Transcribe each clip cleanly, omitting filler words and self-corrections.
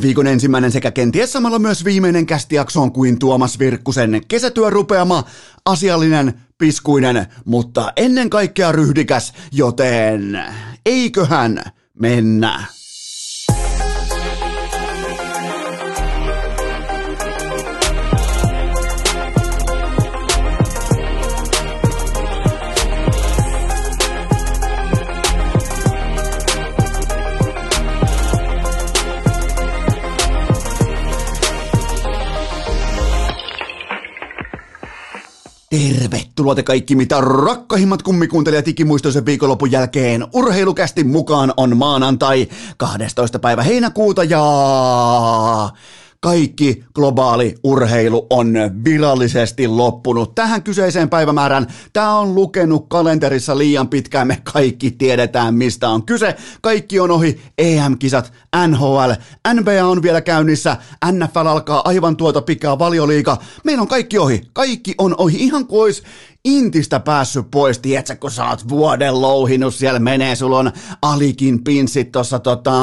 Viikon ensimmäinen sekä kenties samalla myös viimeinen kästijakso on kuin Tuomas Virkkusen kesätyörupeama, asiallinen, piskuinen, mutta ennen kaikkea ryhdikäs, joten eiköhän mennä. Tervetuloa te kaikki mitä rakkahimmat kummikuuntelijat ikimuistoisen viikonlopun jälkeen. Urheilukästin mukaan on maanantai 12. päivä heinäkuuta ja kaikki globaali urheilu on virallisesti loppunut. Tähän kyseiseen päivämäärään tämä on lukenut kalenterissa liian pitkään. Me kaikki tiedetään mistä on kyse. Kaikki on ohi. EM-kisat, NHL, NBA on vielä käynnissä. NFL alkaa aivan tuota pikaa, Valioliiga. Meillä on kaikki ohi. Kaikki on ohi. Ihan kuin olisi Intistä päässyt pois, tiedätkö, kun sä oot vuoden louhinut, siellä menee, sulla on alikin pinssit tuossa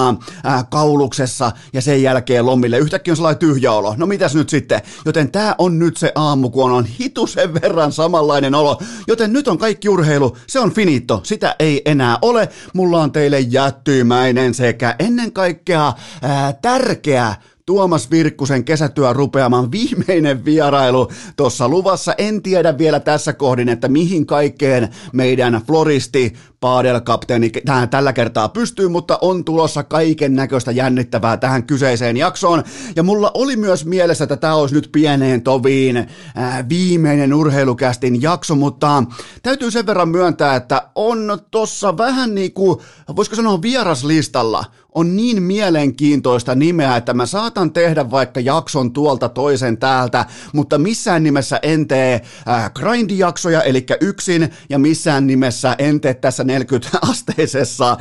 kauluksessa ja sen jälkeen lomille. Yhtäkkiä on sellainen tyhjä olo. No mitäs nyt sitten? Joten tää on nyt se aamu, kun on hitusen verran samanlainen olo. Joten nyt on kaikki urheilu, se on finito, sitä ei enää ole. Mulla on teille jättymäinen sekä ennen kaikkea tärkeä Tuomas Virkkusen kesätyörupeaman viimeinen vierailu tuossa luvassa. En tiedä vielä tässä kohdin, että mihin kaikkeen meidän floristi, paadelkapteeni tällä kertaa pystyy, mutta on tulossa kaiken näköistä jännittävää tähän kyseiseen jaksoon. Ja mulla oli myös mielessä, että tämä olisi nyt pieneen toviin viimeinen urheilukästin jakso, mutta täytyy sen verran myöntää, että on tossa vähän niin kuin, voisiko sanoa vieraslistalla, on niin mielenkiintoista nimeä, että mä saatan tehdä vaikka jakson tuolta toisen täältä, mutta missään nimessä en tee grindijaksoja, eli yksin, ja missään nimessä en tee tässä 40-asteisessa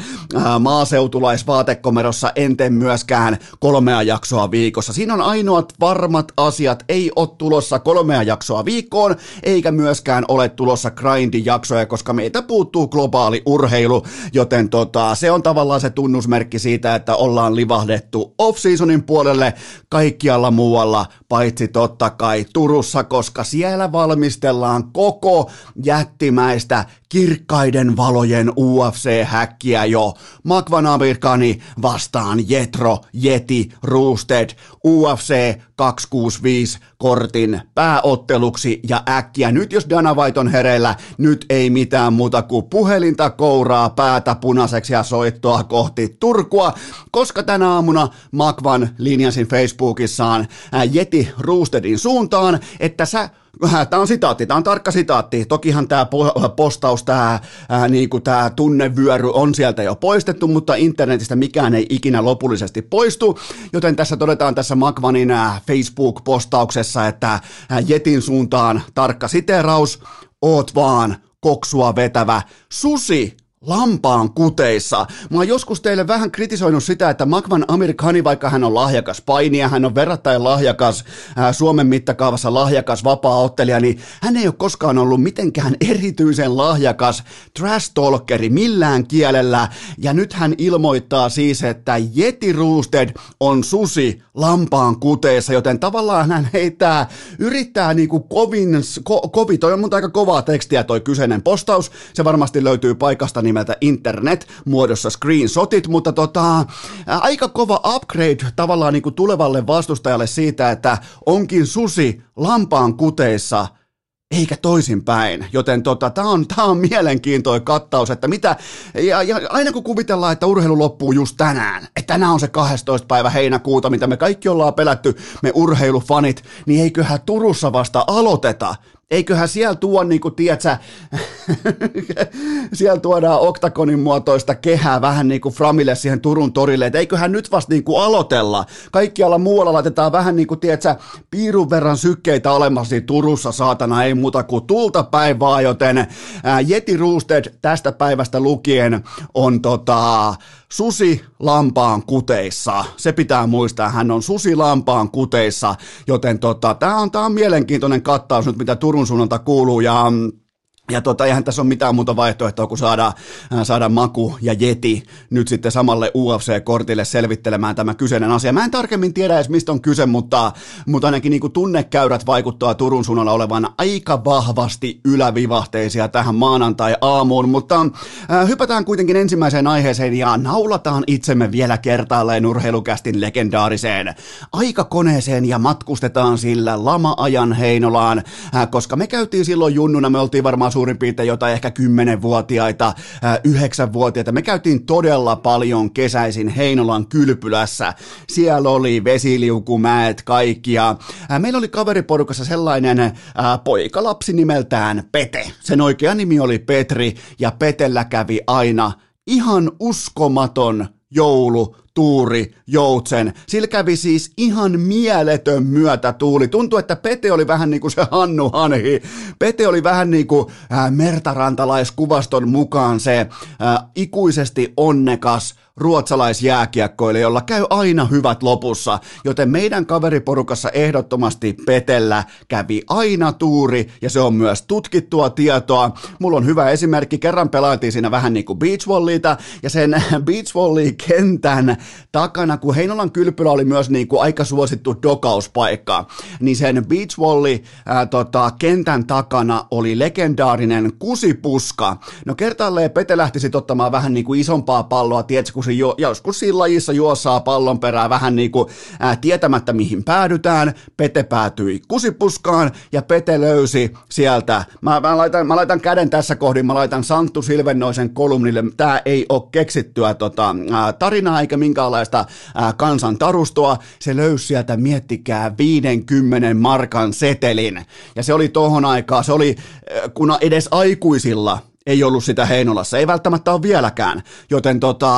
maaseutulaisvaatekomerossa, en tee myöskään 3 jaksoa viikossa. Siinä on ainoat varmat asiat, ei ole tulossa 3 jaksoa viikkoon, eikä myöskään ole tulossa grindijaksoja, koska meitä puuttuu globaali urheilu, joten se on tavallaan se tunnusmerkki siitä, että ollaan livahdettu off-seasonin puolelle kaikkialla muualla, paitsi totta kai Turussa, koska siellä valmistellaan koko jättimäistä kirkkaiden valojen UFC-häkkiä jo. Makvan Amirkhani vastaan Jetro, Yeti, Roosted, UFC 265 kortin pääotteluksi ja äkkiä. Nyt jos Dana White on hereillä, nyt ei mitään muuta kuin puhelinta kouraa, päätä punaiseksi ja soittoa kohti Turkua, koska tänä aamuna Makvan linjasin Facebookissaan Yeti Roostedin suuntaan, että tämä on sitaatti, tämä on tarkka sitaatti. Tokihan tämä postaus, tämä tunnevyöry on sieltä jo poistettu, mutta internetistä mikään ei ikinä lopullisesti poistu, joten tässä todetaan tässä Makvanin Facebook-postauksessa, että Jetin suuntaan tarkka siteeraus, oot vaan koksua vetävä susi lampaan kuteissa. Mä oon joskus teille vähän kritisoinut sitä, että Makvan Amirkhani, vaikka hän on lahjakas painija, hän on verrattain lahjakas, Suomen mittakaavassa lahjakas vapaa-ottelija, niin hän ei ole koskaan ollut mitenkään erityisen lahjakas trash-talkeri millään kielellä, ja nyt hän ilmoittaa siis, että Yeti Roosted on susi lampaan kuteissa, joten tavallaan hän yrittää niinku kovin, toi on mun aika kovaa tekstiä toi kyseinen postaus, se varmasti löytyy paikasta nimeltä internet muodossa screenshotit, mutta aika kova upgrade tavallaan niin kuin tulevalle vastustajalle siitä, että onkin susi lampaan kuteissa eikä toisinpäin, joten tämä on mielenkiintoinen kattaus, että mitä, ja aina kun kuvitellaan, että urheilu loppuu just tänään, että tänään on se 12. päivä heinäkuuta, mitä me kaikki ollaan pelätty, me urheilufanit, niin eiköhän Turussa vasta aloiteta. Eiköhän siellä tuo, niin kuin tiedätkö, siellä tuodaan oktagonin muotoista kehää vähän niin kuin Framille siihen Turun torille, että eiköhän nyt vasta niin kuin aloitella. Kaikkialla muualla laitetaan vähän niin kuin, tiedätkö, piirun verran sykkeitä olemassa Turussa, saatana, ei muuta kuin tulta päin vaan, joten Yeti Roosted tästä päivästä lukien on susi lampaan kuteissa. Se pitää muistaa, hän on susi lampaan kuteissa, joten tämä on mielenkiintoinen kattaus nyt, mitä Turun suunnalta kuuluu, ja Ja eihän tässä ole mitään muuta vaihtoehtoa kuin saada Maku ja Jeti nyt sitten samalle UFC-kortille selvittelemään tämä kyseinen asia. Mä en tarkemmin tiedä edes mistä on kyse, mutta ainakin niin kuin tunnekäyrät vaikuttaa Turun suunnalla olevan aika vahvasti ylävivahteisia tähän maanantai-aamuun, mutta hypätään kuitenkin ensimmäiseen aiheeseen ja naulataan itsemme vielä kertaalleen urheilukästin legendaariseen aikakoneeseen ja matkustetaan sillä lama-ajan Heinolaan, koska me käytiin silloin junnuna, me oltiin varmaan suurin piirtein jotain ehkä 10-vuotiaita, 9-vuotiaita. Me käytiin todella paljon kesäisin Heinolan kylpylässä. Siellä oli vesiliukumäet kaikki ja meillä oli kaveriporukassa sellainen poikalapsi nimeltään Pete. Sen oikea nimi oli Petri ja Petellä kävi aina ihan uskomaton joulutuuri Joutsen. Sillä kävi siis ihan mieletön myötätuuli. Tuntui, että Pete oli vähän niin kuin se Hannu Hanhi. Pete oli vähän niin kuin mertarantalaiskuvaston mukaan se ikuisesti onnekas ruotsalaisjääkiekkoille, jolla käy aina hyvät lopussa, joten meidän kaveriporukassa ehdottomasti Petellä kävi aina tuuri, ja se on myös tutkittua tietoa. Mulla on hyvä esimerkki, kerran pelailtiin siinä vähän niin kuin beachvolleyta, ja sen beachvolley-kentän takana, kun Heinolan kylpylä oli myös niin kuin aika suosittu dokauspaikka, niin sen beachvolley-kentän takana oli legendaarinen kusipuska. No kertaalleen Pete lähti sit ottamaan vähän niin kuin isompaa palloa, tiedätkö, kun se joskus siinä lajissa juossaa pallon perään vähän niin kuin tietämättä mihin päädytään. Pete päätyi kusipuskaan ja Pete löysi sieltä. Mä laitan käden tässä kohdin, mä laitan Santtu Silvennoisen kolumnille. Tää ei ole keksittyä tarinaa eikä minkäänlaista kansan tarustoa. Se löysi sieltä, miettikää, 50 markan setelin. Ja se oli tohon aikaan, se oli kun edes aikuisilla ei ollut sitä Heinolassa, ei välttämättä ole vieläkään, joten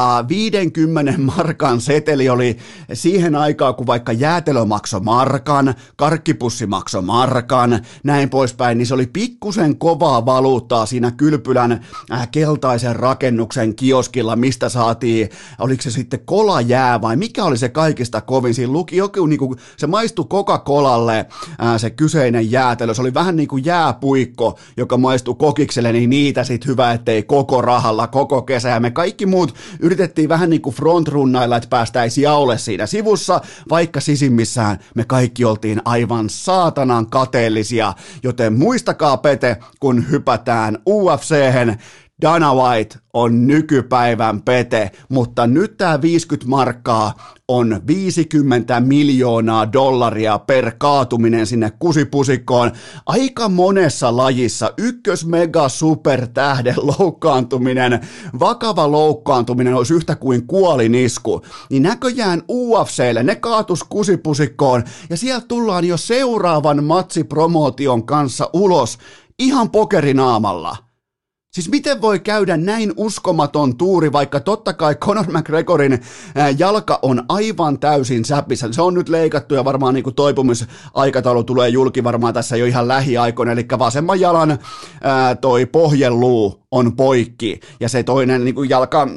50 markan seteli oli siihen aikaan, kun vaikka jäätelö maksoi markan, karkkipussi maksoi markan, näin poispäin, niin se oli pikkusen kovaa valuuttaa siinä kylpylän keltaisen rakennuksen kioskilla, mistä saatiin, oliko se sitten kolajää vai mikä oli se kaikista kovin, siinä luki joku, niin kuin, se maistui Coca-Colalle se kyseinen jäätelö, se oli vähän niin kuin jääpuikko, joka maistui kokikselle, niin niitä hyvä, ettei koko rahalla, koko kesä, ja me kaikki muut yritettiin vähän niin kuin frontrunnailla, että päästäisiin jaolle siinä sivussa, vaikka sisimmissään me kaikki oltiin aivan saatanan kateellisia, joten muistakaa Pete, kun hypätään UFC:hen, Dana White on nykypäivän Pete, mutta nyt tämä 50 markkaa on 50 miljoonaa dollaria per kaatuminen sinne kusipusikkoon. Aika monessa lajissa mega supertähden loukkaantuminen, vakava loukkaantuminen olisi yhtä kuin kuolinisku. Niin näköjään UFClle ne kaatus kusipusikkoon ja sieltä tullaan jo seuraavan matsipromootion kanssa ulos ihan pokerinaamalla. Siis miten voi käydä näin uskomaton tuuri, vaikka totta kai Conor McGregorin jalka on aivan täysin säpissä. Se on nyt leikattu ja varmaan niin kuin toipumisaikataulu tulee julki varmaan tässä jo ihan lähiaikoina, eli vasemman jalan toi pohjeluu on poikki ja se toinen niin kuin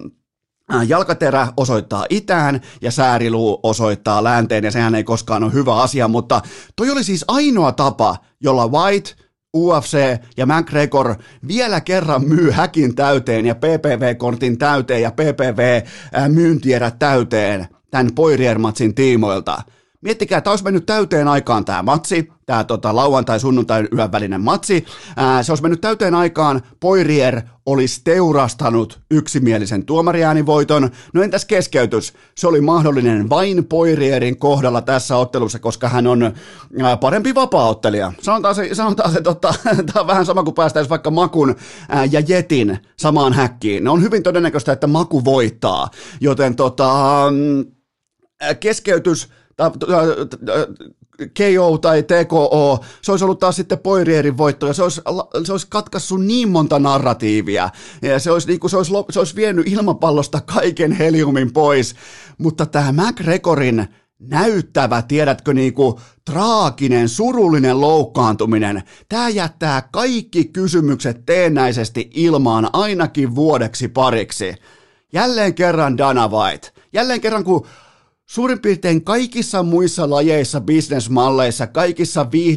jalkaterä osoittaa itään ja sääriluu osoittaa länteen ja sehän ei koskaan ole hyvä asia, mutta toi oli siis ainoa tapa, jolla White, UFC ja McGregor vielä kerran myy häkin täyteen ja PPV-kortin täyteen ja PPV-myyntierät täyteen tämän Poirier-matsin tiimoilta. Miettikää, että olisi mennyt täyteen aikaan tämä matsi, tämä lauantai-sunnuntai yön välinen matsi. Se olisi mennyt täyteen aikaan, Poirier olisi teurastanut yksimielisen tuomariäänivoiton. No entäs keskeytys? Se oli mahdollinen vain Poirierin kohdalla tässä ottelussa, koska hän on parempi vapaaottelija. Sanotaan se tämä on vähän sama kuin päästäisiin vaikka Makun ja Jetin samaan häkkiin. Ne on hyvin todennäköistä, että Maku voittaa, joten keskeytys, KO tai TKO, se olisi ollut taas sitten Poirierin voitto, ja se olisi katkaissut niin monta narratiivia, ja se olisi vienyt ilmapallosta kaiken heliumin pois, mutta tämä McGregorin näyttävä, tiedätkö, niinku traaginen, surullinen loukkaantuminen, tämä jättää kaikki kysymykset teennäisesti ilmaan ainakin vuodeksi pariksi. Jälleen kerran Dana White, jälleen kerran kun suurin piirtein kaikissa muissa lajeissa, bisnesmalleissa, kaikissa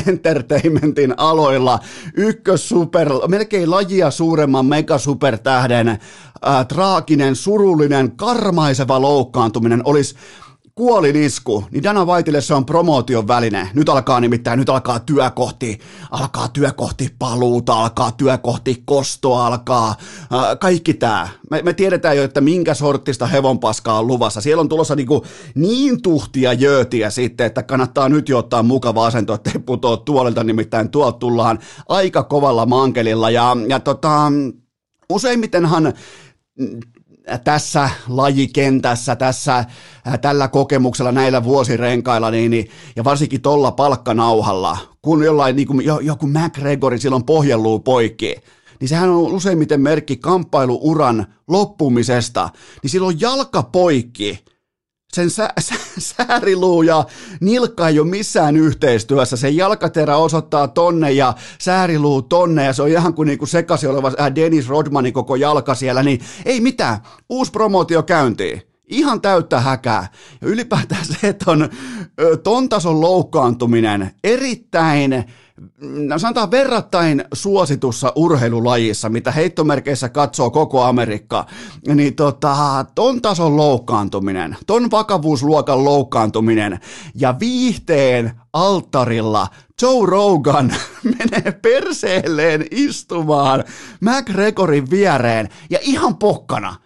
entertainmentin aloilla melkein lajia suuremman megasupertähden traaginen, surullinen, karmaiseva loukkaantuminen olisi kuolinisku, niin Dana Whitelle se on promootion väline. Nyt alkaa työ kohti paluuta, alkaa työ kohti kostoa, alkaa kaikki tämä. Me tiedetään jo, että minkä sorttista hevonpaskaa on luvassa. Siellä on tulossa niin tuhtia jöötiä sitten, että kannattaa nyt jo ottaa mukava asento, ettei putoa tuolilta, nimittäin tuolta tullaan aika kovalla mankelilla. Useimmitenhan tässä lajikentässä, tällä kokemuksella, näillä vuosirenkailla, ja varsinkin tuolla palkkanauhalla, kun jollain joku McGregor silloin pohjelluu poikki, niin sehän on useimmiten merkki kamppailuuran loppumisesta, niin silloin jalka poikki, sen sääriluu ja nilkka ei ole missään yhteistyössä, se jalkaterä osoittaa tonne ja sääriluu tonne ja se on ihan kuin sekaisin oleva Dennis Rodmanin koko jalka siellä, niin ei mitään, uusi promootio käyntiin. Ihan täyttä häkää. Ja ylipäätään se, että on ton tason loukkaantuminen erittäin, sanotaan verrattain suositussa urheilulajissa, mitä heittomerkeissä katsoo koko Amerikka, niin ton tason loukkaantuminen, ton vakavuusluokan loukkaantuminen ja viihteen alttarilla Joe Rogan menee perseelleen istumaan McGregorin viereen ja ihan pokkana.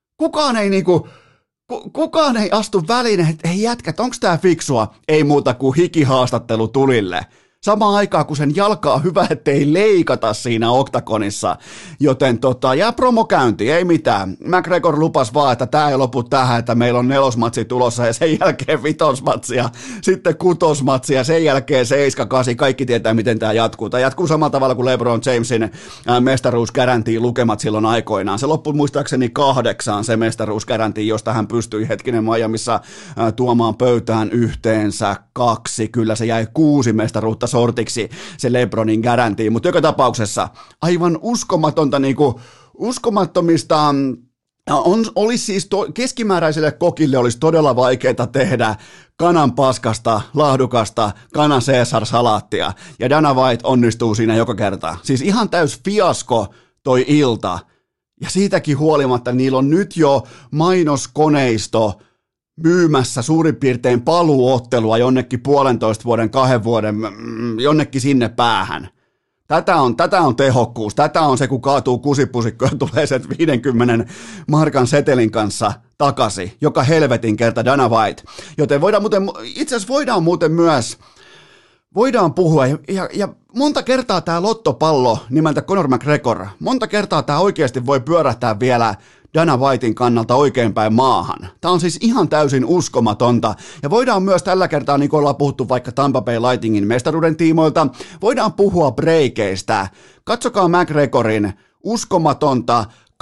Kukaan ei astu väliin, että hei jätkät, onko tää fiksua? Ei muuta kuin hikihaastattelu tulille. Samaan aikaan, kun sen jalka on hyvä, ettei leikata siinä oktagonissa, joten jää promo käyntiin, ei mitään. McGregor lupasi vaan, että tämä ei lopu tähän, että meillä on 4. matsi tulossa ja sen jälkeen 5. matsia, sitten 6. matsia, sen jälkeen 7, 8, kaikki tietää, miten tämä jatkuu. Tämä jatkuu samalla tavalla kuin LeBron Jamesin mestaruusgarantiin lukemat silloin aikoinaan. Se loppui muistaakseni 8 se mestaruusgarantiin, josta hän pystyi hetkinen Miamiissa tuomaan pöytään yhteensä 2. Kyllä se jäi 6 mestaruutta sortiksi se LeBronin garantiin, mutta joka tapauksessa aivan uskomattomista olisi siis keskimääräiselle kokille olisi todella vaikeaa tehdä kanan paskasta, laadukasta kanan Caesar-salaattia, ja Dana White onnistuu siinä joka kerta. Siis ihan täys fiasko toi ilta, ja siitäkin huolimatta niillä on nyt jo mainoskoneisto myymässä suurin piirtein paluuottelua jonnekin 1,5 vuoden, 2 vuoden, jonnekin sinne päähän. Tätä on tehokkuus, tätä on se, kun kaatuu kusipusikko ja tulee sen 50 markan setelin kanssa takaisin, joka helvetin kerta Dana White. Joten itse asiassa voidaan puhua, ja monta kertaa tämä lottopallo nimeltä Conor McGregor, monta kertaa tämä oikeasti voi pyörähtää vielä Dana Whitein kannalta oikeinpäin maahan. Tämä on siis ihan täysin uskomatonta. Ja voidaan myös tällä kertaa, niin kuin ollaan puhuttu vaikka Tampa Bay Lightningin mestaruuden tiimoilta, voidaan puhua breikeistä. Katsokaa McGregorin uskomatonta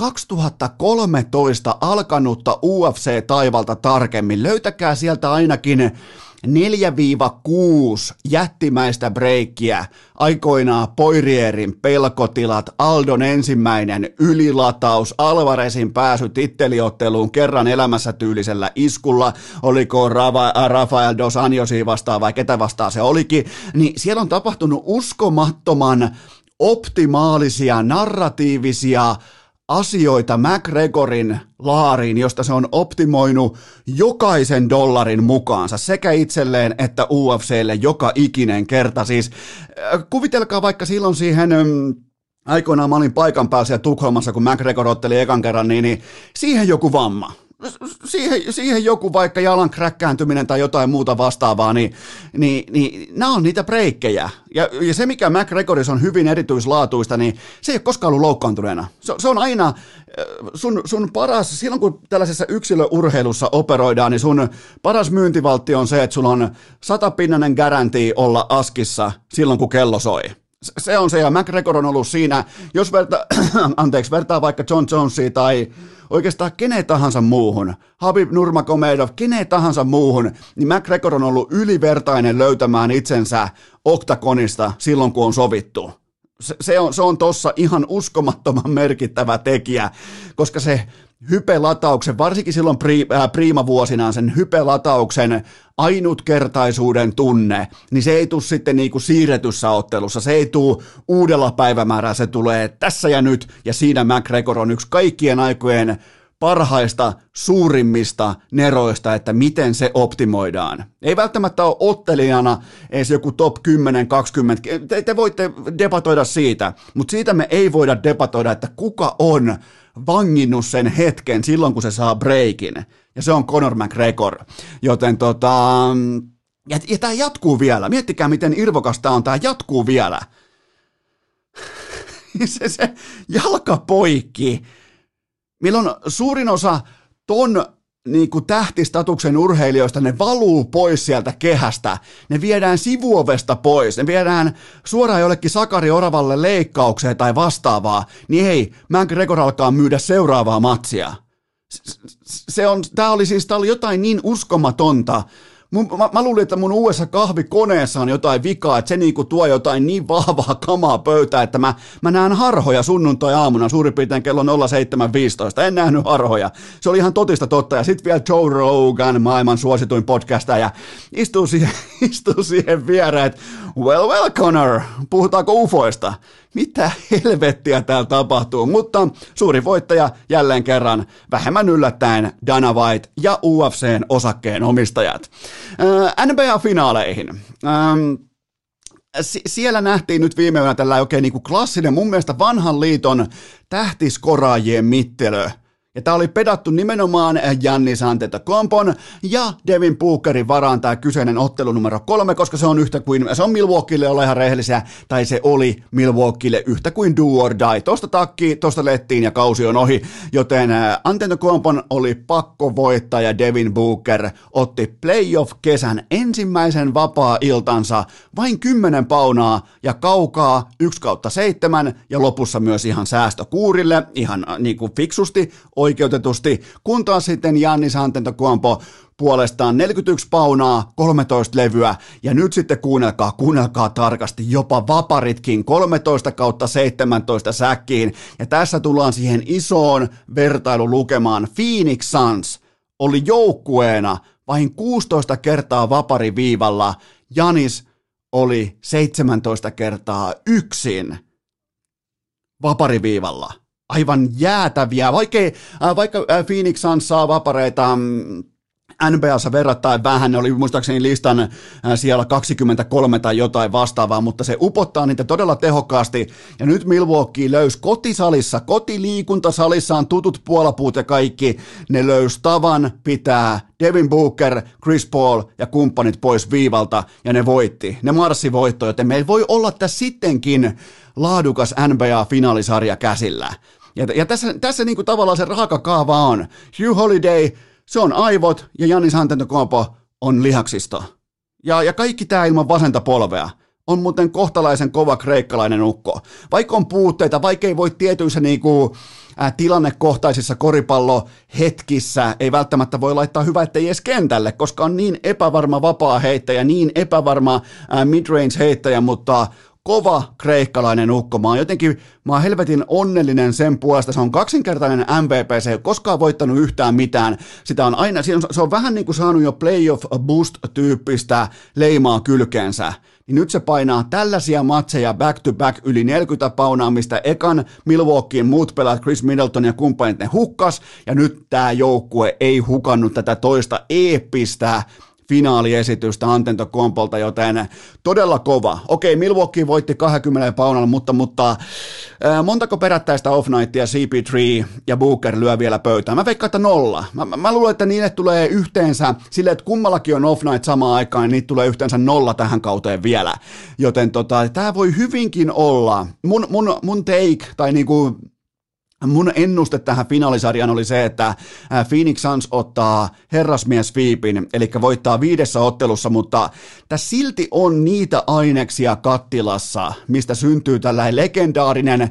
2013 alkanutta UFC-taivalta tarkemmin. Löytäkää sieltä ainakin 4-6 jättimäistä breikkiä, aikoinaan Poirierin pelkotilat, Aldon ensimmäinen ylilataus, Alvarezin pääsy titteliotteluun kerran elämässä tyylisellä iskulla, oliko Rafael Dos Anjosia vastaan vai ketä vastaan se olikin, niin siellä on tapahtunut uskomattoman optimaalisia, narratiivisia asioita McGregorin laariin, josta se on optimoinut jokaisen dollarin mukaansa sekä itselleen että UFClle joka ikinen kerta. Siis kuvitelkaa vaikka silloin siihen aikoinaan mä olin paikan päällä siellä Tukholmassa, kun McGregor otteli ekan kerran, niin siihen joku vamma. Siihen joku vaikka jalan kräkkääntyminen tai jotain muuta vastaavaa, niin nämä on niitä breikkejä. Ja se, mikä McGregorissa on hyvin erityislaatuista, niin se ei ole koskaan ollut loukkaantuneena. Se on aina sun paras, silloin kun tällaisessa yksilöurheilussa operoidaan, niin sun paras myyntivaltti on se, että sulla on 100-pinnanen garantii olla askissa silloin, kun kello soi. Se on se, ja McGregor on ollut siinä, jos vertaa vaikka John Jonesia tai oikeastaan kenen tahansa muuhun, Habib Nurmagomedov, kenen tahansa muuhun, niin McGregor on ollut ylivertainen löytämään itsensä oktagonista silloin, kun on sovittu. Se on tossa ihan uskomattoman merkittävä tekijä, koska se hypelatauksen, varsinkin silloin priimavuosinaan sen hypelatauksen ainutkertaisuuden tunne, niin se ei tule sitten niinku siirretyssä ottelussa, se ei tule uudella päivämäärällä, se tulee tässä ja nyt, ja siinä McGregor on yksi kaikkien aikojen parhaista, suurimmista neroista, että miten se optimoidaan. Ei välttämättä ole ottelijana edes joku top 10, 20, te voitte debatoida siitä, mutta siitä me ei voida debatoida, että kuka on vanginnut sen hetken silloin, kun se saa breakin, ja se on Conor McGregor, joten ja tämä jatkuu vielä, miettikää miten irvokas tämä on, tämä jatkuu vielä, se jalka poikki, milloin suurin osa ton niin kuin tähtistatuksen urheilijoista, ne valuu pois sieltä kehästä, ne viedään sivuovesta pois, ne viedään suoraan jollekin Sakari Oravalle leikkaukseen tai vastaavaa, niin hei, McGregor alkaa myydä seuraavaa matsia. Tää oli jotain niin uskomatonta. Mä luulin, että mun uudessa kahvikoneessa on jotain vikaa, että se niinku tuo jotain niin vahvaa kamaa pöytään, että mä näen harhoja sunnuntai-aamuna suurin piirtein kello 07.15. En nähnyt harhoja. Se oli ihan totista totta. Ja sitten vielä Joe Rogan, maailman suosituin podcastaja, istuu siihen viereen, että well, Conor, puhutaanko ufoista? Mitä helvettiä täällä tapahtuu, mutta suuri voittaja jälleen kerran vähemmän yllättäen Dana White ja UFCn osakkeen omistajat. NBA-finaaleihin. Siellä nähtiin nyt viime yönä tällä oikein niin kuin klassinen, mun mielestä vanhan liiton tähtiskoraajien mittelö. Ja tämä oli pedattu nimenomaan Giannis Antetokounmpon ja Devin Bookerin varaan tämä kyseinen ottelu numero 3, koska se on yhtä kuin, se on Milwaukeelle, olla ihan rehellisiä, tai se oli Milwaukeelle yhtä kuin do or die. Tosta takki, tosta lettiin ja kausi on ohi, joten Antetokounmpon oli pakko voittaa ja Devin Booker otti playoff-kesän ensimmäisen vapaa-iltansa vain 10 paunaa ja kaukaa 1/7 ja lopussa myös ihan säästökuurille, ihan niin kuin fiksusti, oikeutetusti, kun taas sitten Giannis Antetokounmpo puolestaan 41 paunaa, 13 levyä, ja nyt sitten kuunnelkaa tarkasti, jopa vaparitkin 13/17 säkkiin, ja tässä tullaan siihen isoon vertailulukemaan. Phoenix Suns oli joukkueena vain 16 kertaa vapariviivalla, Giannis oli 17 kertaa yksin vapariviivalla. Aivan jäätäviä, vaikka Phoenix Suns saa vapareita NBA:ssa verrattain vähän, ne oli muistaakseni listan siellä 23 tai jotain vastaavaa, mutta se upottaa niitä todella tehokkaasti, ja nyt Milwaukee löysi kotisalissa, kotiliikuntasalissaan tutut puolapuut ja kaikki, ne löysi tavan pitää Devin Booker, Chris Paul ja kumppanit pois viivalta, ja ne voitti, ne marssi voittoon, joten meillä voi olla tässä sittenkin laadukas NBA-finaalisarja käsillä. Ja tässä niin kuin tavallaan se raaka kaava on. Hugh Holiday, se on aivot, ja Giannis Antetokounmpo on lihaksisto. Ja kaikki tämä ilman vasenta polvea. On muuten kohtalaisen kova kreikkalainen ukko. Vaikka on puutteita, vaikka ei voi tietyissä niinku, tilannekohtaisissa koripallohetkissä, ei välttämättä voi laittaa hyvä, ettei edes kentälle, koska on niin epävarma vapaa heittäjä, niin epävarma midrange heittäjä, mutta kova kreikkalainen ukko. Mä oon helvetin onnellinen sen puolesta. Se on kaksinkertainen MVP, se ei ole koskaan voittanut yhtään mitään. Sitä on aina, se on vähän niin kuin saanut jo playoff boost-tyyppistä leimaa kylkeensä. Niin nyt se painaa tällaisia matseja back to back yli 40 paunaa, mistä ekan Milwaukeein muut pelaat Chris Middleton ja kumppanit ne hukkas, ja nyt tää joukkue ei hukannut tätä toista eeppistä finaaliesitystä Antetokounmpolta, joten todella kova. Okei, Milwaukee voitti 20 paunalla, mutta montako perättäistä off-nightia CP3 ja Booker lyö vielä pöytään? Mä veikkaan, että 0. Mä luulen, että niille tulee yhteensä, silleen, että kummallakin on off-night samaan aikaan, niin niitä tulee yhteensä 0 tähän kauteen vielä. Joten tää voi hyvinkin olla. Mun take, tai niinku mun ennuste tähän finaalisarjaan oli se, että Phoenix Suns ottaa herrasmies-sweepin, eli voittaa 5 ottelussa, mutta tässä silti on niitä aineksia kattilassa, mistä syntyy tällainen legendaarinen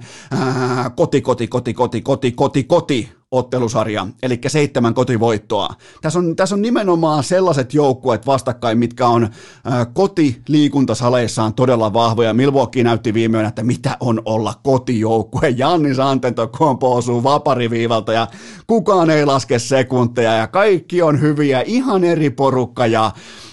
koti ottelusarja, eli 7 kotivoittoa. Tässä on nimenomaan sellaiset joukkueet vastakkain, mitkä on kotiliikuntasaleissaan todella vahvoja. Milwaukee näytti viimein, että mitä on olla kotijoukkue. Giannis Antetokounmpo osuu vapariviivalta ja kukaan ei laske sekunteja ja kaikki on hyviä, ihan eri porukka ja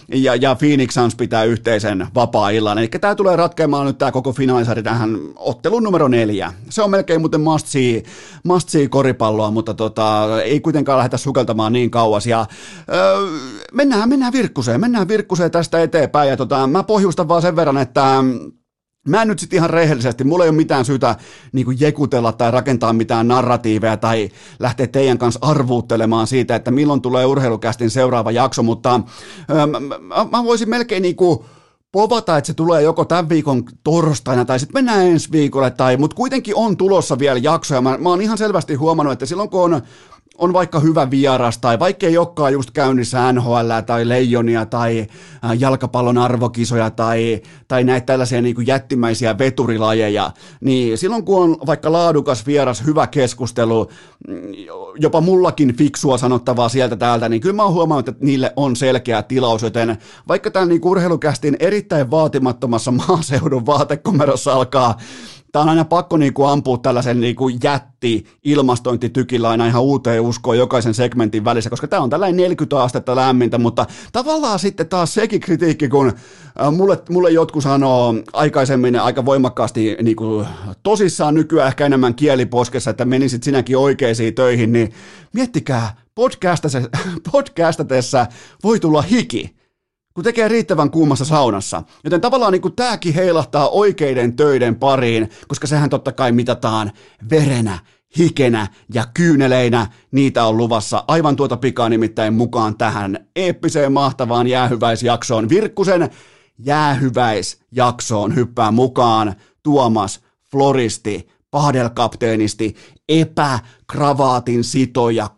ja Phoenix Suns pitää yhteisen vapaa-illan. Eli tämä tulee ratkeamaan nyt tämä koko finaalisari tähän ottelun numero 4. Se on melkein muuten must see koripalloa, mutta ei kuitenkaan lähdetä sukeltamaan niin kauas. Ja mennään Virkkuseen tästä eteenpäin. Ja mä pohjustan vaan sen verran, että mä en nyt sitten ihan rehellisesti, mulla ei ole mitään syytä niinku jekutella tai rakentaa mitään narratiiveja tai lähteä teidän kanssa arvuuttelemaan siitä, että milloin tulee Urheilukästin seuraava jakso, mutta mä voisin melkein niinku povata, että se tulee joko tämän viikon torstaina tai sitten mennään ensi viikolle, mutta kuitenkin on tulossa vielä jaksoja. Mä oon ihan selvästi huomannut, että silloin kun on vaikka hyvä vieras tai vaikka ei olekaan just käynnissä NHL tai Leijonia tai jalkapallon arvokisoja tai näitä tällaisia niin kuin jättimäisiä veturilajeja, niin silloin kun on vaikka laadukas vieras, hyvä keskustelu, jopa mullakin fiksua sanottavaa sieltä täältä, niin kyllä mä oon huomannut, että niille on selkeä tilaus, joten vaikka tämän niin Urheilukästin erittäin vaatimattomassa maaseudun vaatekomerossa alkaa, tämä on aina pakko niinku ampua tällaisen niinku jätti-ilmastointitykillä aina ihan uuteen uskoon jokaisen segmentin välissä, koska tämä on tällainen 40 astetta lämmintä, mutta tavallaan sitten taas sekin kritiikki, kun mulle jotkut sanoo aikaisemmin aika voimakkaasti niinku tosissaan nykyään ehkä enemmän kieliposkessa, että menisit sinäkin oikeisiin töihin, niin miettikää, podcastatessa voi tulla hiki, kun tekee riittävän kuumassa saunassa. Joten tavallaan niin kuin tämäkin heilahtaa oikeiden töiden pariin, koska sehän totta kai mitataan verenä, hikenä ja kyyneleinä. Niitä on luvassa aivan tuota pikaa nimittäin mukaan tähän eeppiseen mahtavaan jäähyväisjaksoon. Virkkusen jäähyväisjaksoon hyppää mukaan Tuomas Floristi, padelkapteenisti, epäkravaatin sitoja,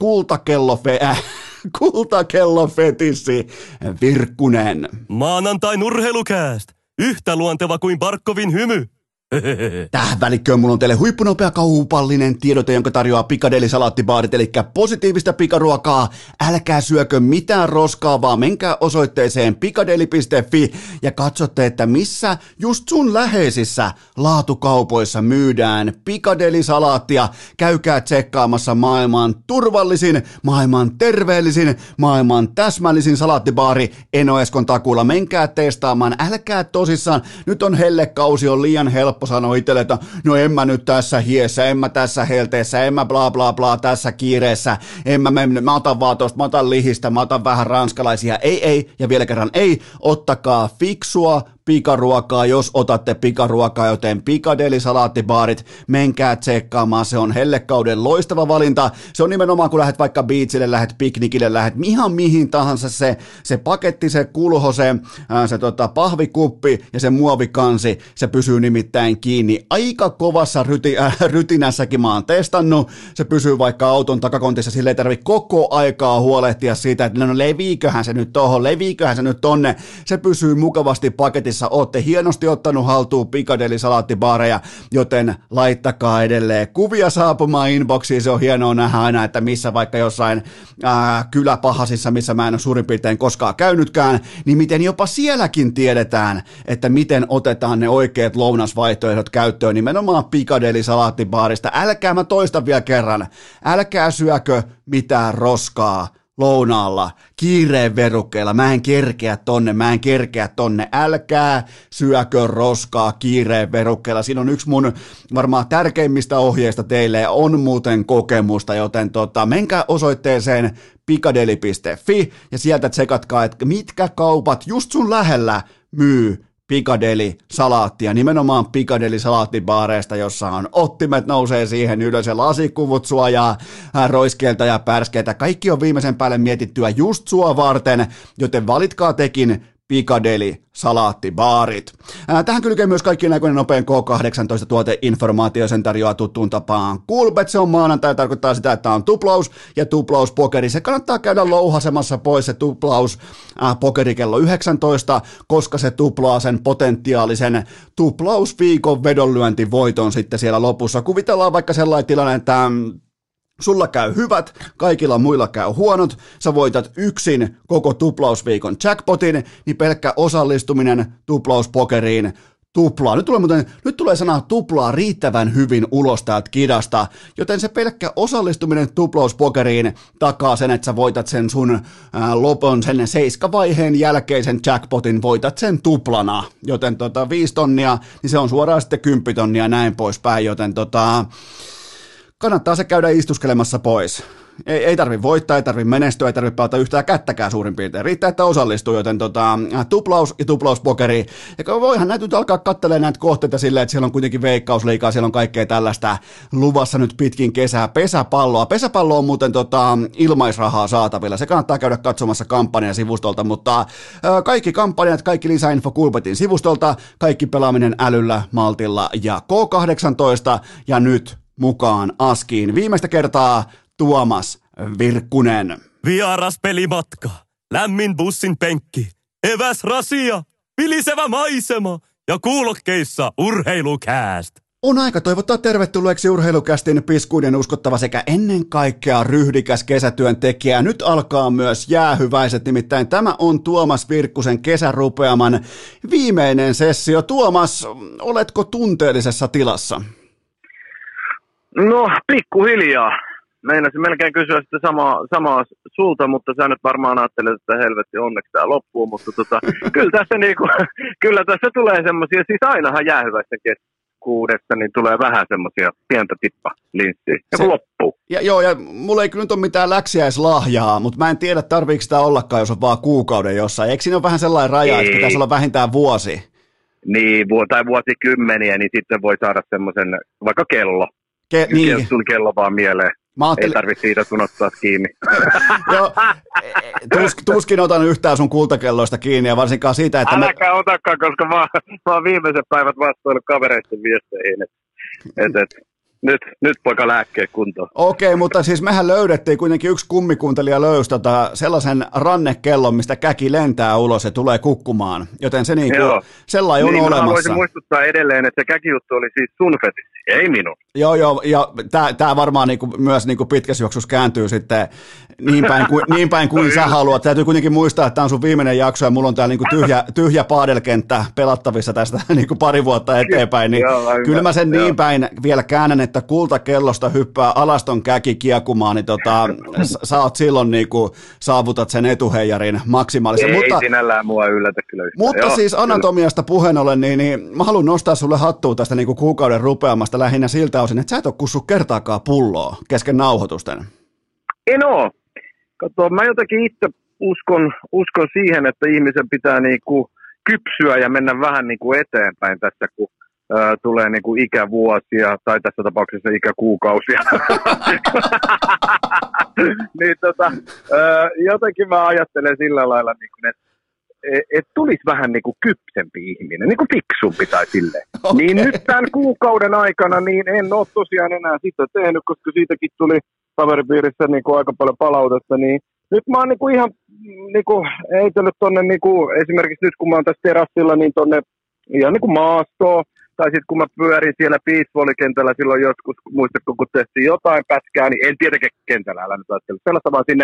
kultakellofetissi Virkkunen. Maanantain urheilukääst. Yhtä luonteva kuin Barkovin hymy. Tähän välikköön mulla on teille huippunopea kaupallinen tiedote, jonka tarjoaa Pikadeli salaattibaarit, eli positiivista pikaruokaa. Älkää syökö mitään roskaa, vaan menkää osoitteeseen pikadeli.fi ja katsotte, että missä just sun läheisissä laatukaupoissa myydään Pikadeli salaattia. Käykää tsekkaamassa maailman turvallisin, maailman terveellisin, maailman täsmällisin salaattibaari Eno Eskon takuulla. Menkää testaamaan, älkää tosissaan. Nyt on hellekausi, on liian helppo sanoa itselle, että no en mä nyt tässä hiessä, en mä tässä helteessä, en mä bla bla bla tässä kiireessä, mä otan vaan tosta, mä otan lihistä, mä otan vähän ranskalaisia, ei, ja vielä kerran ei, ottakaa fiksua pikaruokaa, jos otatte pikaruokaa, joten Pikadeli salaattibaarit, menkää tsekkaamaan, se on hellekauden loistava valinta, se on nimenomaan kun lähdet vaikka beachille, lähdet piknikille, lähdet ihan mihin tahansa, se paketti, se kulho, se pahvikuppi ja se muovikansi, se pysyy nimittäin kiinni aika kovassa rytinässäkin, mä oon testannut, se pysyy vaikka auton takakontissa, sille ei tarvitse koko aikaa huolehtia siitä, että no leviiköhän se nyt tohon, leviiköhän se nyt tonne, se pysyy mukavasti paketissa. Ootte hienosti ottanut haltuun Pikadeli salaattibaareja, joten laittakaa edelleen kuvia saapumaan inboxiin. Se on hienoa nähdä aina, että missä vaikka jossain kyläpahasissa, missä mä en ole suurin piirtein koskaan käynytkään, niin miten jopa sielläkin tiedetään, että miten otetaan ne oikeat lounasvaihtoehdot käyttöön nimenomaan Pikadeli salaattibaarista. Älkää, mä toistan vielä kerran, älkää syökö mitään roskaa lounaalla, kiireen verukkeella, mä en kerkeä tonne, älkää syökö roskaa kiireen verukkeella, siinä on yksi mun varmaan tärkeimmistä ohjeista teille, on muuten kokemusta, joten menkää osoitteeseen pikadeli.fi ja sieltä tsekatkaa, että mitkä kaupat just sun lähellä myy Pikadeli salaattia, nimenomaan Pikadeli salaattibaareista, jossa on ottimet nousee siihen ylös ja lasikuvut suojaa roiskeelta ja pärskeiltä. Kaikki on viimeisen päälle mietittyä just sua varten, joten valitkaa tekin Pikadeli salaattibaarit. Tähän kylkee myös kaikkien aikoinen nopein K18-tuoteinformaatio, sen tarjoaa tuttuun tapaan Coolbet, se on maanantai, tarkoittaa sitä, että on tuplaus ja tuplauspokeri. Se kannattaa käydä louhasemassa pois se tuplauspokeri kello 19, koska se tuplaa sen potentiaalisen tuplausviikon vedonlyöntivoiton sitten siellä lopussa. Kuvitellaan vaikka sellainen tilanne, että sulla käy hyvät, kaikilla muilla käy huonot, sä voitat yksin koko tuplausviikon jackpotin, niin pelkkä osallistuminen tuplauspokeriin tuplaa. Nyt tulee sana tuplaa riittävän hyvin ulos täältä kidasta, joten se pelkkä osallistuminen tuplauspokeriin takaa sen, että sä voitat sen sun lopun, sen 7-vaiheen jälkeisen jackpotin, voitat sen tuplana. Joten 5 tonnia, niin se on suoraan sitten 10 tonnia ja näin poispäin, joten kannattaa se käydä istuskelemassa pois. Ei tarvi voittaa, ei tarvi menestyä, ei tarvi pelata yhtään kättäkään suurin piirtein. Riittää, että osallistuu, joten tuplaus ja tuplauspokeri. Ja voihan näitä nyt alkaa katselemaan näitä kohteita silleen, että siellä on kuitenkin Veikkausliigaa, siellä on kaikkea tällaista luvassa nyt pitkin kesää. Pesäpallo on muuten ilmaisrahaa saatavilla. Se kannattaa käydä katsomassa kampanjan sivustolta, mutta kaikki kampanjat, kaikki lisäinfo Kulpetin sivustolta, kaikki pelaaminen älyllä, maltilla ja K18 ja nyt mukaan Askiin. Viimeistä kertaa Tuomas Virkkunen. Vieras pelimatka, lämmin bussin penkki, eväs rasia, vilisevä maisema ja kuulokkeissa urheilukääst. On aika toivottaa tervetulleeksi Urheilukästin piskuiden uskottava sekä ennen kaikkea ryhdikäs kesätyöntekijä. Nyt alkaa myös jäähyväiset, nimittäin tämä on Tuomas Virkkusen kesärupeaman viimeinen sessio. Tuomas, oletko tunteellisessa tilassa? No, pikkuhiljaa. Meinasin melkein kysyä sitten samaa sulta, mutta sä nyt varmaan ajattelet, että helvetti onneksi tää loppuu, mutta kyllä tässä tulee semmosia, siis ainahan jäähyväisten keskuudesta, niin tulee vähän semmosia pientä tippalinssiä, ja kun loppuu. Ja mulla ei kyllä nyt ole mitään läksiäislahjaa, mutta mä en tiedä tarviiko sitä ollakaan, jos on vaan kuukauden jossain. Eikö siinä ole vähän sellainen raja, että pitäisi olla vähintään vuosi? Niin, tai vuosikymmeniä, niin sitten voi saada semmoisen, vaikka kello. Niin. Tuli kello vaan mieleen. Ei tarvitse siitä sun ottaa kiinni. Joo, tuskin otan yhtään sun kultakelloista kiinni ja varsinkaan siitä, että... Äläkää otakaan, koska mä oon viimeiset päivät vastoillut kavereiden viesteihin. Nyt poika lääkkeet kuntoon. Okei, mutta siis mehän löydettiin kuitenkin yksi kummikuntelija löysi sellaisen rannekellon, mistä käki lentää ulos ja tulee kukkumaan. Joten se sellainen on olemassa. Mä haluaisin muistuttaa edelleen, että se käkijuttu oli siis sun fetissi, ei minun. Joo, ja tämä varmaan myös pitkässä juoksussa kääntyy sitten niin päin kuin sä haluat. Täytyy kuitenkin muistaa, että tämä on sun viimeinen jakso ja mulla on täällä tyhjä paadelkenttä pelattavissa tästä pari vuotta eteenpäin. Niin kyllä mä sen niin päin vielä käännän, että kultakellosta hyppää alaston käki kiekumaan, niin sä oot silloin saavutat sen etuheijarin maksimaalisen. Ei sinällään mua yllätä kyllä yhtään. Mutta siis anatomiasta puheen ollen, niin mä haluan nostaa sulle hattua tästä kuukauden rupeamasta lähinnä siltä osin, että sä et ole kussu kertaakaan pulloa kesken nauhoitusten. En oo. Kato, mä jotenkin itse uskon siihen, että ihmisen pitää kypsyä ja mennä vähän eteenpäin tässä, kun tulee ikävuosia, tai tässä tapauksessa ikäkuukausia. Niin jotenkin mä ajattelen sillä lailla, että tulisi vähän kypsempi ihminen, fiksumpi tai silleen. Okay. Niin nyt tämän kuukauden aikana niin en ole tosiaan enää sitä tehnyt, koska siitäkin tuli kaveripiirissä aika paljon palautetta, niin nyt mä oon ihan heitellyt tonne esimerkiksi nyt kun mä oon tässä terassilla, niin tonne ihan maastoon, tai sitten kun mä pyörin siellä beachvolleykentällä silloin joskus, muistatko kun tehtiin jotain pätkää, niin en tietenkään kentällä, älä nyt ajattele sellaista, vaan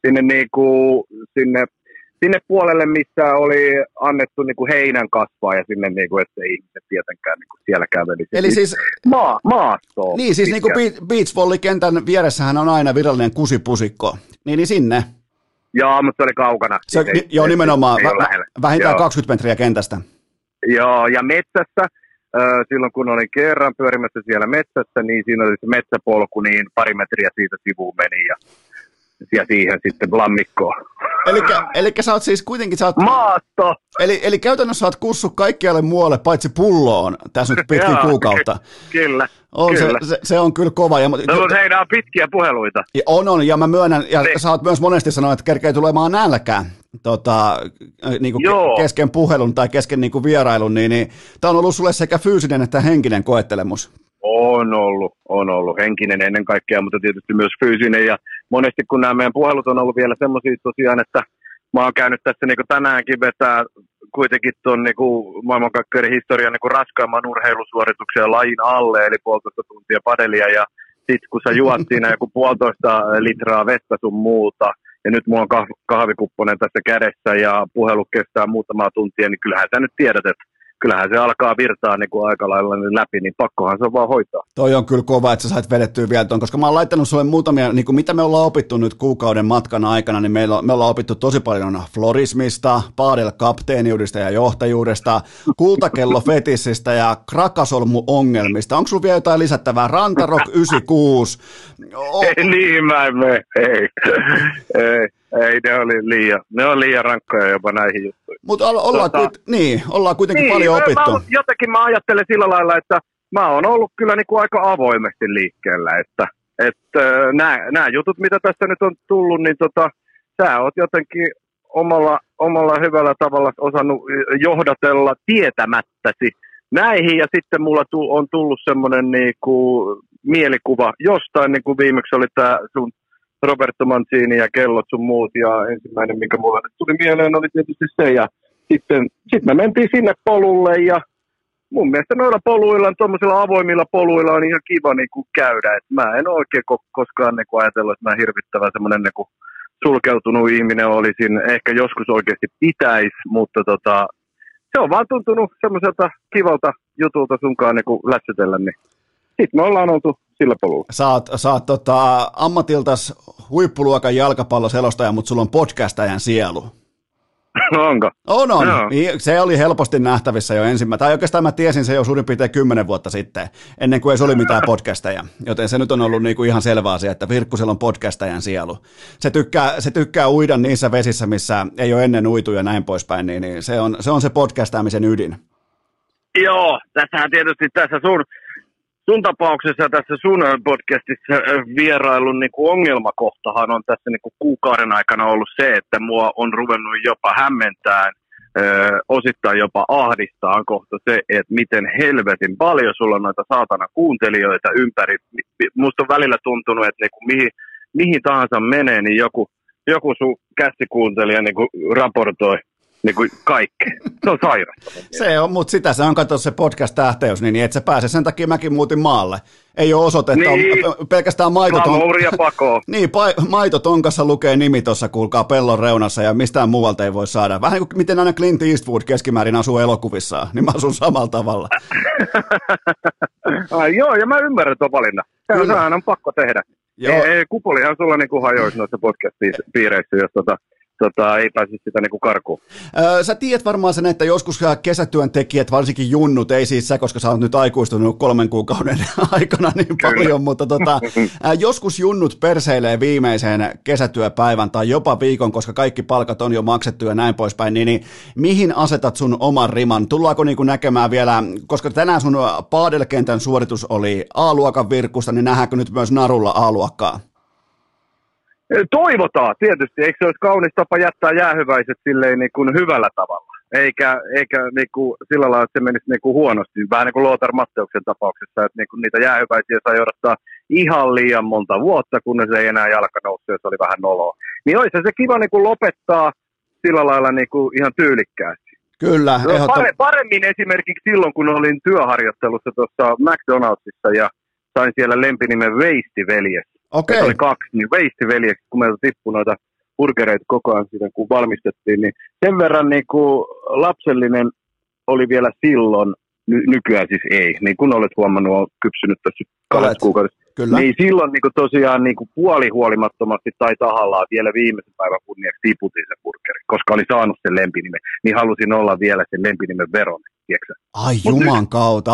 sinne puolelle, missä oli annettu heinän kasvaa ja sinne, ettei ihmiset tietenkään siellä kävelisi. Eli siis maastoon. Niin, siis beachvolleykentän vieressähän on aina virallinen kusipusikko. Niin sinne. Joo, mutta se oli kaukana. Joo, nimenomaan. Vähintään 20 metriä kentästä. Joo, ja metsässä, silloin kun olin kerran pyörimässä siellä metsässä, niin siinä oli se metsäpolku, niin pari metriä siitä sivuun meni ja siihen sitten lammikkoon. Elikkä sä oot siis kuitenkin... Maasto! Eli käytännössä sä oot kussut kaikkialle muualle, paitsi pulloon tässä nyt pitkin kuukautta. Kyllä. Se on kyllä kova. Mutta hei, nämä on pitkiä puheluita. Ja mä myönnän, ja sä oot myös monesti sanonut, että kerkee tulemaan nälkää kesken puhelun tai kesken vierailun, niin tää on ollut sulle sekä fyysinen että henkinen koettelemus. On ollut henkinen ennen kaikkea, mutta tietysti myös fyysinen, ja monesti kun nämä meidän puhelut on ollut vielä semmoisia tosiaan, että mä oon käynyt tässä tänäänkin vetää kuitenkin tuon maailmankaikkeuden historian raskaimman urheilusuorituksen lajin alle, eli 1,5 tuntia padelia, ja sit kun sä juot siinä joku 1,5 litraa vettä sun muuta, ja nyt mulla on kahvikupponen tässä kädessä, ja puhelu kestää muutamaa tuntia, niin kyllähän sä nyt tiedät, että kyllähän se alkaa virtaa niin kuin aika lailla niin läpi, niin pakkohan se on vaan hoitaa. Toi on kyllä kova, että sä sait vedettyä vielä tuon, koska mä oon laittanut sulle muutamia, niin kuin mitä me ollaan opittu nyt kuukauden matkan aikana, niin me ollaan opittu tosi paljon florismista, paadel-kapteeniudesta ja johtajuudesta, kultakello-fetissistä ja krakasolmu-ongelmista. Onko sulla vielä jotain lisättävää? Rantarock 96. Ei niin, mä en mene. Ei, ne on liian rankkoja jopa näihin juttuihin. Mutta ollaan kuitenkin paljon opittu. Jotenkin mä ajattelen sillä lailla, että mä oon ollut kyllä niin kuin aika avoimesti liikkeellä, että nämä jutut, mitä tässä nyt on tullut, niin sä oot jotenkin omalla hyvällä tavalla osannut johdatella tietämättäsi näihin, ja sitten mulla on tullut semmoinen niinku mielikuva jostain, niin kuin viimeksi oli tämä sun Roberto Mancini ja kellot sun muut, ja ensimmäinen, mikä mulla tuli mieleen, oli tietysti se, ja sitten me mentiin sinne polulle, ja mun mielestä noilla poluilla, tuommoisilla avoimilla poluilla on ihan kiva niinku käydä, että mä en oikein koskaan niinku ajatellut, että mä hirvittävän semmoinen niinku sulkeutunut ihminen olisin, ehkä joskus oikeasti pitäisi, mutta se on vaan tuntunut semmoiselta kivalta jutulta sunkaan niinku lässytellä, niin sitten me ollaan oltu sillä polulla. Sä oot ammatiltas huippuluokan jalkapalloselostaja, mutta sulla on podcastajan sielu. Onko? On. No. Se oli helposti nähtävissä jo tai oikeastaan mä tiesin se jo suurin piirtein 10 vuotta sitten, ennen kuin ei oli mitään podcasteja. Joten se nyt on ollut niinku ihan selvä asia, että Virkkusella on podcastajan sielu. Se tykkää uida niissä vesissä, missä ei ole ennen uitu ja näin poispäin, niin se on se podcastaamisen ydin. Joo, tässähän tietysti tässä sun tapauksessa tässä sun podcastissa vierailun niin kuin ongelmakohtahan on tässä niin kuin kuukauden aikana ollut se, että mua on ruvennut jopa hämmentään, osittain jopa ahdistaan kohta se, että miten helvetin paljon sulla on noita saatana kuuntelijoita ympäri. Musta on välillä tuntunut, että niin kuin mihin tahansa menee, niin joku sun käsikuuntelija niin kuin raportoi niin kuin kaikkea. Se on sairasta. Se on, mutta sitä se on, katso se podcast-tähteys, niin et sä pääse. Sen takia mäkin muutin maalle. Ei ole osoitetta, niin, on pelkästään niin, maitotonkassa lukee nimi tuossa, kuulkaa, pellon reunassa, ja mistään muualta ei voi saada. Vähän kuin miten aina Clint Eastwood keskimäärin asuu elokuvissaan, niin mä asun samalla tavalla. Joo, ja mä ymmärrän tuon valinnan. Sehän on pakko tehdä. Kupolihan sulla niin hajoisi noissa podcast-piireissä, jos ei pääsisi sitä niinku karkuun. Sä tiedät varmaan sen, että joskus kesätyöntekijät, varsinkin junnut, ei siis sä, koska sä oot nyt aikuistunut 3 kuukauden aikana niin paljon, mutta joskus junnut perseilee viimeiseen kesätyöpäivän tai jopa viikon, koska kaikki palkat on jo maksettu ja näin poispäin, niin mihin asetat sun oman riman? Tullaanko niinku näkemään vielä, koska tänään sun paadelkentän suoritus oli A-luokan Virkkusta, niin nähdäänkö nyt myös narulla A-luokkaa? Toivotaan tietysti, eikö se olisi kaunis tapa jättää jäähyväiset silleen niin kuin hyvällä tavalla, eikä niin kuin sillä lailla, että se menisi niin kuin huonosti, vähän niin kuin Lothar Matteuksen tapauksessa, että niin kuin niitä jäähyväisiä sai odottaa ihan liian monta vuotta, kunnes ei enää jalka noussut, jos oli vähän noloa. Niin olisi se kiva niin kuin lopettaa sillä lailla niin kuin ihan tyylikkäästi. Kyllä. Paremmin esimerkiksi silloin, kun olin työharjoittelussa tuossa McDonaldsissa ja sain siellä lempinimen Veistiveljes. Okei. Oli 2, niin Veistiveljeksi, kun meiltä tippui noita burgereita koko ajan siitä, kun valmistettiin, niin sen verran niin kuin lapsellinen oli vielä silloin, nykyään siis ei, niin kun olet huomannut, on kypsynyt tässä 2 kuukaudessa. Kyllä. Niin silloin niin kuin tosiaan niin kuin puolihuolimattomasti tai tahallaan vielä viimeisen päivän kunniaksi tiputin sen burgerin, koska oli saanut sen lempinimen, niin halusin olla vielä sen lempinimen veronen. Ai juman kautta.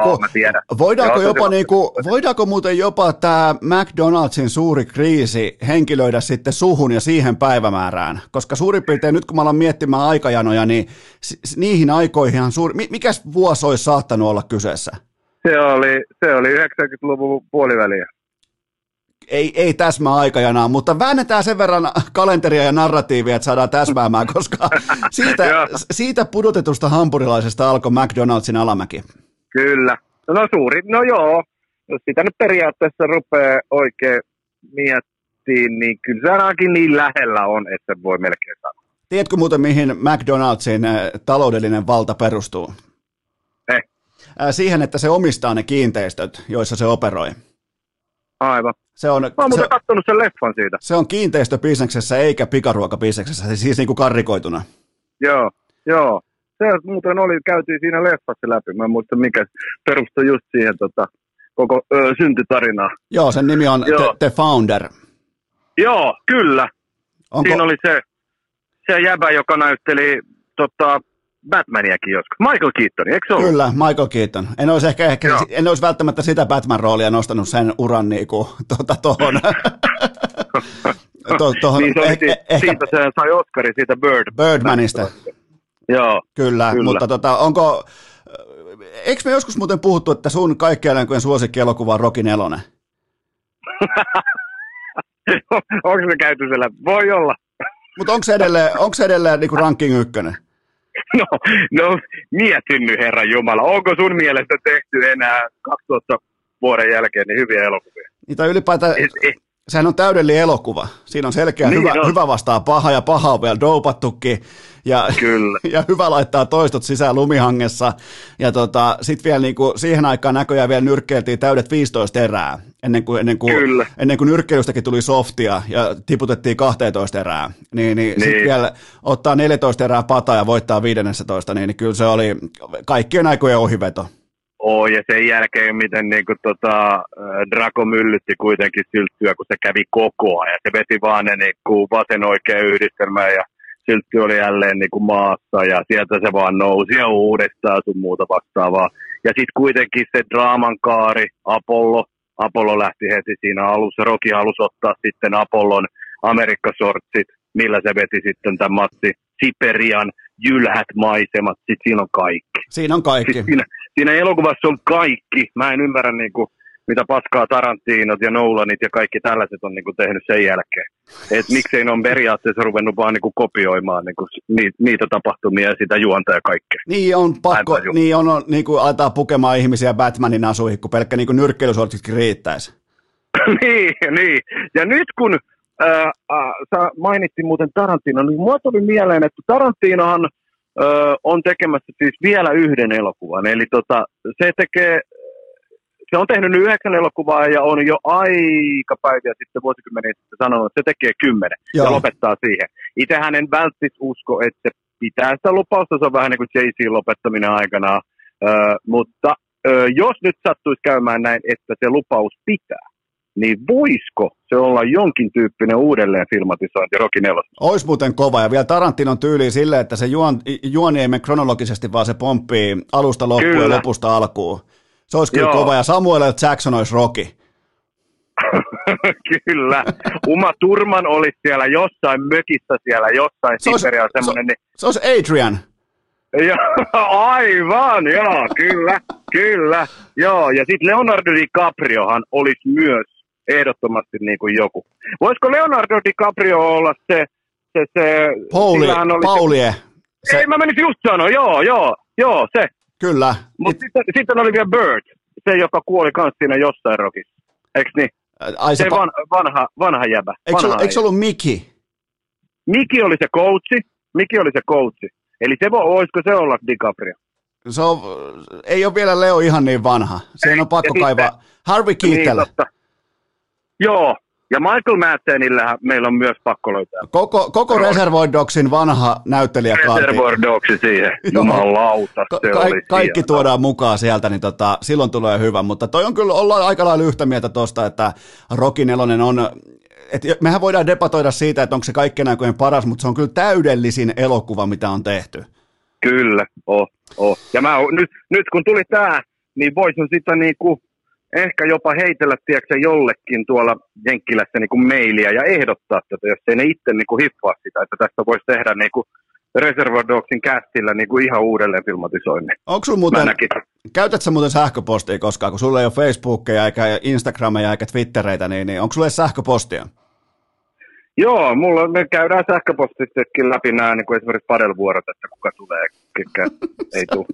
Voidaanko muuten jopa tämä McDonaldsin suuri kriisi henkilöidä sitten suhun ja siihen päivämäärään? Koska suurin piirtein nyt kun mä alan miettimään aikajanoja, niin niihin aikoihin mikäs vuosi olisi saattanut olla kyseessä? Se oli 90-luvun puoliväliä. Ei täsmää aikajanaa, mutta väännetään sen verran kalenteria ja narratiivia, että saadaan täsmäämään, koska siitä pudotetusta hampurilaisesta alkoi McDonaldsin alamäki. Kyllä. No joo. Jos sitä nyt periaatteessa rupeaa oikein miettimään, niin kyllä se ainakin niin lähellä on, että voi melkein sanoa. Tiedätkö muuten, mihin McDonaldsin taloudellinen valta perustuu? Siihen, että se omistaa ne kiinteistöt, joissa se operoi. Aivan. Mä oon muuten kattonut sen leffan siitä. Se on kiinteistöbisneksessä eikä pikaruokabisneksessä, siis niin kuin karrikoituna. Joo. se muuten oli, käytiin siinä leffassa läpi. Mä en muista mikä perustui just siihen koko syntytarinaan. Joo, sen nimi on The Founder. Joo, kyllä. Siinä oli se jäbä, joka näytteli Batmaniakin joskus. Michael Keaton, eikö se ollut? Kyllä, Michael Keaton. En olisi välttämättä sitä Batman-roolia nostanut sen uran niinku tohon. Niin siitä se sai Oscarin, siitä Birdmanista. Joo. Kyllä. Mutta eikö me joskus muuten puhuttu, että sun kaikkien aikojen suosikkielokuva on Rocky 4? Onko se käyty siellä? Voi olla. Mutta onko se edelleen niinku ranking 1? No, mietin nyt, Herran Jumala. Onko sun mielestä tehty enää 2000 vuoden jälkeen niin hyviä elokuvia? Niitä ylipäätään, sehän on täydellinen elokuva. Siinä on selkeä hyvä vastaa paha ja paha on vielä doupattukin. Kyllä. Ja hyvä laittaa toistot sisään lumihangessa. Ja sitten vielä niinku, siihen aikaan näköjään vielä nyrkkeiltiin täydet 15 erää. Ennen kuin nyrkkeilystäkin tuli softia ja tiputettiin 12 erää. Niin. Sitten vielä ottaa 14 erää pataa ja voittaa 15, niin kyllä se oli kaikkien aikojen ohiveto. Ja sen jälkeen, miten Draco myllytti kuitenkin sylttyä, kun se kävi koko ajan. Se veti vaan ne vasen oikea yhdistelmä ja syltty oli jälleen maassa ja sieltä se vaan nousi ja uudestaan sun muuta vastaavaa. Ja sitten kuitenkin se draaman kaari, Apollo lähti heti siinä alussa. Rocky halusi ottaa sitten Apollon Amerikkasortsit, millä se veti sitten tämän Matti Siperian jylhät maisemat. Sitten siinä on kaikki. Siinä on kaikki. Siinä elokuvassa on kaikki. Mä en ymmärrä mitä paskaa Tarantinot ja Nolanit ja kaikki tällaiset on tehnyt sen jälkeen. Että miksei ne on periaatteessa ruvennut vaan kopioimaan niitä tapahtumia ja sitä juonta ja kaikkea. Niin on pakko, aletaan pukemaan ihmisiä Batmanin asuihin, kun pelkkä nyrkkeilysortitkin riittäisi. niin. Ja nyt kun sä mainitsin muuten Tarantino, niin mua tuli mieleen, että Tarantinohan on tekemässä siis vielä yhden elokuvan. Eli se on tehnyt 9 elokuvaa ja on jo aika päiviä sitten vuosikymmeniä sitten sanonut, että se tekee 10 ja lopettaa siihen. Itse hänen välttis usko, että se pitää sitä lupausta, se on vähän niin kuin Jay-Z lopettaminen aikanaan. Mutta jos nyt sattuisi käymään näin, että se lupaus pitää, niin voisiko se olla jonkin tyyppinen uudelleen filmatisointi Rocky 4? Ois muuten kova, ja vielä Tarantinon tyyliin silleen, että se juoni ei mene kronologisesti, vaan se pomppii alusta loppuun ja lopusta alkuun. Se olisi kyllä kova, ja Samuel L. Jackson olisi Rocky. Kyllä. Uma Thurman olisi siellä jossain mökissä, siellä jossain Siperialla semmoinen. Se olisi Adrian. Aivan, kyllä. Joo, ja sitten Leonardo DiCapriohan olisi myös ehdottomasti niin kuin joku. Voisiko Leonardo DiCaprio olla se Paulie. Ei, mä menisin just sanoa, joo, se. Kyllä. Mutta sitten oli vielä Bird, se joka kuoli kans siinä jossain Rockissa. Eiks niin? Se vanha jäbä. Eikö se ollut Mickey? Mickey oli se coachi. Eli olisiko se olla DiCaprio? Ei ole vielä Leo ihan niin vanha. Siihen on pakko kaivaa. Harvey Keitel. Niin, joo, ja Michael Madsenillähän meillä on myös pakko löytää. Koko Reservoir Dogsin vanha näyttelijäkaarti. Reservoir Dogsi siihen, jumalauta, se oli kaikki sieltä. Tuodaan mukaan sieltä, niin silloin tulee hyvä. Mutta toi on kyllä, ollaan aika lailla yhtä mieltä tosta, että Rocky 4 on... mehän voidaan debatoida siitä, että onko se kaikkien aikojen paras, mutta se on kyllä täydellisin elokuva, mitä on tehty. Kyllä, Ja nyt kun tuli tää, niin voisin sitä niinku ehkä jopa heitellä, tiedätkö, jollekin tuolla Jenkkilässä niinku mailia ja ehdottaa tätä, jos ei ne itse niinku hiffaa sitä, että tästä voisi tehdä niinku Reservoir Dogsin castilla niinku ihan uudelleen filmatisoinnin. Onko sulla muuten, käytätkö muuten sähköpostia koskaan, kun sulla ei ole Facebookia eikä Instagramia eikä Twittereitä, niin onko sulla edes sähköpostia? Joo, me käydään sähköpostissakin läpi nämä niin kuin esimerkiksi padelvuorot, että kuka tulee, ketkä ei tule.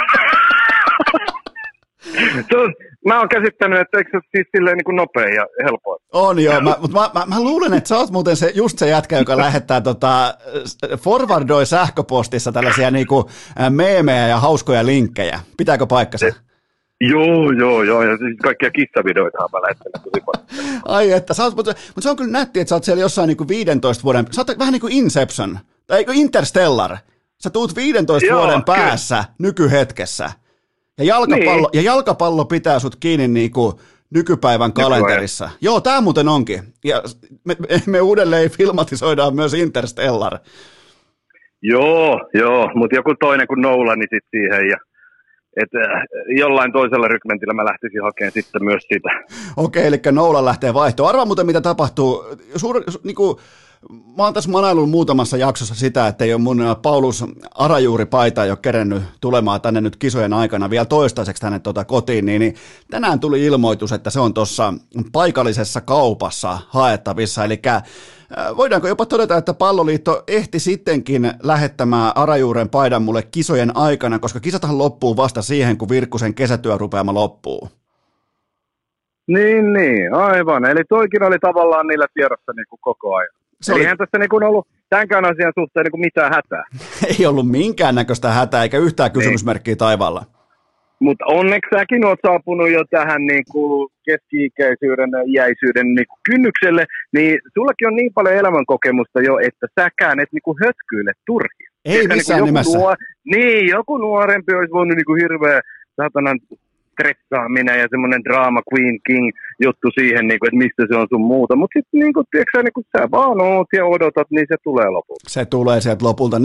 Mä oon käsittänyt, että eikö se siis silleen niin kuin nopea ja helpoa? On joo, mutta mä luulen, että sä oot muuten just se jätkä, joka lähettää forwardoi sähköpostissa tällaisia niin kuin meemejä ja hauskoja linkkejä. Pitääkö paikkansa? Joo, ja siis kaikkia kissavideoita mä lähettänyt tosi paljon. Ai että, mutta se on kyllä nätti, että sä oot siellä jossain niin kuin 15 vuoden, sä oot vähän niin kuin Inception, tai Interstellar, Sä tuut 15 vuoden päässä nykyhetkessä. Ja jalkapallo pitää sut kiinni niinku nykypäivän kalenterissa. Joo, tää muuten onkin. Ja me uudelleen filmatisoidaan myös Interstellar. Joo, mutta joku toinen kuin Nolani sit siihen ja jollain toisella rykmentillä mä lähtisin hakemaan sitten myös sitä. Okei, eli Nolan lähtee vaihtoon. Arvaa muuten, mitä tapahtuu. Mä oon tässä manaillut muutamassa jaksossa sitä, että ei ole mun Paulus Arajuuri-paita ei ole kerennyt tulemaan tänne nyt kisojen aikana vielä toistaiseksi tänne kotiin, niin tänään tuli ilmoitus, että se on tuossa paikallisessa kaupassa haettavissa, eli voidaanko jopa todeta, että Palloliitto ehti sittenkin lähettämään Arajuuren paidan mulle kisojen aikana, koska kisathan loppuu vasta siihen, kun Virkkusen kesätyörupeama loppuu. Niin, aivan. Eli toikin oli tavallaan niillä tiedossa niin kuin koko ajan. Eli eihän tässä niin kuin ollut tämänkään asian suhteen niin kuin mitään hätää. Ei ollut minkäännäköistä hätää eikä yhtään kysymysmerkkiä taivaalla. Mutta onneksi säkin oot saapunut jo tähän niin kuin keski-ikäisyyden ja iäisyyden niin kuin kynnykselle, niin sullakin on niin paljon elämänkokemusta jo, että säkään et niin kuin hötkyile turhia. Ei missään niin nimessä. Joku nuorempi olisi voinut niin kuin hirveä satanan stressaaminen ja semmoinen drama queen king juttu siihen, niin kuin, että mistä se on sun muuta. Mutta sitten niin kuin, tiedätkö, niin kuin sä vaan oot ja odotat, niin se tulee lopulta. Se tulee sieltä lopulta.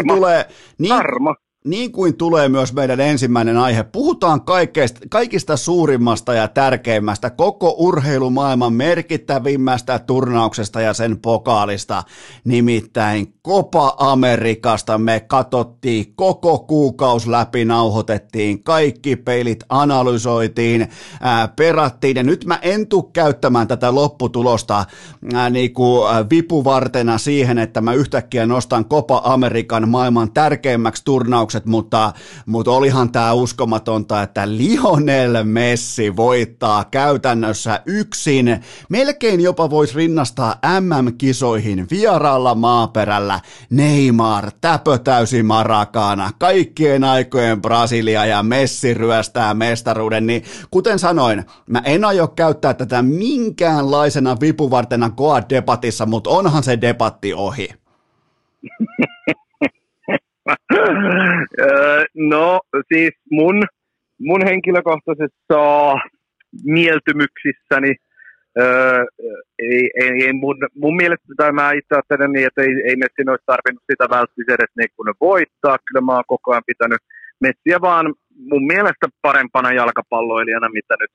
Niin kuin tulee myös meidän ensimmäinen aihe. Puhutaan kaikista suurimmasta ja tärkeimmästä, koko urheilumaailman merkittävimmästä turnauksesta ja sen pokaalista, nimittäin Copa Amerikasta. Me katsottiin koko kuukausi läpi, nauhoitettiin kaikki peilit, analysoitiin, perattiin, ja nyt mä en tule käyttämään tätä lopputulosta vipuvartena siihen, että mä yhtäkkiä nostan Copa Amerikan maailman tärkeimmäksi turnaukseksi, mutta olihan tämä uskomatonta, että Lionel Messi voittaa käytännössä yksin. Melkein jopa voisi rinnastaa MM-kisoihin vieraalla maaperällä. Neymar, täpötäysi Maracana, kaikkien aikojen Brasilia ja Messi ryöstää mestaruuden. Niin kuten sanoin, mä en aio käyttää tätä minkäänlaisena vipuvartena Goat-debatissa, mutta onhan se debatti ohi. No siis mun henkilökohtaisessa mieltymyksissäni ei mun mielestä, tai mä itse ajattelen niin, että ei Messin olisi tarvinnut sitä välttämättä edes niin kuin voittaa. Kyllä mä oon koko ajan pitänyt Messiä vaan mun mielestä parempana jalkapalloilijana, mitä nyt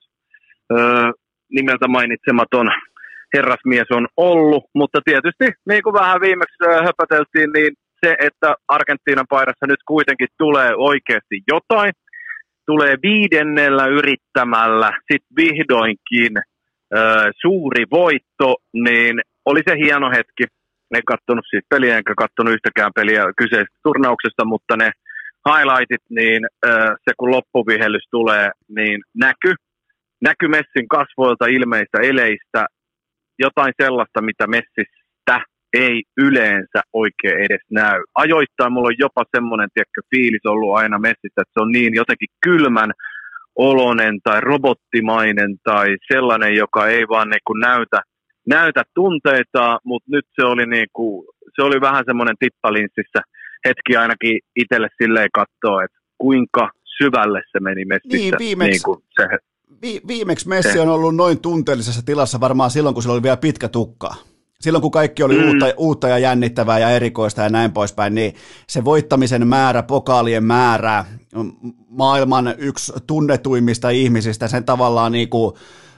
nimeltä mainitsematon herrasmies on ollut. Mutta tietysti, niin kuin vähän viimeksi höpäteltiin, niin se, että Argentiinan paidassa nyt kuitenkin tulee oikeasti jotain, tulee 5. yrittämällä sitten vihdoinkin suuri voitto, niin oli se hieno hetki. En katsonut siis peliä, enkä katsonut yhtäkään peliä kyseisestä turnauksesta, mutta ne highlightit, niin se kun loppuvihellys tulee, niin näky Messin kasvoilta, ilmeistä, eleistä, jotain sellaista, mitä Messistä ei yleensä oikein edes näy. Ajoittain mulla on jopa semmoinen fiilis ollut aina Messistä, että se on niin jotenkin kylmän oloinen tai robottimainen tai sellainen, joka ei vaan niinku näytä tunteita, mutta nyt se oli vähän semmoinen tippalinssissä hetki ainakin itselle silleen katsoa, että kuinka syvälle se meni Messissä. Viimeksi Messi on ollut noin tunteellisessa tilassa varmaan silloin, kun sillä oli vielä pitkä tukka. Silloin, kun kaikki oli uutta ja jännittävää ja erikoista ja näin poispäin, niin se voittamisen määrä, pokaalien määrä, maailman yksi tunnetuimmista ihmisistä, sen tavallaan niin kuin,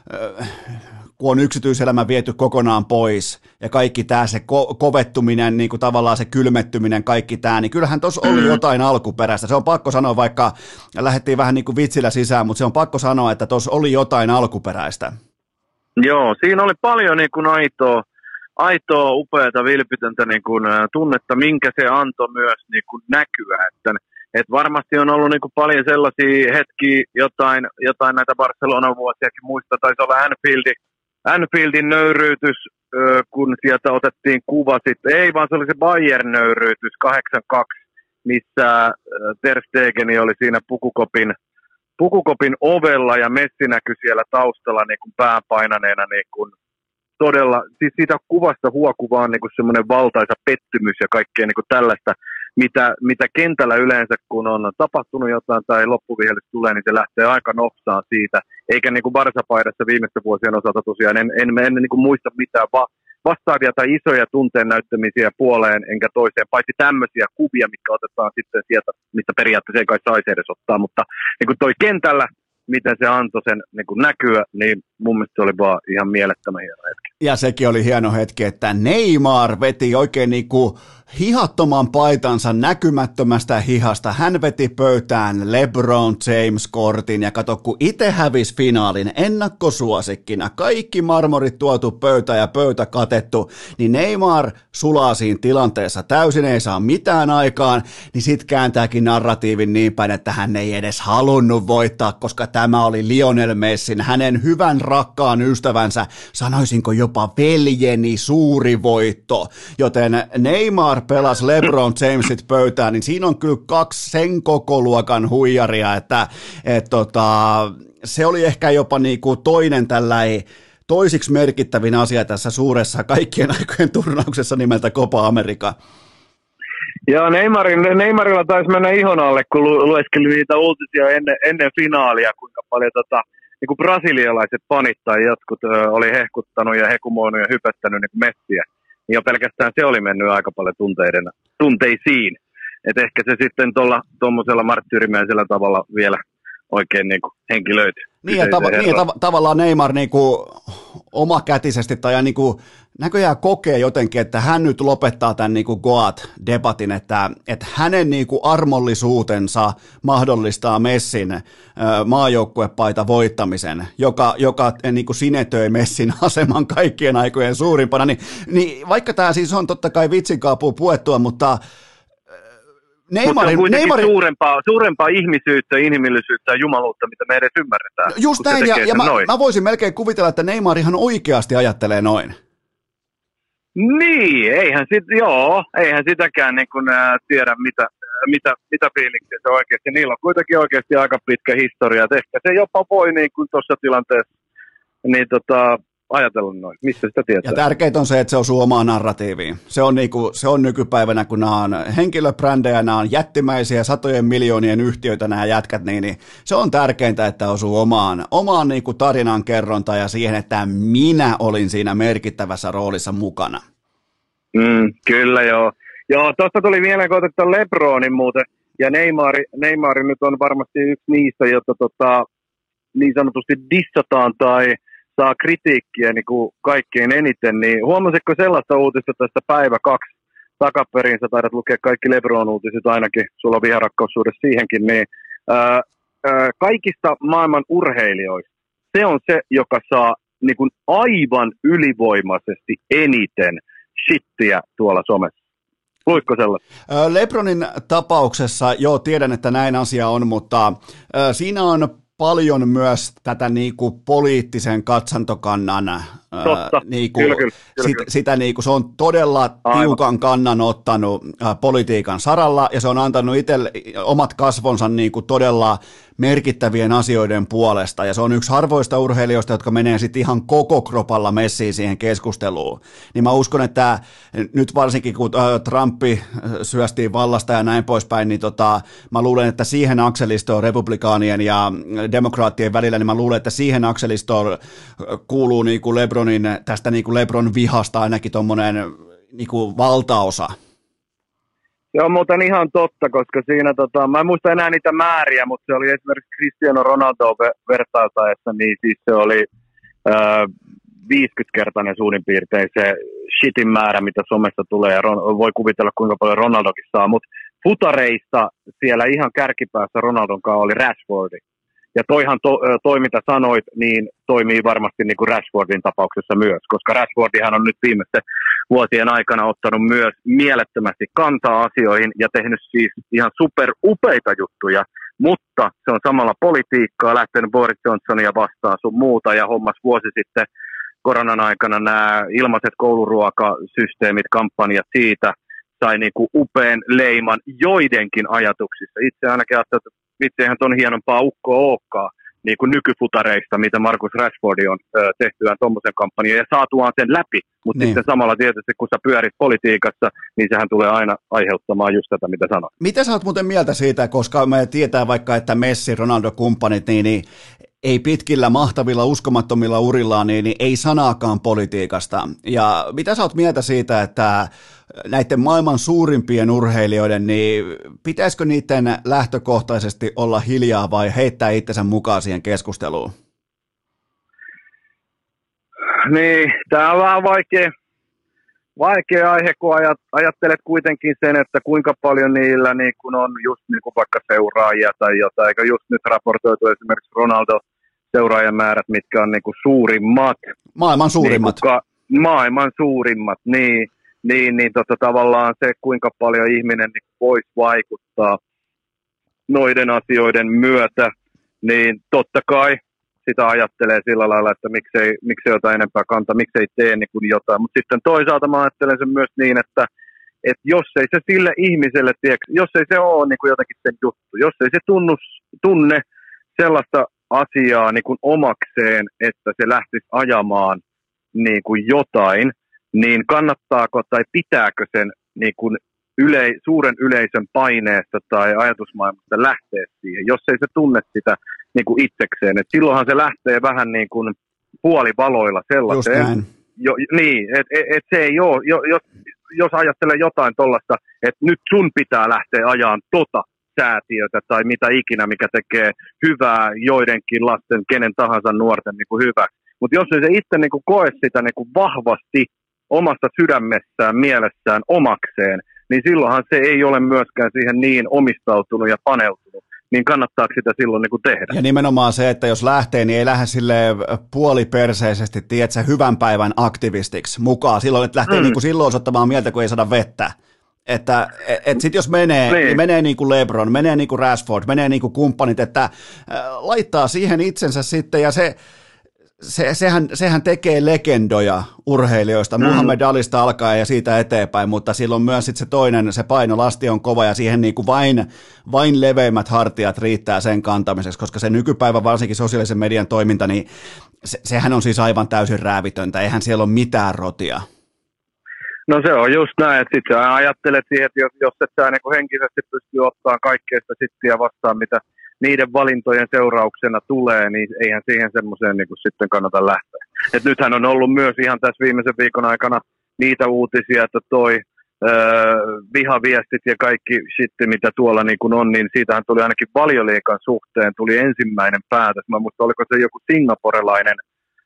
kun on yksityiselämä viety kokonaan pois ja kaikki tämä, se kovettuminen, niin kuin tavallaan se kylmettyminen, kaikki tämä, niin kyllähän tuossa oli jotain alkuperäistä. Se on pakko sanoa, vaikka lähdettiin vähän niin kuin vitsillä sisään, mutta se on pakko sanoa, että tuossa oli jotain alkuperäistä. Joo, siinä oli paljon niin kuin aitoa, upeata, vilpitöntä niin kuin tunnetta, minkä se antoi myös niin kuin näkyä. Että varmasti on ollut niin kuin paljon sellaisia hetkiä, jotain näitä Barcelonan vuosiakin muista, taisi olla Anfieldin nöyryytys, kun sieltä otettiin kuva sitten. Ei, vaan se oli se Bayern-nöyryytys 8-2, missä Ter Stegen oli siinä pukukopin ovella ja Messi näkyi siellä taustalla niin kuin pääpainaneena niin kuin todella, siis siitä kuvasta huokuvaan niin kuin semmoinen valtaisa pettymys ja kaikkea niin kuin tällaista mitä kentällä yleensä, kun on tapahtunut jotain tai loppuvihellys tulee, niin se lähtee aika nopsaan siitä. Eikä niin kuin Barsa-paidassa viimeisten vuosien osalta tosiaan, en niin kuin muista mitään vastaavia tai isoja tunteen näyttämisiä puoleen enkä toiseen, paitsi tämmöisiä kuvia, mitkä otetaan sitten sieltä, mistä periaatteessa ei kai saisi edes ottaa, mutta niin kuin toi kentällä, miten se antoi sen niin kuin näkyä, niin mun mielestä se oli vaan ihan mielettömän hieno hetki. Ja sekin oli hieno hetki, että Neymar veti oikein niin kuin hihattoman paitansa näkymättömästä hihasta. Hän veti pöytään LeBron James-kortin ja kato, kun itse hävisi finaalin ennakkosuosikkina, kaikki marmorit tuotu pöytä ja pöytä katettu, niin Neymar sulaa siinä tilanteessa täysin, ei saa mitään aikaan, niin sit kääntääkin narratiivin niin päin, että hän ei edes halunnut voittaa, koska tämä oli Lionel Messin, hänen hyvän rakkaan ystävänsä, sanoisinko jopa veljeni suuri voitto, joten Neymar pelasi LeBron Jamesit pöytään, niin siinä on kyllä kaksi sen koko luokan huijaria, että se oli ehkä jopa niinku toinen toisiksi merkittävin asia tässä suuressa kaikkien aikojen turnauksessa nimeltä Copa America. Joo, Neymarilla taisi mennä ihon alle, kun lueskeli niitä uutisia ennen finaalia, kuinka paljon niin kuin brasilialaiset fanit tai jotkut oli hehkuttanut ja hekumoinut ja hypettänyt niin Messiä. Ja pelkästään se oli mennyt aika paljon tunteisiin. Et ehkä se sitten tuommoisella marttyyrimäisellä tavalla vielä oikein niin kuin henki löytyi. Niin ja tavallaan Neymar niin kuin omakätisesti tai niin kuin näköjään kokee jotenkin, että hän nyt lopettaa tämän niin kuin Goat-debatin, että hänen niin kuin armollisuutensa mahdollistaa Messin maajoukkuepaita voittamisen, joka niin kuin sinetöi Messin aseman kaikkien aikojen suurimpana. Niin vaikka tämä siis on totta kai vitsinkaapua puettua, mutta Neymarin suurempaa ihmisyyttä, inhimillisyyttä ja jumaluutta, mitä me edes ymmärretään. Just näin, ja mä voisin melkein kuvitella, että Neymar ihan oikeasti ajattelee noin. Niin, eihän sitäkään niin kuin, tiedä, mitä fiiliksiä se oikeasti. Niillä on kuitenkin oikeasti aika pitkä historia, että ehkä se jopa voi niin kuin tuossa tilanteessa niin, ajatella noin, mistä sitä tietää. Ja tärkeintä on se, että se osuu omaan narratiiviin. Se on nykypäivänä, kun nämä on henkilöbrändejä, nämä on jättimäisiä, satojen miljoonien yhtiöitä nämä jätkät, niin se on tärkeintä, että osuu omaan niin kuin tarinan kerrontaan ja siihen, että minä olin siinä merkittävässä roolissa mukana. Kyllä joo. Joo, tuosta tuli mieleen, kun otetaan LeBronin muuten, ja Neymar nyt on varmasti yksi niistä, jotta niin sanotusti dissataan tai saa kritiikkiä niin kuin kaikkein eniten, niin huomasitko sellaista uutista tästä päivä 2 takaperin, sä taidat lukea kaikki LeBron-uutiset ainakin, sulla on viharakkaussuhde siihenkin, niin kaikista maailman urheilijoista se on se, joka saa niin kuin aivan ylivoimaisesti eniten shittiä tuolla somessa. Luitko sellaista? LeBronin tapauksessa, joo, tiedän, että näin asia on, mutta siinä on paljon myös tätä niinku poliittisen katsantokannan, niinku, kyllä. Sitä niinku, se on todella tiukan kannan ottanut politiikan saralla ja se on antanut itselle omat kasvonsa niinku todella merkittävien asioiden puolesta ja se on yksi harvoista urheilijoista, jotka menee sitten ihan koko kropalla messiin siihen keskusteluun. Niin mä uskon, että nyt varsinkin kun Trumpi syöstiin vallasta ja näin poispäin, niin mä luulen, että siihen akselistoon republikaanien ja demokraattien välillä, niin mä luulen, että siihen akselistoon kuuluu niinku LeBronin, tästä niinku LeBron vihasta ainakin tommonen niinku valtaosa. Se on muuten ihan totta, koska siinä, mä en muista enää niitä määriä, mutta se oli esimerkiksi Cristiano Ronaldo vertailtaessa, niin siis se oli 50-kertainen suurin piirtein se shitin määrä, mitä somessa tulee, ja voi kuvitella kuinka paljon Ronaldokin saa, mutta futareista siellä ihan kärkipäässä Ronaldon kanssa oli Rashfordi. Ja toi mitä sanoit, niin toimii varmasti niin kuin Rashfordin tapauksessa myös, koska Rashfordihan on nyt viimeisten vuosien aikana ottanut myös mielettömästi kantaa asioihin ja tehnyt siis ihan super upeita juttuja, mutta se on samalla politiikkaa, lähtenyt Boris Johnsonia vastaan sun muuta ja hommas vuosi sitten koronan aikana nämä ilmaiset kouluruokasysteemit, kampanjat siitä sai niin kuin upean leiman joidenkin ajatuksissa. Itse ainakin ajattelin, että vitsi, eihän ton hienompaa ukkoa olekaan. niin kuin nykyfutareista, mitä Marcus Rashford on tehtyään tuommoisen kampanjan ja saatuaan sen läpi, mutta Niin. sitten samalla tietysti, kun sä pyörit politiikassa, niin sehän tulee aina aiheuttamaan just tätä, mitä sanoit. Mitä sä oot muuten mieltä siitä, koska me tietää vaikka, että Messi, Ronaldo-kumppanit, niin ei pitkillä, mahtavilla, uskomattomilla urillaan, niin ei sanaakaan politiikasta. Ja mitä sä oot mieltä siitä, että näiden maailman suurimpien urheilijoiden, niin pitäisikö niiden lähtökohtaisesti olla hiljaa vai heittää itsensä mukaan siihen keskusteluun? Niin, tämä on vähän vaikea aihe, kun ajattelet kuitenkin sen, että kuinka paljon niillä niin kun on just niin kuin vaikka seuraajia tai jotain, eikä just nyt raportoitu esimerkiksi Ronaldo seuraajamäärät, mitkä on niin kuin suurimmat. Maailman suurimmat. Maailman suurimmat, niin tavallaan se, kuinka paljon ihminen niin voisi vaikuttaa noiden asioiden myötä, niin totta kai sitä ajattelee sillä lailla, että miksei jotain enempää kantaa, miksei tee niin kuin jotain. Mutta sitten toisaalta mä ajattelen sen myös niin, että jos ei se sille ihmiselle, jos ei se ole niin kuin jotakin sen juttu, jos ei se tunne sellaista asiaa niin kuin omakseen, että se lähtisi ajamaan niin kuin jotain, niin kannattaako tai pitääkö sen niin kuin suuren yleisön paineesta tai ajatusmaailmasta lähteä siihen, jos ei se tunne sitä niin kuin itsekseen. Et silloinhan se lähtee vähän niin kuin puolivaloilla sellaiseen. Niin, et se ei ole, jos ajattelee jotain tuollaista, että nyt sun pitää lähteä ajaan säätiötä tai mitä ikinä, mikä tekee hyvää joidenkin lasten, kenen tahansa nuorten niin kuin hyväksi. Mutta jos ei se itse niin kuin koe sitä niin kuin vahvasti omassa sydämessään, mielessään, omakseen, niin silloinhan se ei ole myöskään siihen niin omistautunut ja paneutunut. Niin kannattaako sitä silloin niin kuin tehdä? Ja nimenomaan se, että jos lähtee, niin ei lähde silleen puoliperseisesti, tiedätkö, hyvän päivän aktivistiksi mukaan. Silloin, että lähtee niin kuin silloin osoittamaan mieltä, kun ei saada vettä. Että sit jos menee, niin menee niin kuin LeBron, menee niin kuin Rashford, menee niin kuin kumppanit, että laittaa siihen itsensä sitten, ja sehän tekee legendoja urheilijoista, Muhammed Alista alkaen ja siitä eteenpäin, mutta silloin myös sit se toinen, se painolasti on kova ja siihen niin kuin vain leveimmät hartiat riittää sen kantamiseksi, koska se nykypäivä, varsinkin sosiaalisen median toiminta, niin sehän on siis aivan täysin räävitöntä, eihän siellä ole mitään rotia. No se on just näin, että sit sä ajattelet siihen, että jos et sä niin henkisesti pysty ottamaan kaikkea sitä sittiä vastaan, mitä niiden valintojen seurauksena tulee, niin eihän siihen semmoiseen niin sitten kannata lähteä. Et nythän on ollut myös ihan tässä viimeisen viikon aikana niitä uutisia, että vihaviestit ja kaikki shitti, mitä tuolla niin kuin on, niin siitähän tuli ainakin Valioliigan suhteen, tuli ensimmäinen päätös. Mä muistan, oliko se joku singaporelainen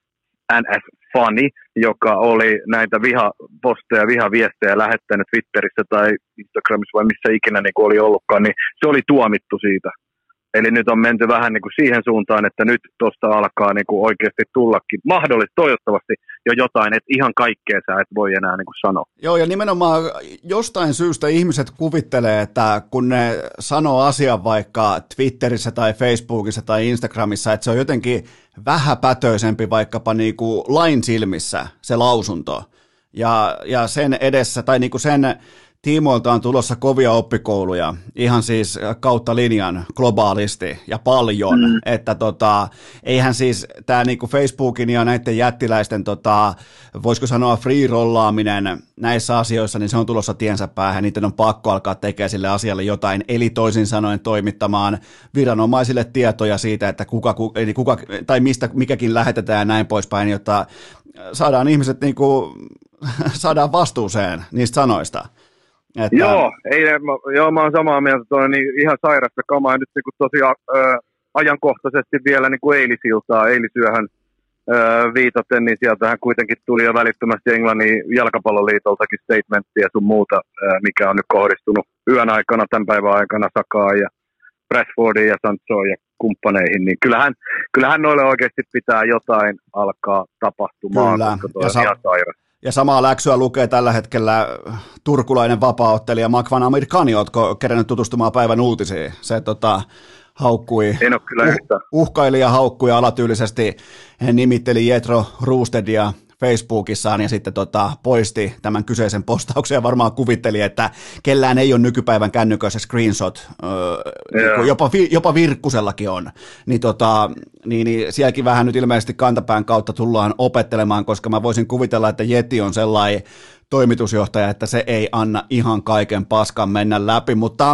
NS-fani, joka oli näitä vihaposteja, vihaviestejä lähettänyt Twitterissä tai Instagramissa vai missä ikinä niin kuin oli ollutkaan, niin se oli tuomittu siitä. Eli nyt on menty vähän niin kuin siihen suuntaan, että nyt tuosta alkaa niin kuin oikeasti tullakin mahdollisesti, toivottavasti jo jotain, että ihan kaikkea sä et voi enää niin kuin sanoa. Joo, ja nimenomaan jostain syystä ihmiset kuvittelee, että kun ne sanoo asian vaikka Twitterissä tai Facebookissa tai Instagramissa, että se on jotenkin vähäpätöisempi vaikkapa niin kuin lain silmissä se lausunto. Ja sen edessä, tai niin kuin sen tiimoilta on tulossa kovia oppikouluja, ihan siis kautta linjan globaalisti ja paljon, että eihän siis tämä niinku Facebookin ja näiden jättiläisten, voisiko sanoa free-rollaaminen näissä asioissa, niin se on tulossa tiensä päähän, niiden on pakko alkaa tekemään sille asialle jotain, eli toisin sanoen toimittamaan viranomaisille tietoja siitä, että kuka tai mistä mikäkin lähetetään ja näin poispäin, jotta saadaan ihmiset niinku, saadaan vastuuseen niistä sanoista. Että Mä oon samaa mieltä, että on niin ihan sairasta kamaa. Ja nyt niin tosiaan ajankohtaisesti vielä niin kuin eilisyöhön viitaten, niin sieltähän kuitenkin tuli jo välittömästi Englannin jalkapalloliitoltakin statementtia sun muuta, mikä on nyt kohdistunut yön aikana, tämän päivän aikana Sakaan ja Rashfordiin ja Sanchoon ja kumppaneihin. Niin kyllähän noille oikeasti pitää jotain alkaa tapahtumaan, koska toi on ihan sairasta. Ja samaa läksyä lukee tällä hetkellä turkulainen vapaaottelija Makvan Amir Khani, ootko kerännyt tutustumaan päivän uutisiin? Se haukkui, uhkaili ja haukkui alatyylisesti, hän nimitteli Jethro Roosteddia Facebookissaan ja sitten poisti tämän kyseisen postauksen ja varmaan kuvitteli, että kellään ei ole nykypäivän kännykössä screenshot, jopa Virkkusellakin on, niin sielläkin vähän nyt ilmeisesti kantapään kautta tullaan opettelemaan, koska mä voisin kuvitella, että Jeti on sellainen toimitusjohtaja, että se ei anna ihan kaiken paskan mennä läpi, mutta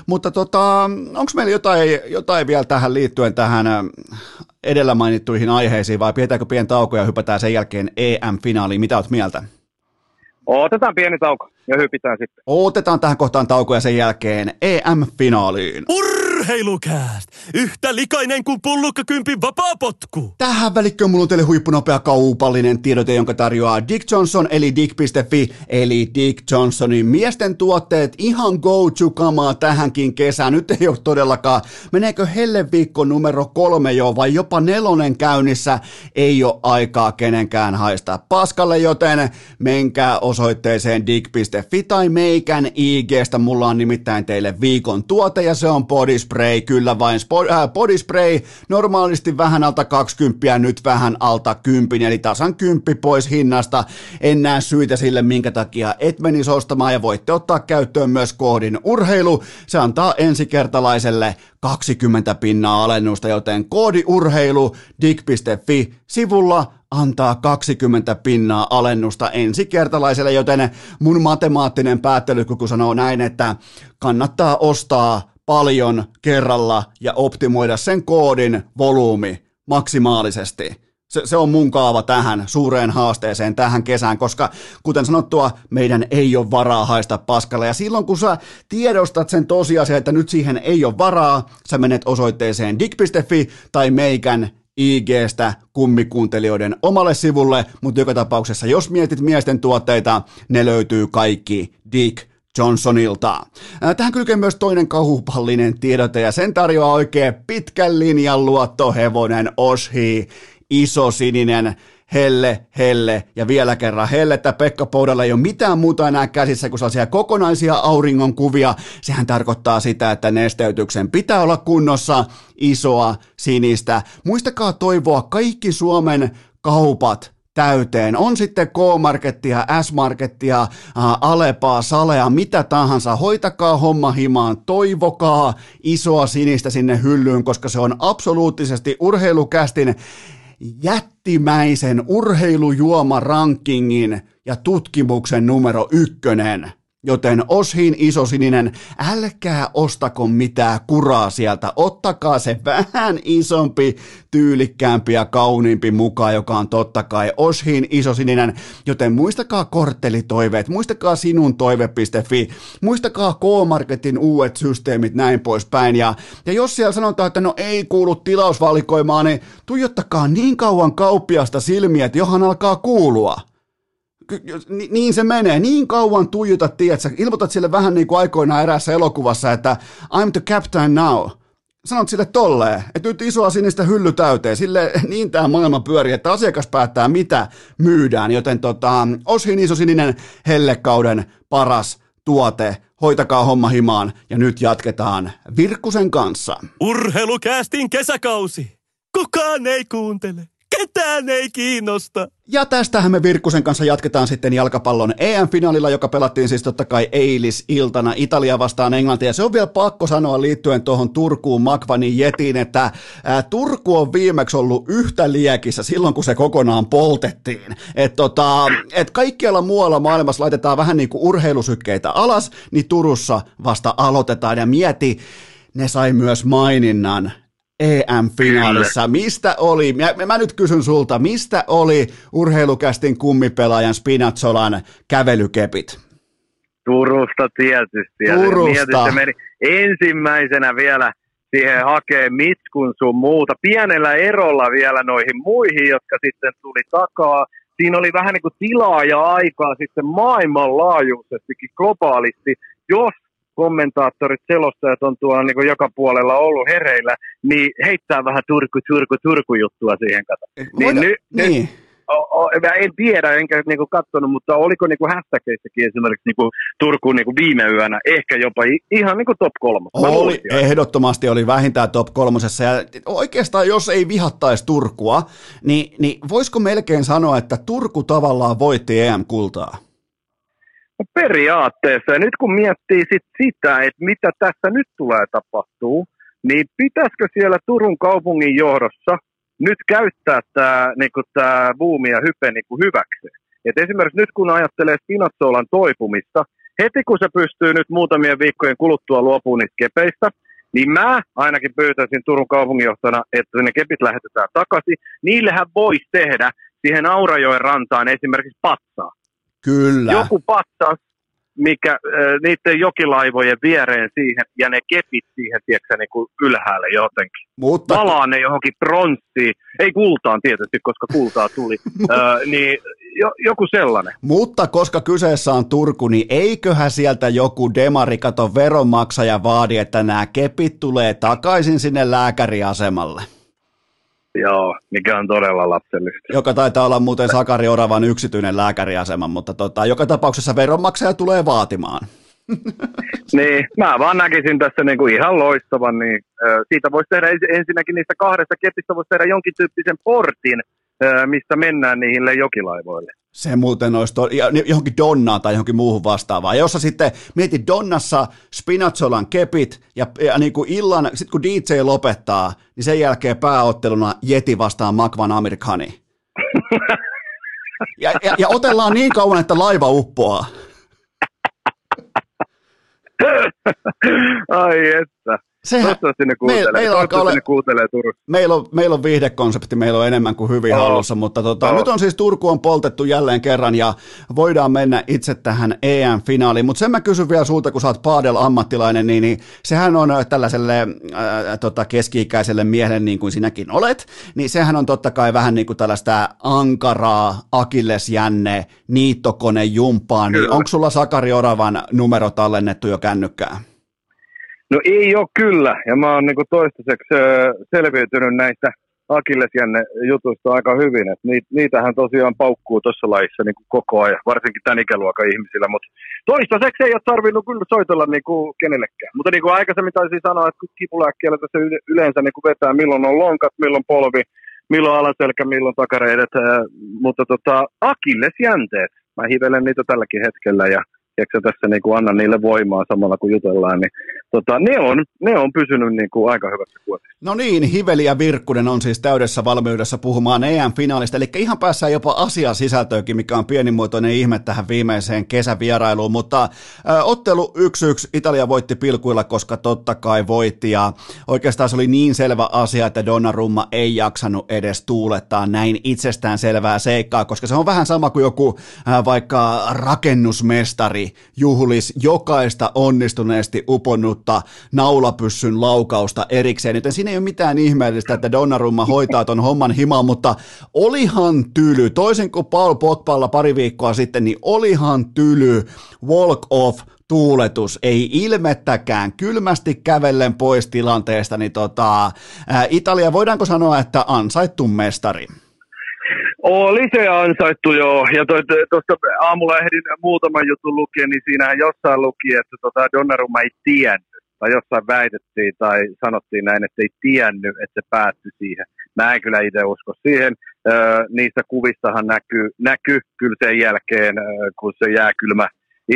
onko meillä jotain vielä tähän liittyen tähän edellä mainittuihin aiheisiin, vai pidetäänkö pieni tauko ja hypätään sen jälkeen EM-finaaliin? Mitä oot mieltä? Otetaan pieni tauko ja hypitään sitten. Otetaan tähän kohtaan tauko ja sen jälkeen EM-finaaliin. Urheilukääst! Yhtä likainen kuin pullukkakympin vapaapotku! Tähän välikköön mulla on teille huippunopea kaupallinen tiedote, jonka tarjoaa Dick Johnson eli Dick.fi eli Dick Johnsonin miesten tuotteet. Ihan go-to-kamaa tähänkin kesään. Nyt ei ole todellakaan. Meneekö helleviikko numero 3 jo vai jopa 4 käynnissä? Ei ole aikaa kenenkään haistaa paskalle, joten menkää osoitteeseen Dick.fi tai meikän IGstä. Mulla on nimittäin teille viikon tuote ja se on Body Spray, kyllä vain Body Spray, normaalisti vähän alta 20, nyt vähän alta 10, eli tasan 10 pois hinnasta. En näe syitä sille, minkä takia et menisi ostamaan, ja voitte ottaa käyttöön myös koodin urheilu. Se antaa ensikertalaiselle 20% alennusta, joten koodi urheilu Dick.fi sivulla antaa 20% alennusta ensikertalaiselle, joten mun matemaattinen päättelykyky sanoo näin, että kannattaa ostaa paljon kerralla ja optimoida sen koodin volyymi maksimaalisesti. Se on mun kaava tähän suureen haasteeseen tähän kesään, koska kuten sanottua, meidän ei ole varaa haista paskalle. Ja silloin kun sä tiedostat sen tosiasian, että nyt siihen ei ole varaa, sä menet osoitteeseen dick.fi tai meikän IGstä kummikuuntelijoiden omalle sivulle, mutta joka tapauksessa, jos mietit miesten tuotteita, ne löytyy kaikki Dick Johnsonilta. Tähän kylkee myös toinen kaupallinen tiedote, ja sen tarjoaa oikein pitkän linjan luottohevonen Oshi, iso sininen, helle ja vielä kerran hellettä. Pekka Poudalla ei ole mitään muuta enää käsissä kuin sellaisia kokonaisia auringonkuvia. Sehän tarkoittaa sitä, että nesteytyksen pitää olla kunnossa, isoa sinistä. Muistakaa toivoa kaikki Suomen kaupat täyteen. On sitten K-markettia, S-markettia, Alepaa, Salea, mitä tahansa. Hoitakaa homma himaan, toivokaa isoa sinistä sinne hyllyyn, koska se on absoluuttisesti urheilukästin jättimäisen urheilujuomarankingin ja tutkimuksen numero 1. Joten Oshin isosininen, älkää ostako mitään kuraa sieltä, ottakaa se vähän isompi, tyylikkäämpi ja kauniimpi mukaan, joka on totta kai Oshin isosininen, joten muistakaa korttelitoiveet, muistakaa sinuntoive.fi, muistakaa K-Marketin uudet systeemit, näin poispäin, ja jos siellä sanotaan, että no ei kuulu tilausvalikoimaan, niin tuijottakaa niin kauan kauppiasta silmiä, että johan alkaa kuulua. Niin se menee. Niin kauan tuijotat, tiedätkö, ilmoitat sille vähän niin kuin aikoinaan eräässä elokuvassa, että I'm the captain now. Sanot sille tolleen, että nyt isoa sinistä hylly täyteen. Sille niin tämä maailma pyörii, että asiakas päättää mitä myydään. Joten Oshin isosininen hellekauden paras tuote. Hoitakaa homma himaan ja nyt jatketaan Virkkusen kanssa. Urheilukäästin kesäkausi. Kukaan ei kuuntele. Ketään ei kiinnosta. Ja tästähän me Virkkusen kanssa jatketaan sitten jalkapallon EM-finaalilla, joka pelattiin siis totta kai eilisiltana Italia vastaan Englantia. Se on vielä pakko sanoa liittyen tuohon Turkuun Makvanin Jetiin, että Turku on viimeksi ollut yhtä liekissä silloin, kun se kokonaan poltettiin. Et kaikkialla muualla maailmassa laitetaan vähän niin kuin urheilusykkeitä alas, niin Turussa vasta aloitetaan. Ja mieti, ne sai myös maininnan EM-finaalissa. Mistä oli, mä nyt kysyn sulta, mistä oli urheilukästin kummipelaajan Spinazzolan kävelykepit? Turusta tietysti. Turusta. Se meni ensimmäisenä vielä siihen hakee Mitskun sun muuta. Pienellä erolla vielä noihin muihin, jotka sitten tuli takaa. Siinä oli vähän niin kuin tilaa ja aikaa sitten maailmanlaajuisestikin globaalisti, jos kommentaattorit, selostajat on tuolla niin kuin joka puolella ollut hereillä, niin heittää vähän Turku juttua siihen kato. Niin. mä en tiedä, enkä niinku katsonut, mutta oliko niinku hashtageissakin esimerkiksi niinku Turkuun niinku viime yönä ehkä jopa ihan niinku top 3? Oli, ehdottomasti oli vähintään top 3. Ja oikeastaan jos ei vihattaisi Turkua, niin voisiko melkein sanoa, että Turku tavallaan voitti EM-kultaa? No periaatteessa, ja nyt kun miettii sitä, että mitä tässä nyt tulee tapahtuu, niin pitäisikö siellä Turun kaupungin johdossa nyt käyttää tämä niinku buumi ja hype niinku hyväkseen? Et esimerkiksi nyt kun ajattelee Spinazzolan toipumista, heti kun se pystyy nyt muutamien viikkojen kuluttua luopumaan niistä kepeistä, niin mä ainakin pyytäisin Turun kaupunginjohtajana, että ne kepit lähetetään takaisin. Niillähän voisi tehdä siihen Aurajoen rantaan esimerkiksi patsaa. Kyllä. Joku patsas, mikä niiden jokilaivojen viereen siihen, ja ne kepit siihen, tiedätkö, niin kuin ylhäälle jotenkin. Valaa ne johonkin pronssiin, ei kultaan tietysti, koska kultaa tuli, niin joku sellainen. Mutta koska kyseessä on Turku, niin eiköhän sieltä joku demarikaton veronmaksaja vaadi, että nämä kepit tulee takaisin sinne lääkäriasemalle. Joo, mikä on todella lapsellista. Joka taitaa olla muuten Sakari Oravan yksityinen lääkäriasema, mutta joka tapauksessa veronmaksaja tulee vaatimaan. Niin, mä vaan näkisin tässä niinku ihan loistavan, niin siitä voisi tehdä ensinnäkin niistä 2 kepistä voisi tehdä jonkin tyyppisen portin, mistä mennään niille jokilaivoille. Se muuten olisi johonkin Donnaan tai johonkin muuhun vastaavaan. Ja jossa sitten mietit Donnassa Spinazzolan kepit ja niin kuin illan, sitten kun DJ lopettaa, niin sen jälkeen pääotteluna Yeti vastaan Makvan Amir Khani. Ja otellaan niin kauan, että laiva uppoaa. Ai että. Toivottavasti ne kuuntelee Turussa. Meillä on viihdekonsepti, meillä on enemmän kuin hyvin hallussa, mutta nyt on siis Turku on poltettu jälleen kerran ja voidaan mennä itse tähän EM-finaaliin, mutta sen mä kysyn vielä sulta, kun sä oot paadel-ammattilainen, niin sehän on tällaiselle keski-ikäiselle miehelle, niin kuin sinäkin olet, niin sehän on totta kai vähän niin kuin tällaista ankaraa, akillesjänne, niittokone, jumppaa, niin onko sulla Sakari Oravan numero tallennettu jo kännykkään? No ei ole kyllä, ja mä oon niinku toistaiseksi selviytynyt näistä akillesjänne-jutuista aika hyvin, että niitähän tosiaan paukkuu tuossa lajissa niinku koko ajan, varsinkin tämän ikäluokan ihmisillä, mutta toistaiseksi ei ole tarvinnut kyllä soitella niinku kenellekään. Mutta niin kuin aikaisemmin taisin sanoa, että kipulääkkeellä tässä yleensä niinku vetää, milloin on lonkat, milloin polvi, milloin alaselkä, milloin takareidet, mutta akillesjänteet, mä hivelen niitä tälläkin hetkellä ja tässä niin kuin anna niille voimaa samalla kun jutellaan, niin ne on pysynyt niin kuin aika hyvässä kuosissa. No niin, Hiveli ja Virkkunen on siis täydessä valmiudessa puhumaan EM-finaalista, eli ihan päässään jopa asiasisältöönkin, mikä on pienimuotoinen ihme tähän viimeiseen kesävierailuun, mutta ottelu 1-1, Italia voitti pilkuilla, koska totta kai voitti, ja oikeastaan se oli niin selvä asia, että Donnarumma ei jaksanut edes tuulettaa näin itsestään selvää seikkaa, koska se on vähän sama kuin joku vaikka rakennusmestari juhlis jokaista onnistuneesti uponnutta naulapyssyn laukausta erikseen, joten siinä ei ole mitään ihmeellistä, että Donnarumma hoitaa ton homman himaan, mutta olihan tyly, toisin kuin Paul Pogballa pari viikkoa sitten, niin olihan tyly walk-off tuuletus, ei ilmettäkään, kylmästi kävellen pois tilanteesta, niin Italia, voidaanko sanoa, että ansaittu mestari? Oli se ansaittu joo, ja tuosta aamulla ehdin muutaman jutun lukea, niin siinähän jossain luki, että Donnarumma ei tiennyt, tai jossain väitettiin tai sanottiin näin, että ei tiennyt, että se päättyi siihen. Mä en kyllä itse usko siihen. Niistä kuvistahan näkyy kyllä sen jälkeen, kun se jääkylmä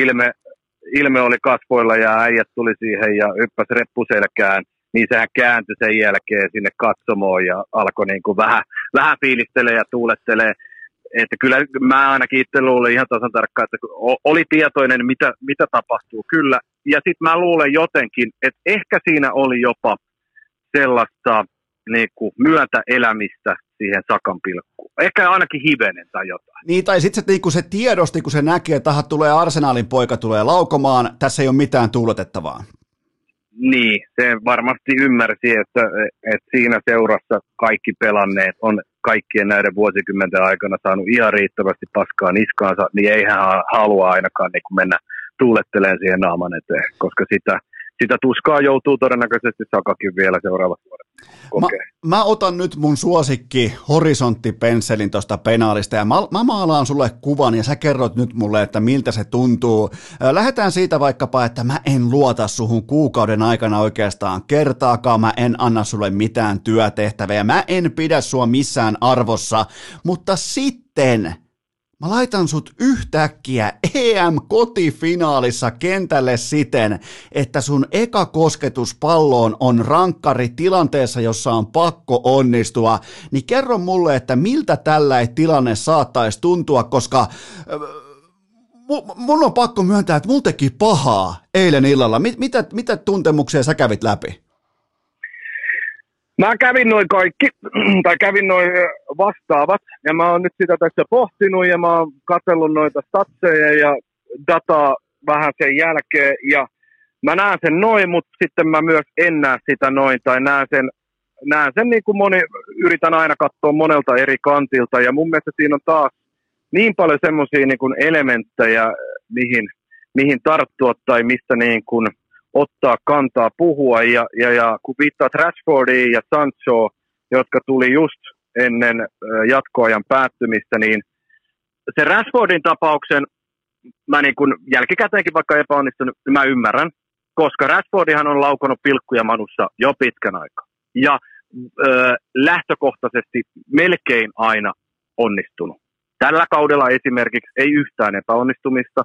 ilme oli kasvoilla ja äijät tuli siihen ja yppäsi reppuselkään. Niin sehän kääntyi sen jälkeen sinne katsomoon ja alkoi niin kuin vähän fiilistelee ja tuulettelee. Että kyllä mä ainakin itse luulen ihan tasan tarkkaan, että oli tietoinen, mitä tapahtuu, kyllä. Ja sitten mä luulen jotenkin, että ehkä siinä oli jopa sellaista niin kuin myötäelämistä siihen Sakan pilkkuun. Ehkä ainakin hivenen tai jotain. Niin, tai sitten se tiedosti, kun se näkee, että tulee Arsenalin poika tulee laukomaan, tässä ei ole mitään tuuletettavaa. Niin, se varmasti ymmärsi, että siinä seurassa kaikki pelanneet on kaikkien näiden vuosikymmenten aikana saanut ihan riittävästi paskaa niskaansa, niin ei hän halua ainakaan niin kuin mennä tuulettelemaan siihen naaman eteen, koska sitä tuskaa joutuu todennäköisesti Sakakin vielä seuraavat vuodet kokea. Mä otan nyt mun suosikki horisonttipensselin tuosta penaalista ja mä maalaan sulle kuvan ja sä kerrot nyt mulle, että miltä se tuntuu. Lähdetään siitä vaikkapa, että mä en luota suhun kuukauden aikana oikeastaan kertaakaan, mä en anna sulle mitään työtehtäviä, mä en pidä sua missään arvossa, mutta sitten mä laitan sut yhtäkkiä EM-kotifinaalissa kentälle siten, että sun eka kosketus palloon on rankkari tilanteessa, jossa on pakko onnistua. Niin kerro mulle, että miltä tällainen tilanne saattaisi tuntua, koska mun on pakko myöntää, että mulla teki pahaa eilen illalla. Mitä tuntemuksia sä kävit läpi? Mä kävin noin kaikki, tai kävin noin vastaavat, ja mä oon nyt sitä tässä pohtinut, ja mä oon katsellut noita statseja ja dataa vähän sen jälkeen, ja mä näen sen noin, mutta sitten mä myös en näe sitä noin, tai näen sen niin kuin yritän aina katsoa monelta eri kantilta, ja mun mielestä siinä on taas niin paljon semmoisia niin kuin elementtejä, mihin tarttua, tai mistä niin kuin ottaa kantaa puhua, ja kun viittaat Rashfordiin ja Sanchoon, jotka tuli just ennen jatkoajan päättymistä, niin se Rashfordin tapauksen mä niin kun jälkikäteenkin vaikka epäonnistunut, niin mä ymmärrän, koska Rashfordihan on laukonut pilkkuja Manussa jo pitkän aikaa. Ja lähtökohtaisesti melkein aina onnistunut. Tällä kaudella esimerkiksi ei yhtään epäonnistumista.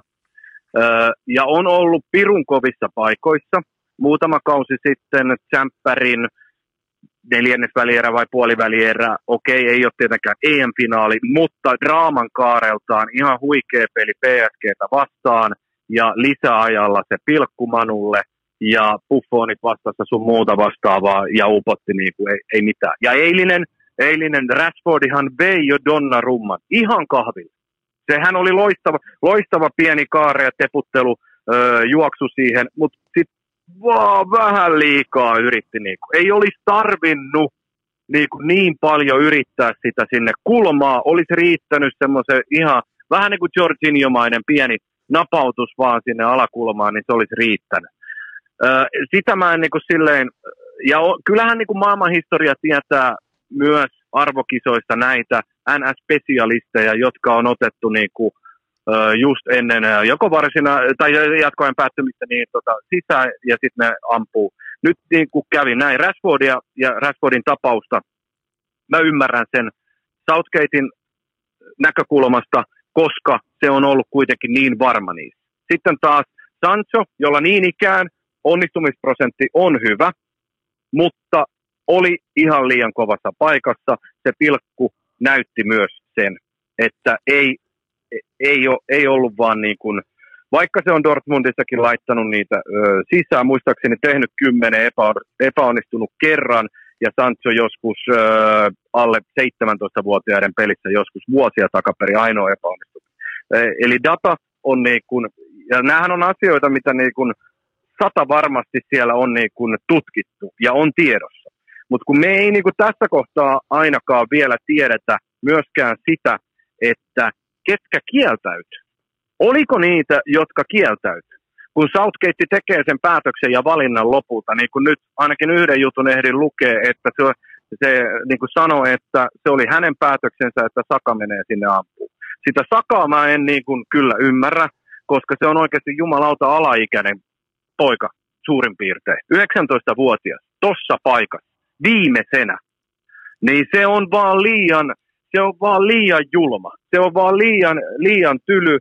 Ja on ollut pirun kovissa paikoissa. Muutama kausi sitten Tsemppärin neljännesvälierä vai puolivälierä, okei, ei ole tietenkään EM-finaali, mutta draaman kaareltaan ihan huikea peli PSG:tä vastaan ja lisäajalla se pilkku Manulle ja Buffonit vastassa sun muuta vastaavaa ja upotti niin kuin ei mitään. Ja eilinen Rashfordihan vei jo Donnarumman ihan kahville. Sehän oli loistava pieni kaare ja teputtelu juoksu siihen, mutta sitten vaan vähän liikaa yritti. Ei olisi tarvinnut niin paljon yrittää sitä sinne kulmaa. Olisi riittänyt semmoisen ihan vähän niin kuin Jorginho-mainen pieni napautus vaan sinne alakulmaan, niin se olisi riittänyt. Sitä mä en niin kuin silleen, ja kyllähän niin kuin maailmanhistoria tietää myös arvokisoista näitä NS-spesialisteja, jotka on otettu niin kuin, just ennen joko varsina tai jatkoajan päättymistä niin, sisään ja sitten ne ampuu. Nyt niin kuin kävi näin Rashfordia ja Rashfordin tapausta, mä ymmärrän sen Southgatein näkökulmasta, koska se on ollut kuitenkin niin varma niissä. Sitten taas Sancho, jolla niin ikään onnistumisprosentti on hyvä, mutta oli ihan liian kovassa paikassa. Se pilkku näytti myös sen, että ei ollut vaan niin kuin, vaikka se on Dortmundissakin laittanut niitä sisään, muistaakseni tehnyt 10 epäonnistunut kerran, ja Sancho joskus alle 17-vuotiaiden pelissä joskus vuosia takaperin ainoa epäonnistunut. Eli data on niin kuin, ja näähän on asioita, mitä niin kuin 100 varmasti siellä on niin kuin tutkittu ja on tiedossa. Mutta kun me ei niin kuin tässä kohtaa ainakaan vielä tiedetä myöskään sitä, että ketkä kieltäytyy. Oliko niitä, jotka kieltäytyy? Kun Southgate tekee sen päätöksen ja valinnan lopulta, niin kuin nyt ainakin yhden jutun ehdin lukee, että se niin kuin sanoi, että se oli hänen päätöksensä, että Saka menee sinne ampuun. Sitä Sakaa mä en niin kuin kyllä ymmärrä, koska se on oikeasti jumalauta alaikäinen poika suurin piirtein. 19-vuotias, tossa paikassa, viimeisenä. Niin se on vaan liian julma. Se on vaan liian tyly.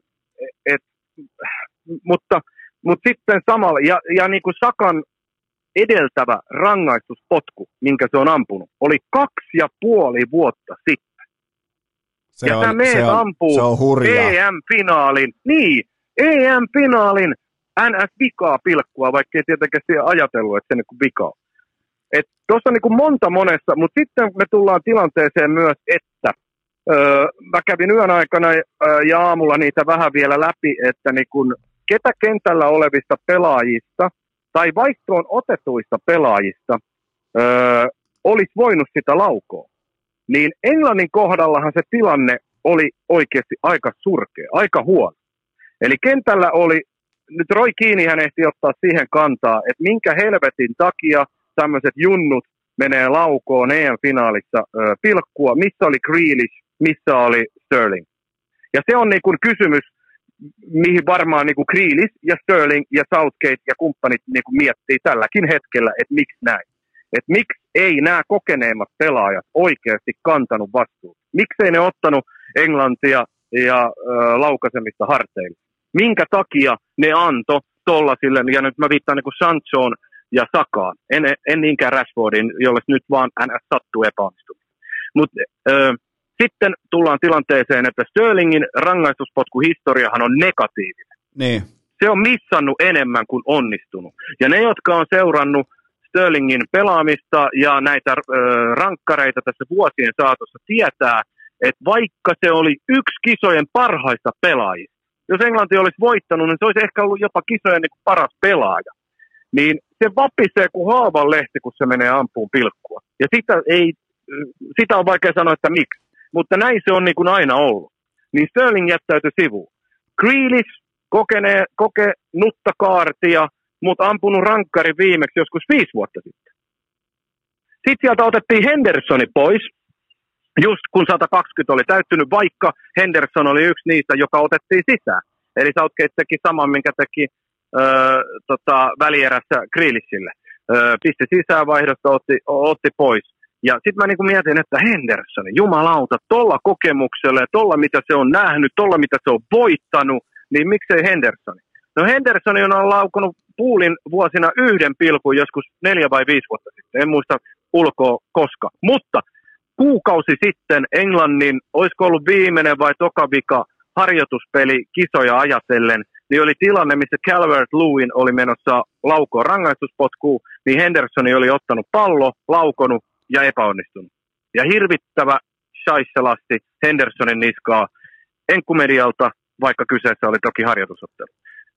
Mutta sitten samalla, ja niin kuin Sakan edeltävä rangaistuspotku, minkä se on ampunut, oli 2,5 vuotta sitten. Sä meet ampuu EM-finaalin, EM-finaalin NS-vikaa pilkkua, vaikka ei tietenkään ajatellut, että se niin kuin vikaa. Tuossa on niin kuin monessa, mutta sitten me tullaan tilanteeseen myös, että mä kävin yön aikana ja aamulla niitä vähän vielä läpi, että niin kun, ketä kentällä olevista pelaajista tai vaihtoon otetuista pelaajista olisi voinut sitä laukoa. Niin Englannin kohdallahan se tilanne oli oikeasti aika surkea, aika huono. Eli kentällä oli, nyt Roy Keane hän ehti ottaa siihen kantaa, että minkä helvetin takia tämmöiset junnut menee laukoon EM-finaalissa pilkkua, missä oli Grealish, missä oli Sterling. Ja se on niin kuin kysymys, mihin varmaan niin kuin Grealish ja Sterling ja Southgate ja kumppanit niin kuin miettii tälläkin hetkellä, että miksi näin. Että miksi ei nämä kokeneemmat pelaajat oikeasti kantanut vastuuta? Miksei ne ottanut Englantia ja laukaisemista harteille? Minkä takia ne antoi tollasille, ja nyt mä viittaan niin kuin Sanchoon ja Sakaan, en niinkään Rashfordin, jolle nyt vaan NS sattuu epäonnistumista. Mutta sitten tullaan tilanteeseen, että Sterlingin rangaistuspotkuhistoriahan on negatiivinen. Niin. Se on missannut enemmän kuin onnistunut. Ja ne, jotka on seurannut Sterlingin pelaamista ja näitä rankkareita tässä vuosien saatossa, tietää, että vaikka se oli yksi kisojen parhaista pelaajista, jos Englanti olisi voittanut, niin se olisi ehkä ollut jopa kisojen niin kuin paras pelaaja. Niin se vapisee kuin haavan lehti, kun se menee ampuun pilkkua. Ja sitä on vaikea sanoa, että miksi. Mutta näin se on niin kuin aina ollut. Niin Sterling jättäytyi sivuun. Grealish kokenutta kaartia, mutta ampunut rankkari viimeksi joskus 5 vuotta sitten. Sitten sieltä otettiin Hendersoni pois, just kun 120 oli täyttynyt, vaikka Henderson oli yksi niistä, joka otettiin sisään. Eli Southgate teki saman, minkä teki välierässä Grealishille. Pisti sisäänvaihdosta, otti pois. Ja sitten mä niinku mietin, että Henderson, jumalauta, tolla kokemuksella ja tolla mitä se on nähnyt, tolla mitä se on voittanut, niin miksei Henderson? No Henderson on laukunut Poolin vuosina 1 pilkun joskus 4 vai 5 vuotta sitten, en muista ulkoa koska. Mutta kuukausi sitten Englannin, olisiko ollut viimeinen vai toka vika harjoituspeli kisoja ajatellen, niin oli tilanne, missä Calvert-Lewin oli menossa laukoon rangaistuspotkuun, niin Henderson oli ottanut pallo, laukonut ja epäonnistunut. Ja hirvittävä shaisselasti Hendersonin niskaa enkkumedialta, vaikka kyseessä oli toki harjoitusottelu.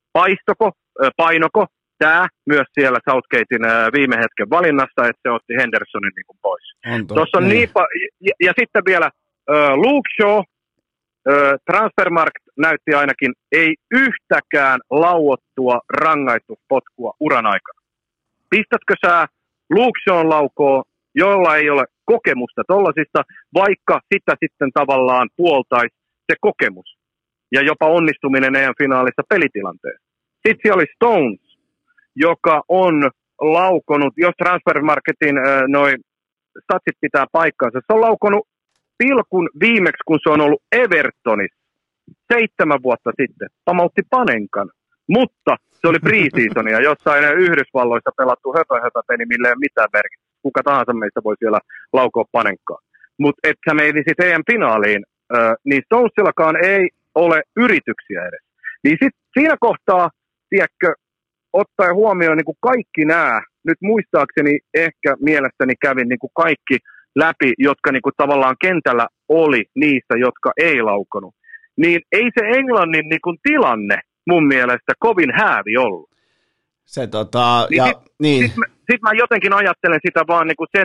Painoko tämä myös siellä Southgatein viime hetken valinnassa, että se otti Hendersonin niin kuin pois. Tuossa on ja sitten vielä Luke Shaw, Transfermarkt näytti ainakin ei yhtäkään lauottua rangaistuspotkua uran aikana. Pistätkö sä Luke Shawn laukoon, jolla ei ole kokemusta tollasista, vaikka sitä sitten tavallaan puoltaisi se kokemus ja jopa onnistuminen EM-finaalissa pelitilanteessa. Sitten siellä oli Stones, joka on laukonut, jos Transfermarketin noi statsit pitää paikkaansa, se on laukonut pilkun viimeksi, kun se on ollut Evertonissa 7 vuotta sitten. Pamautti Panenkan, mutta se oli pre-seasonia, jossain Yhdysvalloissa pelattu höpö-höpö-peli, millä ei ole mitään merkitystä. Kuka tahansa meistä voi siellä laukoa Panenkaa. Mutta että sä menisit EM-finaaliin, niin Stonesillakaan ei ole yrityksiä edes. Niin sitten siinä kohtaa, tiedätkö, ottaen huomioon niin kuin kaikki nämä, nyt muistaakseni ehkä mielestäni kävin niin kuin kaikki läpi, jotka niin kuin tavallaan kentällä oli niistä, jotka ei laukonut. Niin ei se Englannin niin kuin tilanne mun mielestä kovin häävi ollut. Se niin Sitten mä jotenkin ajattelen sitä vaan niin kuin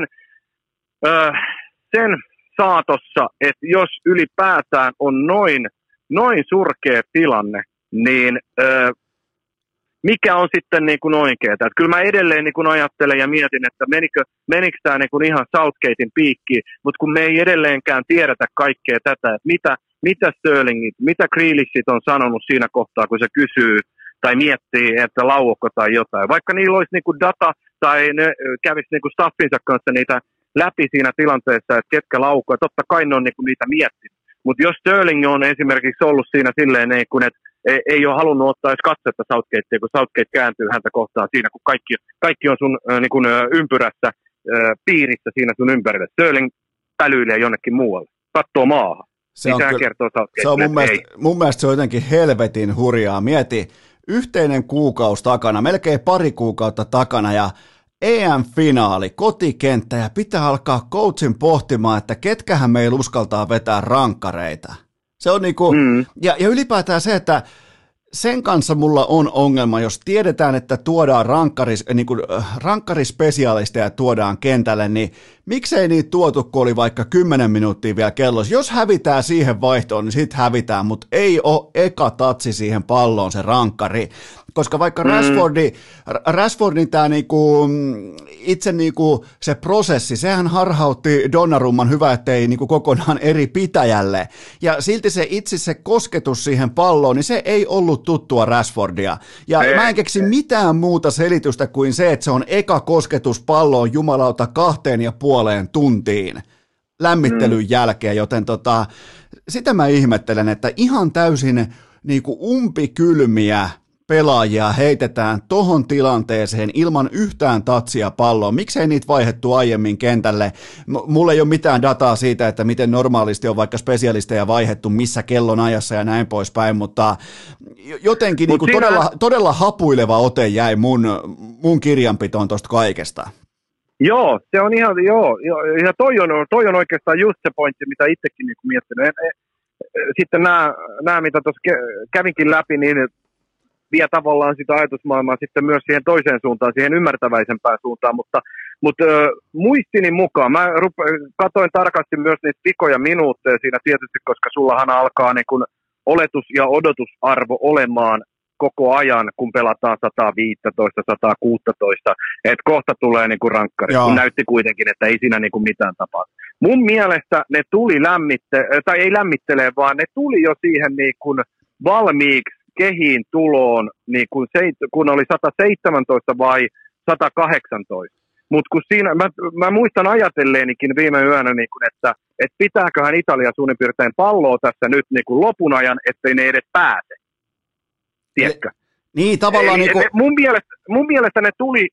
sen saatossa, että jos ylipäätään on noin surkea tilanne, niin mikä on sitten niin kuin oikeaa? Että kyllä mä edelleen niin kuin ajattelen ja mietin, että menikö tämä niin kuin ihan Southgatein piikkiin, mutta kun me ei edelleenkään tiedetä kaikkea tätä, että mitä Sterlingit, mitä Grealishit on sanonut siinä kohtaa, kun se kysyy tai miettii, että lauokko tai jotain. Vaikka niillä olisi niin kuin data tai ne kävisi niin kuin staffinsa kanssa niitä läpi siinä tilanteessa, että ketkä laukoo, totta kai ne on niin kuin niitä miettinyt. Mutta jos Sterling on esimerkiksi ollut siinä silleen, niin kun, että ei ole halunnut ottaa edes katsetta Southgatea, kun Southgate kääntyy häntä kohtaan siinä, kun kaikki on sun niin kun, ympyrässä, piirissä siinä sun ympärillä. Sterling pälyilee jonnekin muualle, katsoo maahan. Se on, kertoo se on mun mielestä se on jotenkin helvetin hurjaa. Mieti, yhteinen kuukausi takana, melkein 2 kuukautta takana ja EM-finaali, kotikenttä ja pitää alkaa coachin pohtimaan, että ketkähän meillä uskaltaa vetää rankkareita. Se on niinku, ja ylipäätään se, että sen kanssa mulla on ongelma, jos tiedetään, että tuodaan rankkarispesialisteja tuodaan kentälle, niin miksei niitä tuotu, kun oli vaikka 10 minuuttia vielä kellossa. Jos hävitään siihen vaihtoon, niin sit hävitään, mutta ei ole eka tatsi siihen palloon se rankkari. Koska vaikka Rashfordin tämä itse se prosessi, sehän harhautti Donnarumman, hyvä ettei kokonaan eri pitäjälle. Ja silti se kosketus siihen palloon, niin se ei ollut tuttua Rashfordia. Ja mä en keksi mitään muuta selitystä kuin se, että se on eka kosketus palloon jumalauta 2,5 tuntiin lämmittelyn jälkeen, joten sitä mä ihmettelen, että ihan täysin umpikylmiä pelaajia heitetään tohon tilanteeseen ilman yhtään tatsia palloon. Miksei niitä vaihdettu aiemmin kentälle? Mulla ei ole mitään dataa siitä, että miten normaalisti on vaikka spesialisteja vaihdettu, missä kellon ajassa ja näin poispäin, mutta jotenkin todella hapuileva ote jäi mun kirjanpitoon tosta kaikesta. Joo, se on ihan, ja toi on oikeastaan just se pointti, mitä itsekin miettinyt. Sitten nämä mitä tuossa kävinkin läpi, niin vie tavallaan sitä ajatusmaailmaa sitten myös siihen toiseen suuntaan, siihen ymmärtäväisempään suuntaan, mutta muistini mukaan, mä katoin tarkasti myös niitä vikoja minuutteja siinä tietysti, koska sullahan alkaa niin kun oletus- ja odotusarvo olemaan koko ajan, kun pelataan 115, 116, että kohta tulee niin kuin rankkari, kun näytti kuitenkin, että ei siinä niin kuin mitään tapaa. Mun mielestä ne tuli ei lämmittelee, vaan ne tuli jo siihen niin kuin valmiiksi kehiin tuloon, niin kun oli 117 vai 118. Mutta kun siinä, mä muistan ajatelleenikin viime yönä, niin kun, että pitääköhän Italia suunnin piirtein palloa tässä nyt niin kuin lopun ajan, ettei ne edes pääse. Tiedätkö? Niin, tavallaan mun mielestä ne tuli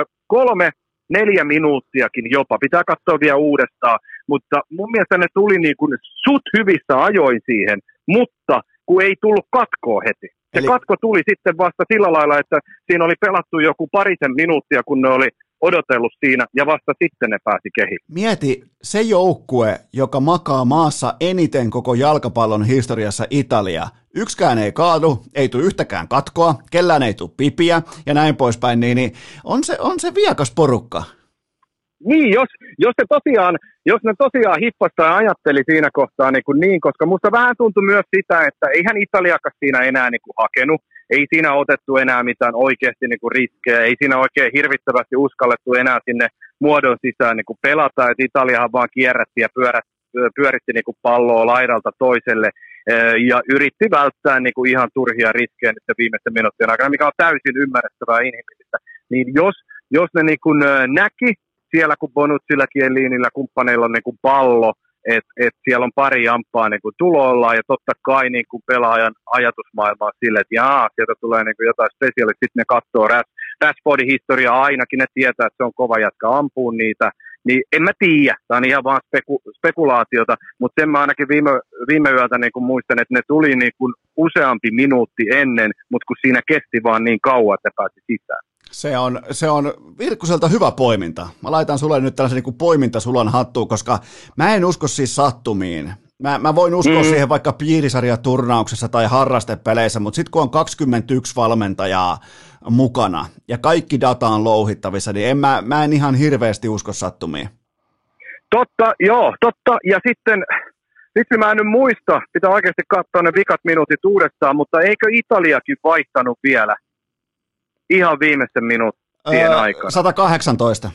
3-4 minuuttiakin jopa, pitää katsoa vielä uudestaan, mutta mun mielestä ne tuli niin kuin sut hyvissä ajoin siihen, mutta kun ei tullut katkoa heti. Se katko tuli sitten vasta sillä lailla, että siinä oli pelattu joku parisen minuuttia, kun ne oli odotellut siinä, ja vasta sitten ne pääsi kehiin. Mieti, se joukkue, joka makaa maassa eniten koko jalkapallon historiassa, Italia. Yksikään ei kaadu, ei tule yhtäkään katkoa, kellään ei tule pipiä, ja näin poispäin, niin on se viekas porukka. Niin, jos ne tosiaan hippasta ja ajatteli siinä kohtaa niin, koska musta vähän tuntui myös sitä, että eihän Italiakas siinä enää hakenut, ei siinä otettu enää mitään oikeasti riskejä, ei siinä oikein hirvittävästi uskallettu enää sinne muodon sisään pelata, että Italiahan vaan kierrätti ja pyöritti palloa laidalta toiselle ja yritti välttää ihan turhia riskejä nyt viimeisten minuuttien aikana, mikä on täysin ymmärrettävää inhimillistä. Niin jos ne näki siellä, kun Bonuccilla, Chiellinillä, kumppaneilla on pallo, että siellä on pari jampaa tuloillaan, ja totta kai pelaajan ajatusmaailmaa sille, että sieltä tulee jotain spesiaalia, sitten ne katsoo Rashfordin historiaa ainakin, ne tietää, että se on kova jatka ampuu niitä, niin en mä tiedä, tämä on ihan vaan spekulaatiota, mutta sen mä ainakin viime yöltä muistan, että ne tuli useampi minuutti ennen, mutta kun siinä kesti vaan niin kauan, että pääsi sisään. Se on Virkkuselta hyvä poiminta. Mä laitan sulle nyt tällaisen poimintasulan hattuun, koska mä en usko siis sattumiin. Mä voin uskoa siihen vaikka piirisarjaturnauksessa tai harrastepeleissä, mutta sitten kun on 21 valmentajaa mukana ja kaikki data on louhittavissa, niin mä en ihan hirveästi usko sattumiin. Totta. Ja sitten mä en nyt muista, pitää oikeasti katsoa ne vikat minuutit uudestaan, mutta eikö Italiakin vaihtanut vielä? Ihan viimeisten minuuttien aikana. 118.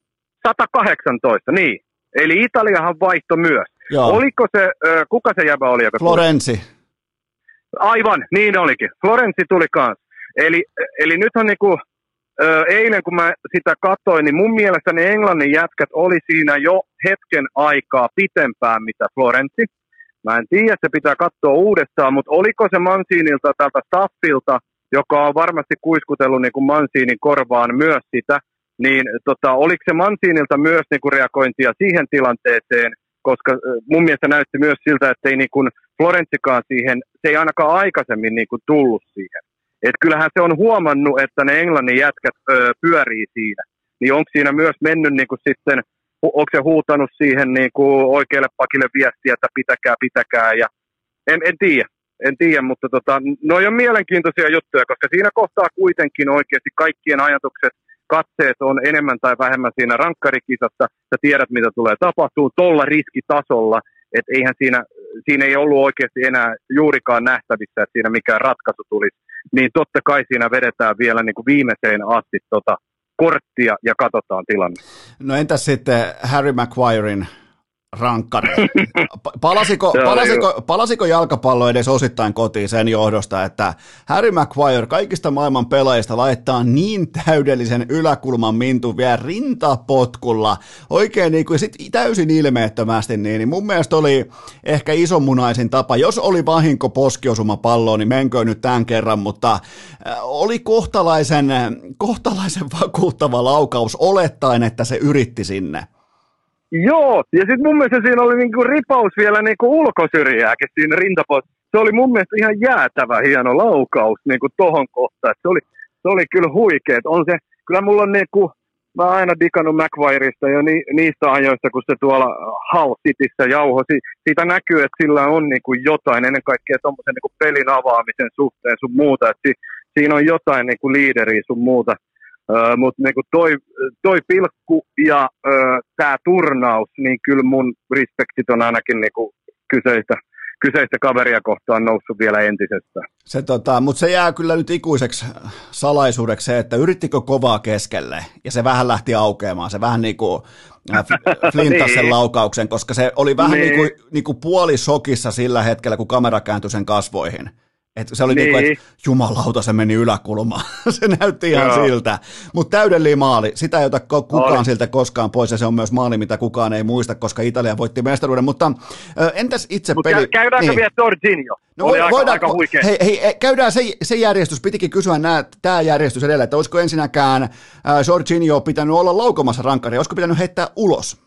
118, niin. Eli Italiahan vaihto myös. Joo. Oliko se, kuka se jäbä oli? Florenzi. Aivan, niin olikin. Florenzi tuli kanssa. Eli nythän eilen kun mä sitä katsoin, niin mun mielestä ne Englannin jätkät oli siinä jo hetken aikaa pitempään mitä Florenzi. Mä en tiedä, se pitää katsoa uudestaan, mutta oliko se Mancinilta tältä Staffilta, joka on varmasti kuiskutellut Mancinin korvaan myös sitä, niin oliko se Mancinilta myös reagointia siihen tilanteeseen, koska mun mielestä näytti myös siltä, että ei Florenzikaan siihen, se ei ainakaan aikaisemmin tullut siihen. Et kyllähän se on huomannut, että ne Englannin jätkät pyörii siinä, niin onko siinä myös mennyt sitten, onko se huutanut siihen oikealle pakille viestiä, että pitäkää ja en tiedä, mutta noi on mielenkiintoisia juttuja, koska siinä kohtaa kuitenkin oikeasti kaikkien ajatukset, katseet on enemmän tai vähemmän siinä rankkarikisassa, sä tiedät mitä tulee tapahtuu tuolla riskitasolla, että eihän siinä ei ollut oikeasti enää juurikaan nähtävissä, että siinä mikään ratkaisu tulisi. niin totta kai siinä vedetään vielä niin kuin viimeiseen asti korttia ja katsotaan tilanne. No entäs sitten Harry Maguiren rankkari? Palasiko jalkapallo edes osittain kotiin sen johdosta, että Harry Maguire kaikista maailman pelaajista laittaa niin täydellisen yläkulman mintun vielä rintapotkulla, oikein niin kuin sit täysin ilmeettömästi, niin mun mielestä oli ehkä isonmunaisin tapa, jos oli vahinko poskiosuma palloon, niin menköön nyt tämän kerran, mutta oli kohtalaisen vakuuttava laukaus olettaen, että se yritti sinne. Joo, ja sitten mun mielestä siinä oli niinku ripaus vielä niinku ulkosyrjääkin siinä rintapotkulla. Se oli mun mielestä ihan jäätävä hieno laukaus niinku tohon kohtaan. Se oli kyllä huikeet. On se, kyllä mulla on niinku, mä oon aina digannut Maguiresta jo niistä ajoista, kun se tuolla Hull Cityssä jauhosi. Siitä näkyy, että sillä on niinku jotain, ennen kaikkea tommosen niinku pelin avaamisen suhteen sun muuta. Et siinä on jotain niinku liideriä sun muuta. Mutta niinku toi pilkku ja tämä turnaus, niin kyllä mun respektit on ainakin niinku kyseistä kaveria kohtaan noussut vielä entisestään. Mutta se jää kyllä nyt ikuiseksi salaisuudeksi se, että yrittikö kovaa keskelle, ja se vähän lähti aukeamaan, se vähän niin kuin flintasi sen laukauksen, koska se oli vähän niin kuin puolisokissa sillä hetkellä, kun kamera kääntyi sen kasvoihin. Että se oli niin kuin, että jumalauta, se meni yläkulmaan. Se näytti ihan siltä. Mutta täydellinen maali. Sitä ei ota kukaan siltä koskaan pois, ja se on myös maali, mitä kukaan ei muista, koska Italia voitti mestaruuden. Mutta entäs itse peli? Käydäänkö vielä Jorginho? No, aika huikea. Hei, käydään se järjestys. Pitikin kysyä tämä järjestys edellä, että olisiko ensinnäkään Jorginho pitänyt olla laukomassa rankkaria, olisiko pitänyt heittää ulos?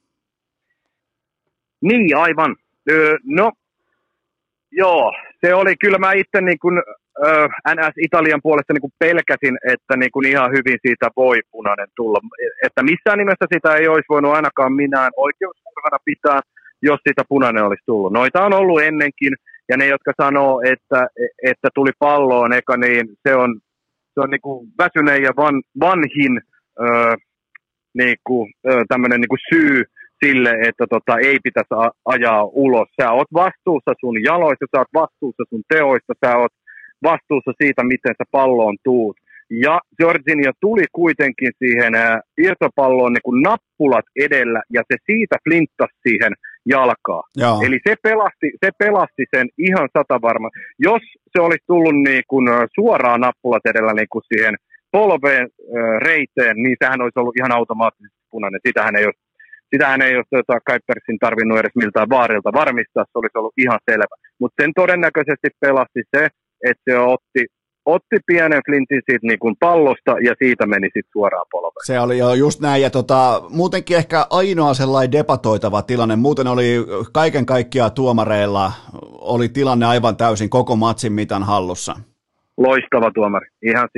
Niin, aivan. No, joo. Se oli kyllä, mä itse niin kuin, NS Italian puolesta niin kuin pelkäsin, että niin kuin ihan hyvin siitä voi punainen tulla. Että missään nimessä sitä ei olisi voinut ainakaan minään oikeusmurhana pitää, jos siitä punainen olisi tullut. Noita on ollut ennenkin, ja ne, jotka sanoo, että tuli palloon eka, niin se on niin kuin väsyneen ja vanhin niin kuin, tämmöinen niin kuin syy sille, että ei pitäisi ajaa ulos. Sä oot vastuussa sun jaloista, sä oot vastuussa sun teoista, sä oot vastuussa siitä, miten sä palloon tuut. Ja Jorginho tuli kuitenkin siihen irtopalloon niin kuin nappulat edellä, ja se siitä flinttasi siihen jalkaa. Joo. Eli se pelasti sen ihan satavarma. Jos se olisi tullut niin kuin suoraan nappulat edellä niin kuin siihen polveen reiteen, niin sehän olisi ollut ihan automaattisesti punainen. Sitähän ei ole Kuipersin tarvinnut edes miltään vaarilta varmistaa, se olisi ollut ihan selvä. Mutta sen todennäköisesti pelasti se, että se otti pienen flintin siitä niin kuin pallosta ja siitä meni sitten suoraan polveen. Se oli jo just näin, ja muutenkin ehkä ainoa sellainen debatoitava tilanne. Muuten oli kaiken kaikkiaan tuomareilla oli tilanne aivan täysin koko matsin mitan hallussa. Loistava tuomari.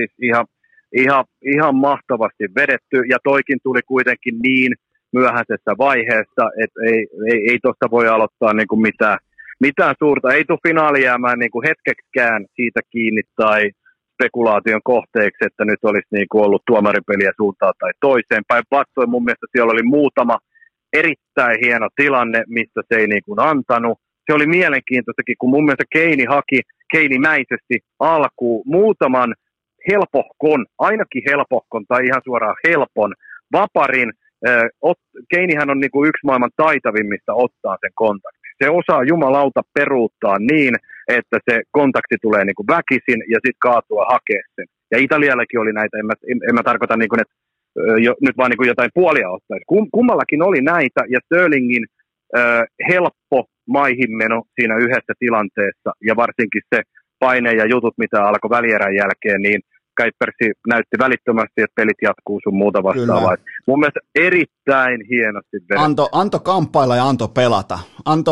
Ihan mahtavasti vedetty, ja toikin tuli kuitenkin niin myöhäisessä vaiheessa, että ei tuosta voi aloittaa niin kuin mitään suurta. Ei tule finaali jäämään niin kuin hetkeksikään siitä kiinni tai spekulaation kohteeksi, että nyt olisi niin kuin ollut tuomaripeliä suuntaan tai toiseen. Päinvastoin mun mielestä siellä oli muutama erittäin hieno tilanne, mistä se ei niin kuin antanut. Se oli mielenkiintoistakin, kun mun mielestä keinimäisesti alkuun muutaman ainakin helpohkon tai ihan suoraan helpon vaparin. Keinihän on niin kuin yksi maailman taitavimmista ottaa sen kontakti. Se osaa jumalauta peruuttaa niin, että se kontakti tulee niin kuin väkisin ja sitten kaatua hakea sen. Ja Italiallakin oli näitä, en mä tarkoita niin kuin, että nyt vaan niin kuin jotain puolia ottaisi. Kummallakin oli näitä, ja Sterlingin helppo maihinmeno siinä yhdessä tilanteessa, ja varsinkin se paine ja jutut, mitä alkoi välierän jälkeen, niin Kuipersi näytti välittömästi, että pelit jatkuu sun muuta vastaavaa. Mun mielestä erittäin hienosti vedetty. Anto kamppailla ja anto pelata.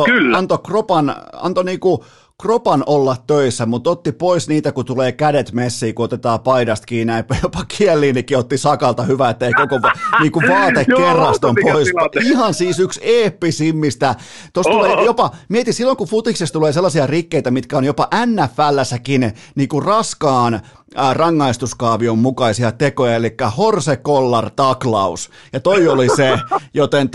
Anto niinku kropan olla töissä, mutta otti pois niitä, kun tulee kädet messiin, kun otetaan paidasta kiinni, jopa Chiellinikin otti Sakalta hyvä, ettei koko niinku vaatekerraston pois. Ihan siis yksi eeppisimmistä. Tuossa tulee jopa, mieti silloin, kun futiksessa tulee sellaisia rikkeitä, mitkä on jopa NFL:ssäkin niinku raskaan rangaistuskaavion mukaisia tekoja, eli horse collar taklaus. Ja toi oli se, joten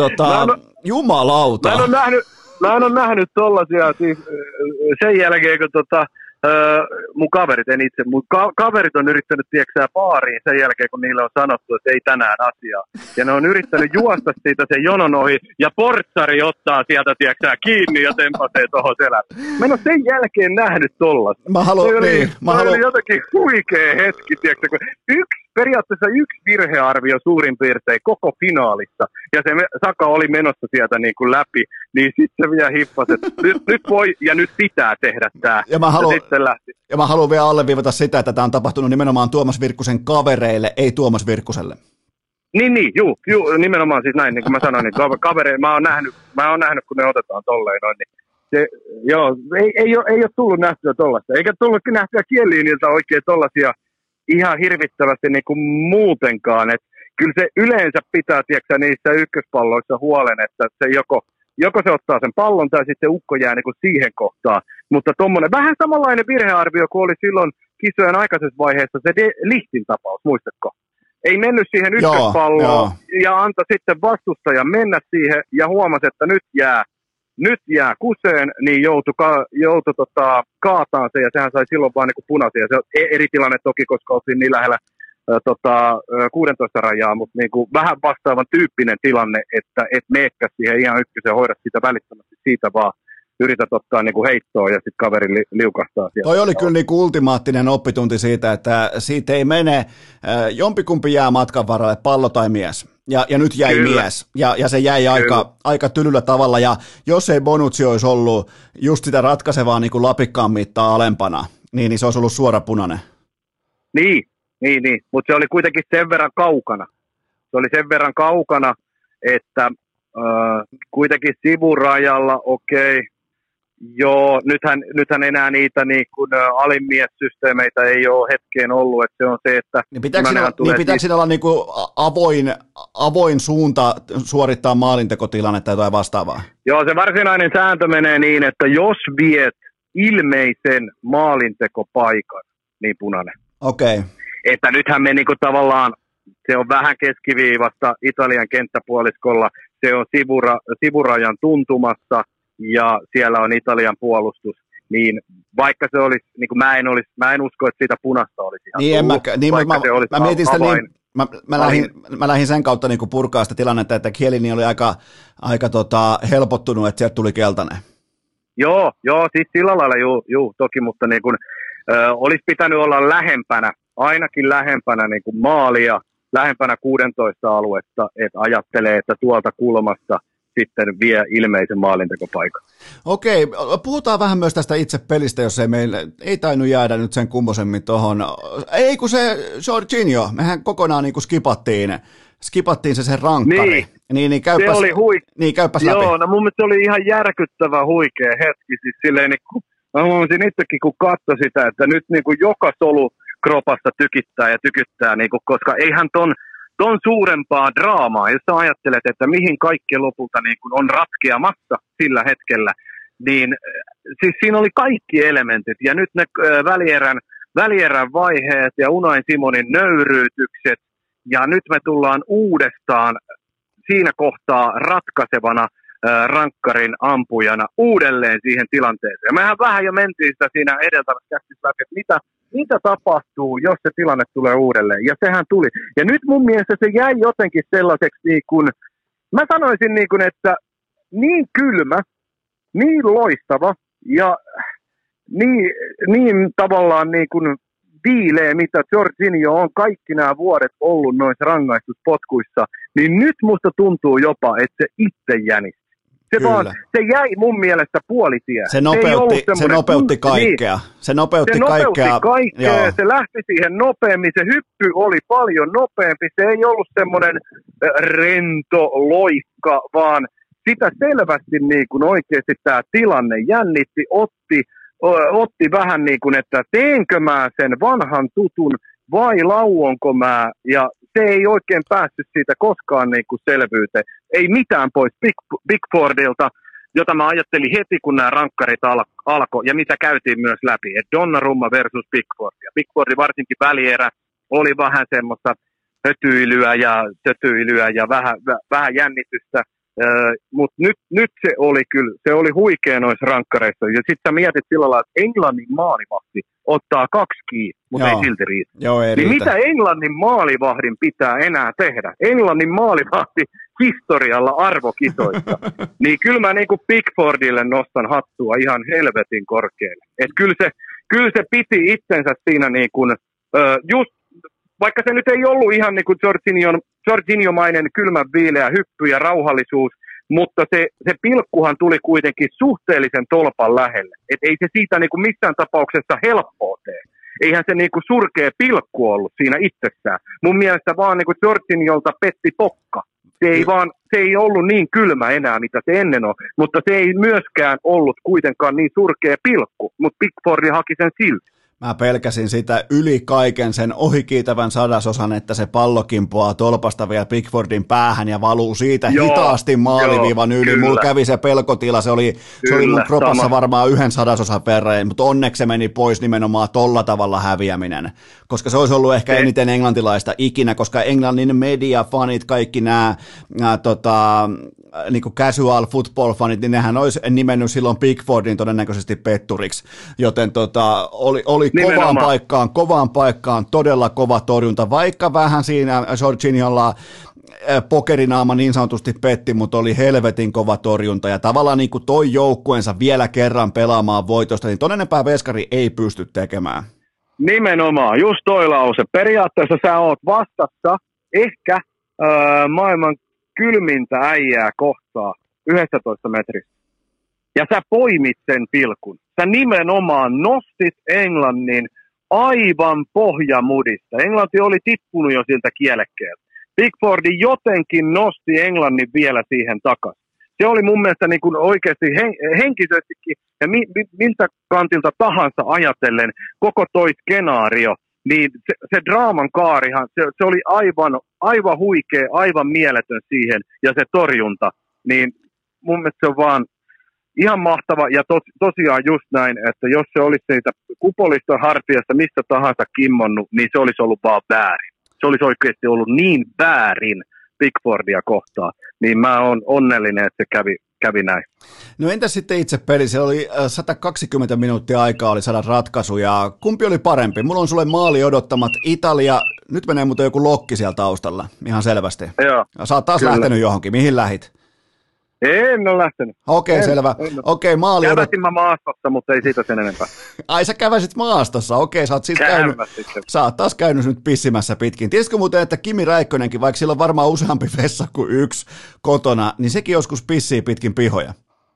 jumalauta. Mä en ole nähnyt tollasia, siis sen jälkeen kun Mun kaverit, en itse. Mun kaverit on yrittänyt, tieksää, baariin sen jälkeen, kun niille on sanottu, että ei tänään asiaa. Ja ne on yrittänyt juosta siitä sen jonon ohi, ja portsari ottaa sieltä, tieksää, kiinni ja tempasee tohon selään. Mä en ole sen jälkeen nähnyt tollasta. Mä oli jotenkin huikea hetki, tieksää, kun periaatteessa yksi virhearvio suurin piirtein koko finaalissa, ja se Saka oli menossa sieltä niin kuin läpi, niin sitten se vielä hiffasi, että nyt voi ja nyt pitää tehdä tämä. Ja mä haluan vielä alleviivata sitä, että tämä on tapahtunut nimenomaan Tuomas Virkkusen kavereille, ei Tuomas Virkkuselle. Juu, nimenomaan siis näin, niin kuin mä sanoin, niin kavereille, mä oon nähnyt, kun ne otetaan tolleen noin, niin se, joo, ei ole tullut nähtyä tollaista, eikä tullut nähtyä Chielliniltä oikein tollaisia ihan hirvittävästi niin kuin muutenkaan, että kyllä se yleensä pitää, tiedätkö, niissä ykköspalloissa huolen, että se joko se ottaa sen pallon tai sitten ukko jää niin kuin siihen kohtaan. Mutta tommonen vähän samanlainen virhearvio kuin oli silloin kisojen aikaisessa vaiheessa se Lihtin tapaus, muistatko? Ei mennyt siihen ykköspalloon ja antoi sitten vastustajan mennä siihen ja huomasi, että nyt jää kuseen, niin joutui kaataan se ja sehän sai silloin vaan niin punaisia. Se on eri tilanne toki, koska oltiin niin lähellä 16 rajaa, mutta niin kuin vähän vastaavan tyyppinen tilanne, että et meekkä siihen ihan ykkösen hoida sitä välittömästi siitä vaan yrität ottaa niin kuin heittoa ja sitten kaveri liukastaa sieltä. Toi oli kyllä niin kuin ultimaattinen oppitunti siitä, että siitä ei mene, jompikumpi jää matkan varalle, pallo tai mies. Ja nyt jäi kyllä mies, ja se jäi aika tylyllä tavalla, ja jos ei Bonucci olisi ollut just sitä ratkaisevaa niin kuin lapikkaan mittaa alempana, niin se olisi ollut suora punainen. Niin, mutta se oli kuitenkin sen verran kaukana. Se oli sen verran kaukana, että kuitenkin sivurajalla, okei. Joo, nythän enää niitä niin kuin alimmiessysteemeitä ei ole hetkeen ollut, että se on se, että... Niin pitääkö siinä olla niin kuin avoin suunta suorittaa maalintekotilannetta tai jotain vastaavaa? Joo, se varsinainen sääntö menee niin, että jos viet ilmeisen maalintekopaikan, niin punainen. Okei. Okay. Että nythän me niin kuin tavallaan, se on vähän keskiviivasta Italian kenttäpuoliskolla, se on sivurajan tuntumassa, ja siellä on Italian puolustus, niin vaikka se olisi, niin kuin mä en usko, että siitä punasta olisi ihan tullut, mä mietin sitä mä lähdin sen kautta niin kuin purkaa sitä tilannetta, että Chiellini oli aika helpottunut, että sieltä tuli keltainen. Joo, siis sillä lailla juu, toki, mutta niin kuin, olisi pitänyt olla ainakin lähempänä niin kuin maalia, lähempänä 16 aluetta, että ajattelee, että tuolta kulmasta sitten vie ilmeisen maalintekopaikan. Okei, puhutaan vähän myös tästä itse pelistä, jos ei tainnut jäädä nyt sen kummosemmin tuohon. Ei kun se Jorginho, mehän kokonaan niin kuin skipattiin se rankkari. Niin käyppäs, se oli käyppäs läpi. Joo, no mun mielestä se oli ihan järkyttävä huikea hetki. Siis silleen, niin kuin, mä huomasin itsekin, kun katsoi sitä, että nyt niin kuin joka solu kropasta tykyttää, niin kuin, koska eihän ton suurempaa draamaa, jos sä ajattelet, että mihin kaikki lopulta niin kun on ratkeamassa sillä hetkellä, niin siis siinä oli kaikki elementit, ja nyt ne välierän vaiheet ja Unai Simonin nöyryytykset, ja nyt me tullaan uudestaan siinä kohtaa ratkaisevana rankkarin ampujana uudelleen siihen tilanteeseen. Ja mehän vähän jo mentiin sitä siinä edeltävässä käsissä läpi, että mitä tapahtuu, jos se tilanne tulee uudelleen. Ja sehän tuli. Ja nyt mun mielestä se jäi jotenkin sellaiseksi, niin kuin, mä sanoisin, niin kuin, että niin kylmä, niin loistava ja niin tavallaan niin kuin viileä, mitä Jorginho on kaikki nämä vuodet ollut noissa rangaistuspotkuissa, niin nyt musta tuntuu jopa, että se itse jänisi. Se jäi mun mielestä puolitie. Se nopeutti kaikkea. Niin. Se nopeutti kaikkea. Se lähti siihen nopeammin. Se hyppy oli paljon nopeampi. Se ei ollut semmoinen rento loikka, vaan sitä selvästi niin kuin oikeasti tämä tilanne jännitti, otti vähän niin kuin, että teenkö mä sen vanhan tutun vai lauonko mä, ja se ei oikein päässyt siitä koskaan niin kuin selvyyteen. Ei mitään pois Pickfordilta, jota mä ajattelin heti, kun nämä rankkarit alkoi, ja mitä käytiin myös läpi, että Donnarumma versus Pickford. Ja Pickfordin varsinkin välierä oli vähän semmoista hötyilyä ja vähän jännitystä, Mutta nyt se oli huikea noissa rankkareissa. Ja sitten sä mietit sillä lailla, että Englannin maalivahti ottaa 2 kiinni, mutta ei silti riitä. Joo, ei niin riitä. mitä Englannin maalivahdin pitää enää tehdä? Englannin maalivahti historialla arvokisoissa. Niin kyllä mä niinku Pickfordille nostan hattua ihan helvetin korkealle. Että kyllä se piti itsensä siinä niin kuin, just, vaikka se nyt ei ollut ihan niin kuin Jorginho-mainen kylmän viileä hyppy ja rauhallisuus, mutta se pilkkuhan tuli kuitenkin suhteellisen tolpan lähelle. Et ei se siitä niin kuin missään tapauksessa helppoa tee. Eihän se niin kuin surkea pilkku ollut siinä itsessään. Mun mielestä vaan niin kuin Jorginholta petti pokka. Se ei ollut niin kylmä enää, mitä se ennen on, mutta se ei myöskään ollut kuitenkaan niin surkea pilkku, mutta Pickford haki sen silti. Mä pelkäsin sitä yli kaiken sen ohikiitävän sadasosan, että se pallo kimpoaa tolpasta vielä Pickfordin päähän ja valuu siitä hitaasti maaliviivan yli. Mulla kävi se pelkotila, se oli mun kropassa varmaan 1/100 verran, mutta onneksi se meni pois nimenomaan tolla tavalla häviäminen. Koska se olisi ollut ehkä eniten englantilaista ikinä, koska Englannin mediafanit, kaikki nämä niin kuin casual football-fanit, niin nehän olisi nimennyt silloin Pickfordin todennäköisesti petturiksi, joten oli kovaan paikkaan todella kova torjunta, vaikka vähän siinä Jorginholla pokerinaama niin sanotusti petti, mutta oli helvetin kova torjunta ja tavallaan niin kuin toi joukkueensa vielä kerran pelaamaan voitosta, niin ton enempää veskari ei pysty tekemään. Nimenomaan, just toi lause. Periaatteessa sä oot vastassa ehkä maailman kylmintä äijää kohtaa 11 metrissä. Ja sä poimit sen pilkun. Sä nimenomaan nostit Englannin aivan pohjamudista. Englanti oli tippunut jo siltä kielekkeeltä. Pickfordi jotenkin nosti Englannin vielä siihen takaisin. Se oli mun mielestä niin kuin oikeasti henkisestikin ja miltä kantilta tahansa ajatellen koko toi skenaario. Niin se draaman kaarihan, se oli aivan huikea, aivan mieletön siihen, ja se torjunta, niin mun mielestä se on vaan ihan mahtava, ja tosiaan just näin, että jos se olisi siitä kupolista hartiasta mistä tahansa kimmonnut, niin se olisi ollut vaan väärin. Se olisi oikeasti ollut niin väärin Pickfordia kohtaan, niin mä oon onnellinen, että se kävi näin. No entäs sitten itse peli? Se oli 120 minuuttia aikaa oli saada ratkaisu ja kumpi oli parempi? Mulla on sulle maali odottamat Italia. Nyt menee muuten joku lokki siellä taustalla, ihan selvästi. Joo. Sä oot taas lähtenyt johonkin. Mihin lähit? En ole lähtenyt. Okei, selvä. Okei, maali Käväsin mä maastossa, mutta ei siitä sen enempää. Ai sä käväsit maastossa. Okei, sä oot taas käynyt nyt pissimässä pitkin. Tiesitkö muuten, että Kimi Räikkönenkin, vaikka sillä on varmaan useampi vessa kuin yksi kotona, niin sekin joskus pissii pitkin pihoja.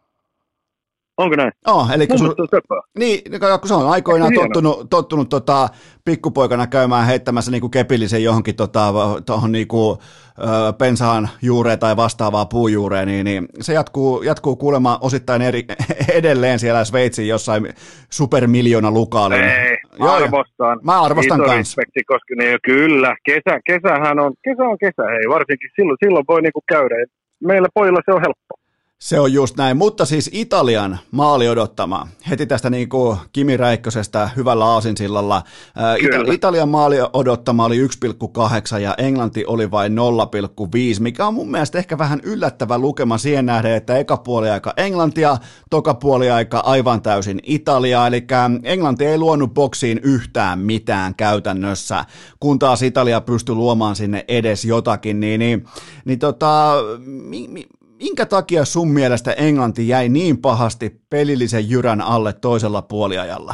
Onko näin? Eli kun se on aikoinaan tottunut pikkupoikana käymään heittämässä niinku kepillisen johonkin tuohon niinku, pensaan juureen tai vastaavaa puujuureen, niin se jatkuu kuulemma osittain edelleen siellä Sveitsin jossain supermiljoona lukaalilla. Ei, arvostan. Mä arvostan kanssa. Koska niin, kyllä, kesähän on kesä, hei, varsinkin silloin voi niinku käydä. Meillä pojilla se on helppo. Se on just näin, mutta siis Italian maali odottama, heti tästä niin kuin Kimi Räikkösestä hyvällä aasinsillalla. Italian maali odottama oli 1,8 ja Englanti oli vain 0,5, mikä on mun mielestä ehkä vähän yllättävä lukema siihen nähden, että eka puoliaika Englantia, toka puoliaika aivan täysin Italiaa, eli Englanti ei luonut boksiin yhtään mitään käytännössä, kun taas Italia pystyi luomaan sinne edes jotakin, minkä takia sun mielestä Englanti jäi niin pahasti pelillisen jyrän alle toisella puoliajalla?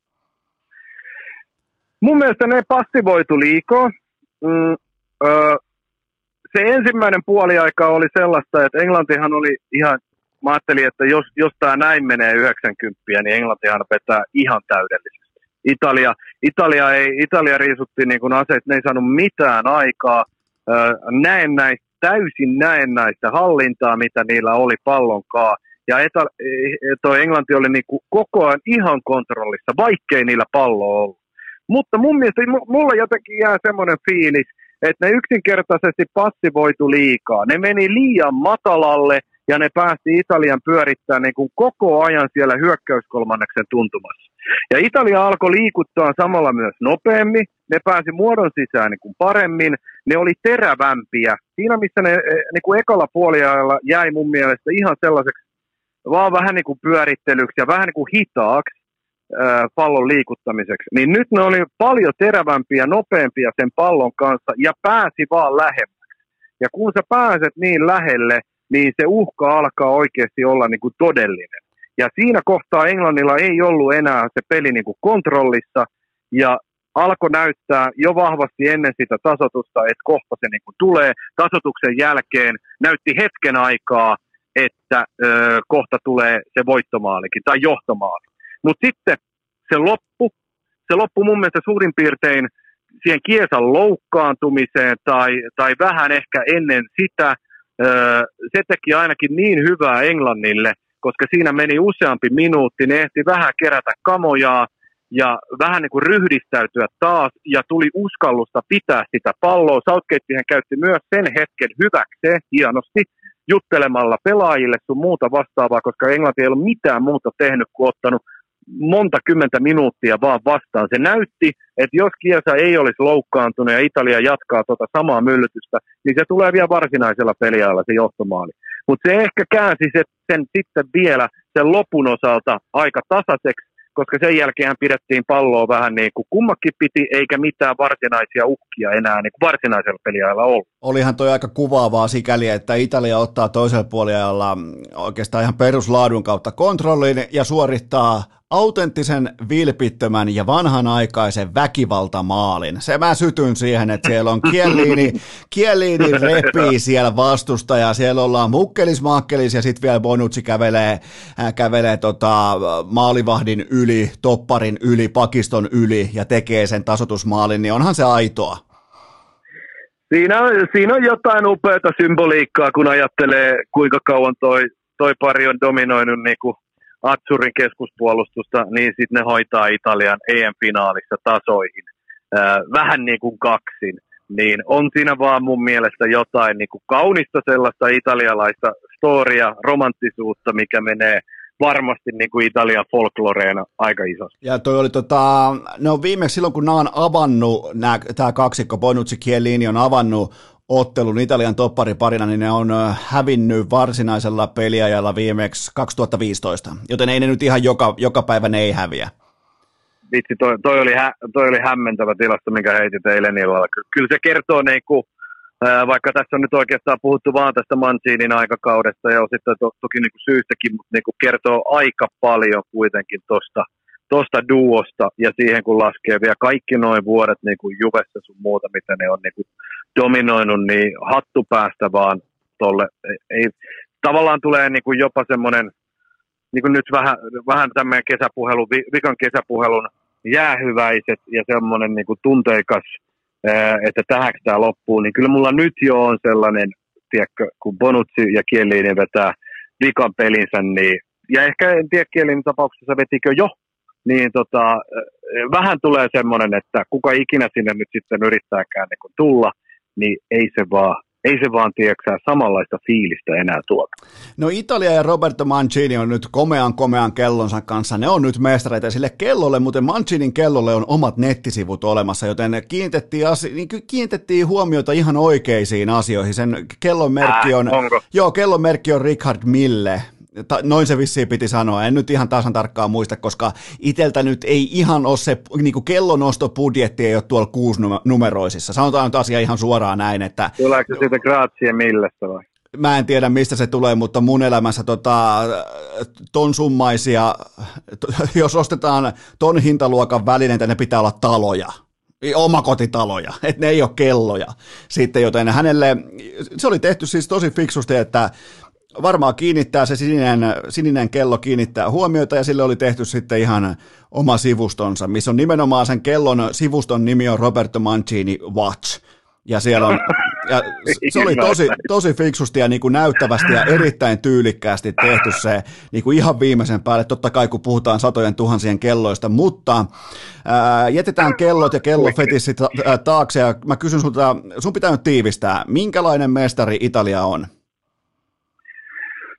Mun mielestä ne passivoitu liikaa. Se ensimmäinen puoliaika oli sellaista, että Englantihan oli ihan, mä ajattelin, että jos tämä näin menee 90, niin Englantihan vetää ihan täydellisesti. Italia riisutti niin kuin aseet, ne ei saanut mitään aikaa. Täysin näennäistä hallintaa, mitä niillä oli pallonkaan. Ja toi Englanti oli niinku koko ajan ihan kontrollissa, vaikkei niillä pallo ollut. Mutta mun mielestä mulla jotenkin jää semmoinen fiilis, että ne yksinkertaisesti passivoitu liikaa. Ne meni liian matalalle ja ne päästi Italian pyörittämään niinku koko ajan siellä hyökkäyskolmanneksen tuntumassa. Ja Italia alkoi liikuttaa samalla myös nopeammin, ne pääsi muodon sisään niin kuin paremmin, ne oli terävämpiä. Siinä missä ne niin kuin ekalla puoliajalla jäi mun mielestä ihan sellaiseksi vaan vähän niin kuin pyörittelyksi ja vähän niin kuin hitaaksi pallon liikuttamiseksi, niin nyt ne oli paljon terävämpiä, nopeampia sen pallon kanssa ja pääsi vaan lähemmäksi. Ja kun sä pääset niin lähelle, niin se uhka alkaa oikeasti olla niin kuin todellinen. Ja siinä kohtaa Englannilla ei ollut enää se peli niin kuin kontrollissa ja alkoi näyttää jo vahvasti ennen sitä tasoitusta, että kohta se niin kuin tulee. Tasoituksen jälkeen näytti hetken aikaa, että kohta tulee se voittomaalikin tai johtomaali. Mutta sitten se loppui mun mielestä suurin piirtein siihen Chiesan loukkaantumiseen tai vähän ehkä ennen sitä. Se teki ainakin niin hyvää Englannille, koska siinä meni useampi minuutti, ne ehti vähän kerätä kamojaa ja vähän niin kuin ryhdistäytyä taas ja tuli uskallusta pitää sitä palloa. Southgatehän käytti myös sen hetken hyväkseen hienosti juttelemalla pelaajille sun muuta vastaavaa, koska Englanti ei ollut mitään muuta tehnyt kuin ottanut monta kymmentä minuuttia vaan vastaan. Se näytti, että jos Chiesa ei olisi loukkaantunut ja Italia jatkaa tuota samaa myllytystä, niin se tulee vielä varsinaisella peliajalla se johtomaali. Mutta se ehkä käänsi sen sitten vielä sen lopun osalta aika tasaiseksi, koska sen jälkeen pidettiin palloa vähän niin kuin kummakin piti, eikä mitään varsinaisia uhkia enää niin kuin varsinaisella peliajalla ollut. Olihan toi aika kuvaavaa sikäli, että Italia ottaa toisella puoliajalla oikeastaan ihan peruslaadun kautta kontrollin ja suorittaa autenttisen, vilpittömän ja vanhanaikaisen väkivaltamaalin. Se mä sytyn siihen, että siellä on Chiellini repii siellä vastustaja, siellä ollaan mukkelis ja sitten vielä Bonucci kävelee maalivahdin yli, topparin yli, pakiston yli ja tekee sen tasoitusmaalin, niin onhan se aitoa. Siinä on jotain upeata symboliikkaa, kun ajattelee, kuinka kauan toi pari on dominoinut niin kuin Azzurin keskuspuolustusta, niin sitten ne hoitaa Italian EM-finaalissa tasoihin vähän niin kuin kaksin. Niin on siinä vaan mun mielestä jotain niin kuin kaunista sellaista italialaista storia, romanttisuutta, mikä menee varmasti niin kuin Italian folkloreena aika isosti. Ja toi oli no viimeksi silloin, kun nämä on avannut, tämä kaksikko, Bonucci, Chiellini on avannut ottelun Italian toppariparina, niin ne on hävinnyt varsinaisella peliajalla viimeksi 2015, joten ei ne nyt ihan joka päivä ne ei häviä. Vitsi, toi oli hämmentävä tilasto, minkä heitit eilen illalla. Kyllä se kertoo, vaikka tässä on nyt oikeastaan puhuttu vaan tästä Mancinin aikakaudesta ja sitten toki syystäkin, mutta kertoo aika paljon kuitenkin tuosta duosta ja siihen kun laskee vielä kaikki noin vuodet niin kuin Juvessa sun muuta, mitä ne on niin kuin dominoinut, niin hattu päästä vaan tolle. Ei, tavallaan tulee niin kuin jopa semmoinen, niin kuin nyt vähän tämmöinen vikan kesäpuhelun jäähyväiset ja semmoinen niin kuin tunteikas, että tähänkö tämä loppuu, niin kyllä mulla nyt jo on sellainen, tiedätkö, kun Bonucci ja Chiellini vetää vikan pelinsä, niin, ja ehkä en tiedä Chiellinin tapauksessa vetikö jo, niin vähän tulee semmoinen, että kuka ikinä sinne nyt sitten yrittääkään niin tulla, niin ei se vaan tiedäksä samanlaista fiilistä enää tuota. No Italia ja Roberto Mancini on nyt komean kellonsa kanssa, ne on nyt mestareita sille kellolle, mutta Mancinin kellolle on omat nettisivut olemassa, joten kiinnitettiin huomiota ihan oikeisiin asioihin. Sen kellon merkki on Richard Mille. Noin se vissiin piti sanoa, en nyt ihan tasan tarkkaan muista, koska iteltä nyt ei ihan ole se niin kellonostobudjetti ei ole tuolla 6-numeroisissa. Sanotaan nyt asia ihan suoraan näin, että... Tuleeko se siitä Grazie Millestä vai? Mä en tiedä, mistä se tulee, mutta mun elämässä ton summaisia, jos ostetaan ton hintaluokan välineitä, ne pitää olla taloja. Omakotitaloja, että ne ei ole kelloja. Sitten, joten hänelle, se oli tehty siis tosi fiksusti, että varmaan kiinnittää se sininen kello kiinnittää huomiota ja sille oli tehty sitten ihan oma sivustonsa, missä on nimenomaan sen kellon sivuston nimi on Roberto Mancini Watch. Ja siellä on, ja se oli tosi fiksusti ja niin kuin näyttävästi ja erittäin tyylikkäästi tehty se niin kuin ihan viimeisen päälle, totta kai kun puhutaan satojen tuhansien kelloista, mutta jätetään kellot ja kellofetissit taakse ja mä kysyn sulta, sun pitää nyt tiivistää, minkälainen mestari Italia on?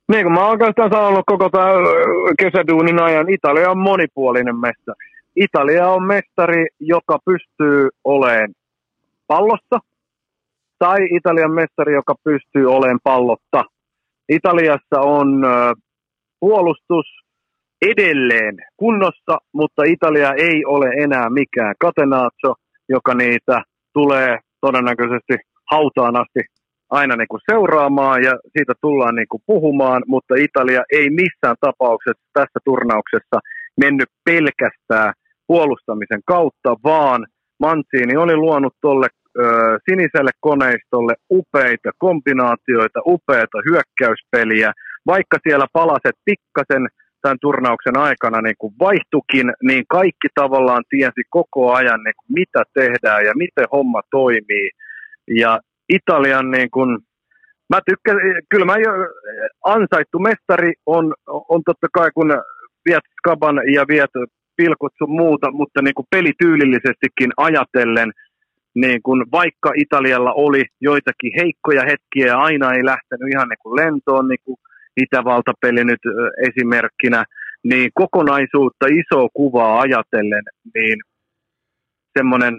Niin kuin mä oon oikeastaan sanonut koko tämän kesäduunin ajan, Italia on monipuolinen mestari. Italia on mestari, joka pystyy olemaan pallossa, tai Italian mestari, joka pystyy olemaan pallotta. Italiassa on puolustus edelleen kunnossa, mutta Italia ei ole enää mikään Catenaccio, joka niitä tulee todennäköisesti hautaan asti aina niin kuin seuraamaan ja siitä tullaan niin kuin puhumaan, mutta Italia ei missään tapauksessa tässä turnauksessa mennyt pelkästään puolustamisen kautta, vaan Mancini oli luonut tuolle siniselle koneistolle upeita kombinaatioita, upeita hyökkäyspeliä, vaikka siellä palaset pikkasen tämän turnauksen aikana niin kuin vaihtukin, niin kaikki tavallaan tiesi koko ajan, niin kuin mitä tehdään ja miten homma toimii. Ja Italian, niin kuin, mä tykkään, kyllä ansaittu mestari on totta kai, kun viet skaban ja viet pilkut sun muuta, mutta niin kuin pelityylillisestikin ajatellen, niin kuin vaikka Italialla oli joitakin heikkoja hetkiä ja aina ei lähtenyt ihan niin kuin lentoon, niin kuin Itävalta-peli nyt esimerkkinä, niin kokonaisuutta, isoa kuvaa ajatellen, niin semmoinen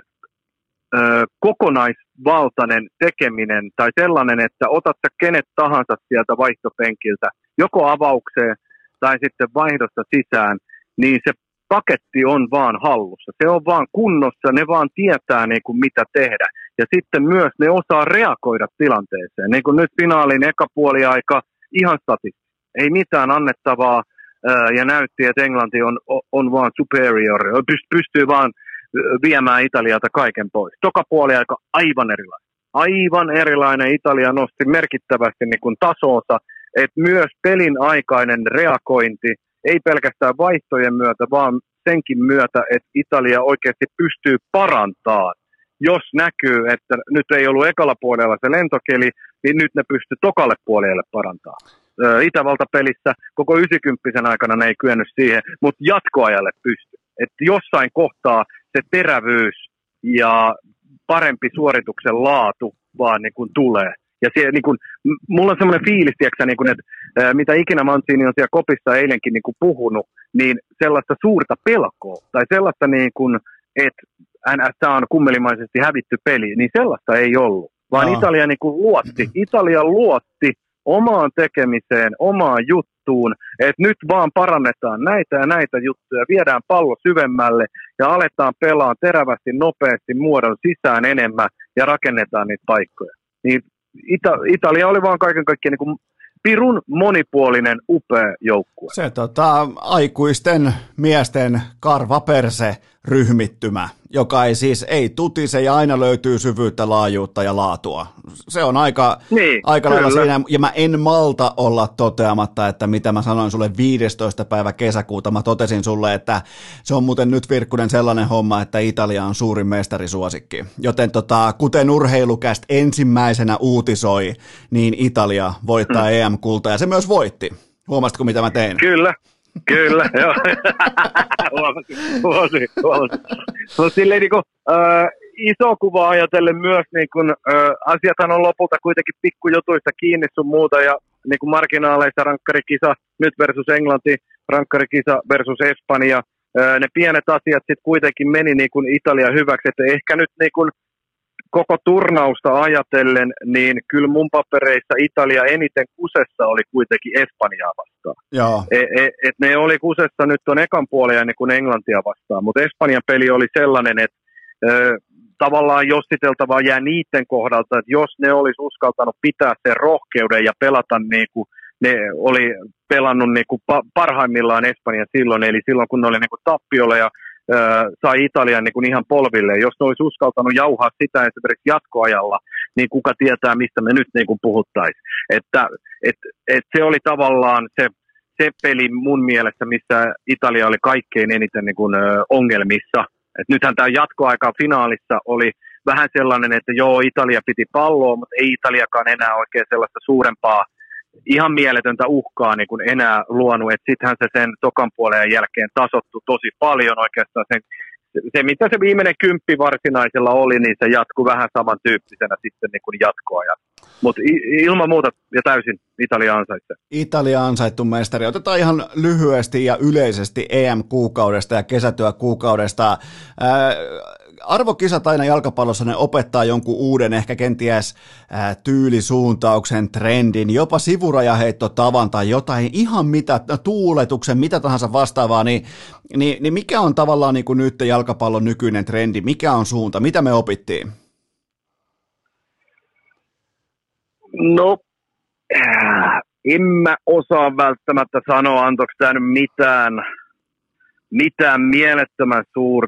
kokonaisvaltainen tekeminen tai sellainen, että otat sä kenet tahansa sieltä vaihtopenkiltä, joko avaukseen tai sitten vaihdosta sisään, niin se paketti on vaan hallussa. Se on vaan kunnossa, ne vaan tietää niin kuin mitä tehdä. Ja sitten myös ne osaa reagoida tilanteeseen. Niin kuin nyt finaalin eka puoliaika, ihan statisti. Ei mitään annettavaa ja näytti, että Englanti on vaan superior. Pystyy vaan viemään Italialta kaiken pois. Toka puoliaika aivan erilainen. Aivan erilainen. Italia nosti merkittävästi niin kuin tasonsa, että myös pelin aikainen reagointi, ei pelkästään vaihtojen myötä, vaan senkin myötä, että Italia oikeasti pystyy parantamaan. Jos näkyy, että nyt ei ollut ekalla puolella se lentokeli, niin nyt ne pystyy tokalle puolelle parantamaan. Itävalta-pelissä koko 90 aikana ne ei kyennyt siihen, mutta jatkoajalle pystyy. Että jossain kohtaa se terävyys ja parempi suorituksen laatu vaan niin kuin tulee. Ja se, niin kuin, mulla on semmoinen fiilis, tiiäksä, niin kuin, että mitä ikinä Mancini on siellä kopissa eilenkin niin kuin puhunut, niin sellaista suurta pelkoa tai sellaista, niin kuin, että NS on kummelimaisesti hävitty peli, niin sellaista ei ollut. Vaan Italia niin kuin Italia luotti omaan tekemiseen, omaan juttuun, että nyt vaan parannetaan näitä ja näitä juttuja, viedään pallo syvemmälle ja aletaan pelaa terävästi, nopeasti muodon sisään enemmän ja rakennetaan niitä paikkoja. Niin Italia oli vaan kaiken kaikkiaan niin kuin pirun monipuolinen, upea joukkue. Se aikuisten miesten karvaperse ryhmittymä, joka ei siis ei tutise ja aina löytyy syvyyttä, laajuutta ja laatua. Se on aika lailla siinä, ja mä en malta olla toteamatta, että mitä mä sanoin sulle 15. päivä kesäkuuta, mä totesin sulle, että se on muuten nyt Virkkunen sellainen homma, että Italia on suurin mestarisuosikki. Joten kuten Urheilucast ensimmäisenä uutisoi, niin Italia voittaa EM-kultaa, ja se myös voitti. Huomasitko, mitä mä tein? Kyllä, joo. Huomasin. No silleen niin kuin, iso kuva ajatellen myös, niin kuin, asiathan on lopulta kuitenkin pikkujutuista kiinni sun muuta, ja niin kuin marginaaleissa rankkarikisa nyt versus Englanti, rankkarikisa versus Espanja, ne pienet asiat sitten kuitenkin meni niin kuin Italia hyväksi, että ehkä nyt niin kuin koko turnausta ajatellen, niin kyllä mun papereissa Italia eniten kusessa oli kuitenkin Espanjaa vastaan. Et ne oli kusessa nyt ton ekan puolen niin kuin Englantia vastaan, mutta Espanjan peli oli sellainen, että tavallaan jossiteltavaa jää niiden kohdalta, että jos ne olisi uskaltanut pitää sen rohkeuden ja pelata niin kuin ne oli pelannut niin kuin parhaimmillaan Espanja silloin, eli silloin kun ne oli niin kuin tappiolla ja sai Italian niin kuin ihan polville. Jos ne olisi uskaltanut jauhaa sitä esimerkiksi jatkoajalla, niin kuka tietää, mistä me nyt niin kuin puhuttaisiin. Että se oli tavallaan se peli mun mielestä, missä Italia oli kaikkein eniten niin kuin ongelmissa. Et nythän tämä jatkoaika finaalissa oli vähän sellainen, että joo, Italia piti palloa, mutta ei Italiakaan enää oikein sellaista suurempaa, ihan mieletöntä uhkaa niin kuin enää luonut, että sittenhän se sen tokan puolen jälkeen tasottu tosi paljon oikeastaan. Se mitä se viimeinen 10 varsinaisella oli, niin se jatkui vähän samantyyppisenä sitten niin kuin jatkoajan. Mutta ilman muuta ja täysin Italia ansaitsee. Italia ansaittu mestari. Otetaan ihan lyhyesti ja yleisesti EM-kuukaudesta ja kesätyökuukaudesta. Arvokisat aina jalkapallossa, ne opettaa jonkun uuden, ehkä kenties tyylisuuntauksen, trendin, jopa sivurajaheittotavan tai jotain ihan mitä, tuuletuksen, mitä tahansa vastaavaa, niin mikä on tavallaan niin kuin nyt jalkapallon nykyinen trendi, mikä on suunta, mitä me opittiin? No, en mä osaa välttämättä sanoa, antoiko tämä nyt mitään mielettömän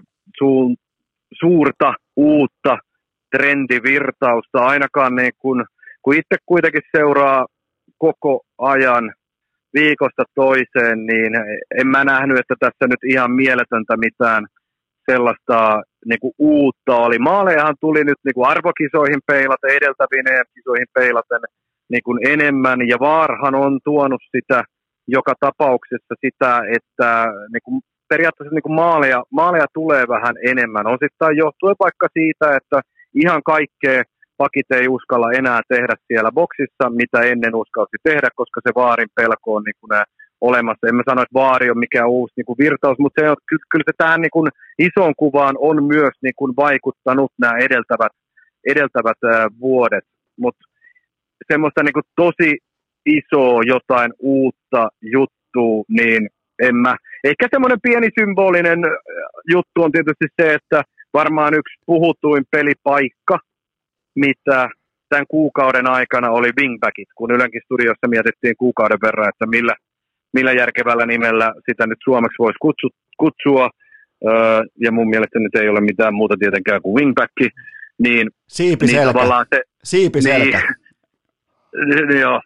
suurta uutta trendivirtausta, ainakaan niin kun itse kuitenkin seuraa koko ajan viikosta toiseen, niin en mä nähnyt, että tässä nyt ihan mieletöntä mitään sellaista niin kuin uutta oli. Maalejahan tuli nyt niin kuin arvokisoihin peilaten, edeltäviin EM-kisoihin peilaten niin kuin enemmän, ja VARhan on tuonut sitä joka tapauksessa sitä, että niin kuin periaatteessa niin kuin maaleja tulee vähän enemmän. Osittain johtuen vaikka siitä, että ihan kaikkea pakit ei uskalla enää tehdä siellä boksissa, mitä ennen uskalsi tehdä, koska se VARin pelko on niin kuin olemassa. En mä sano, että VAR on mikään uusi niin kuin virtaus, mutta se on, kyllä se tähän niin kuin isoon kuvaan on myös niin kuin vaikuttanut nämä edeltävät vuodet. Mutta semmoista niin kuin tosi isoa jotain uutta juttua, niin en mä. Ehkä semmoinen pieni symbolinen juttu on tietysti se, että varmaan yksi puhutuin pelipaikka, mitä tämän kuukauden aikana oli wingbackit, kun Ylenkin studiossa mietittiin kuukauden verran, että millä järkevällä nimellä sitä nyt suomeksi voisi kutsua, ja mun mielestä nyt ei ole mitään muuta tietenkään kuin wingback, niin tavallaan se... Siipiselkä. Joo.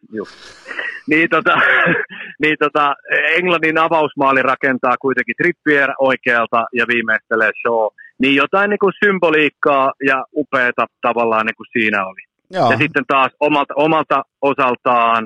Englannin avausmaali rakentaa kuitenkin Trippier oikealta ja viimeistelee Shaw. Niin jotain niin kuin symboliikkaa ja upeata tavallaan niin kuin siinä oli. Joo. Ja sitten taas omalta osaltaan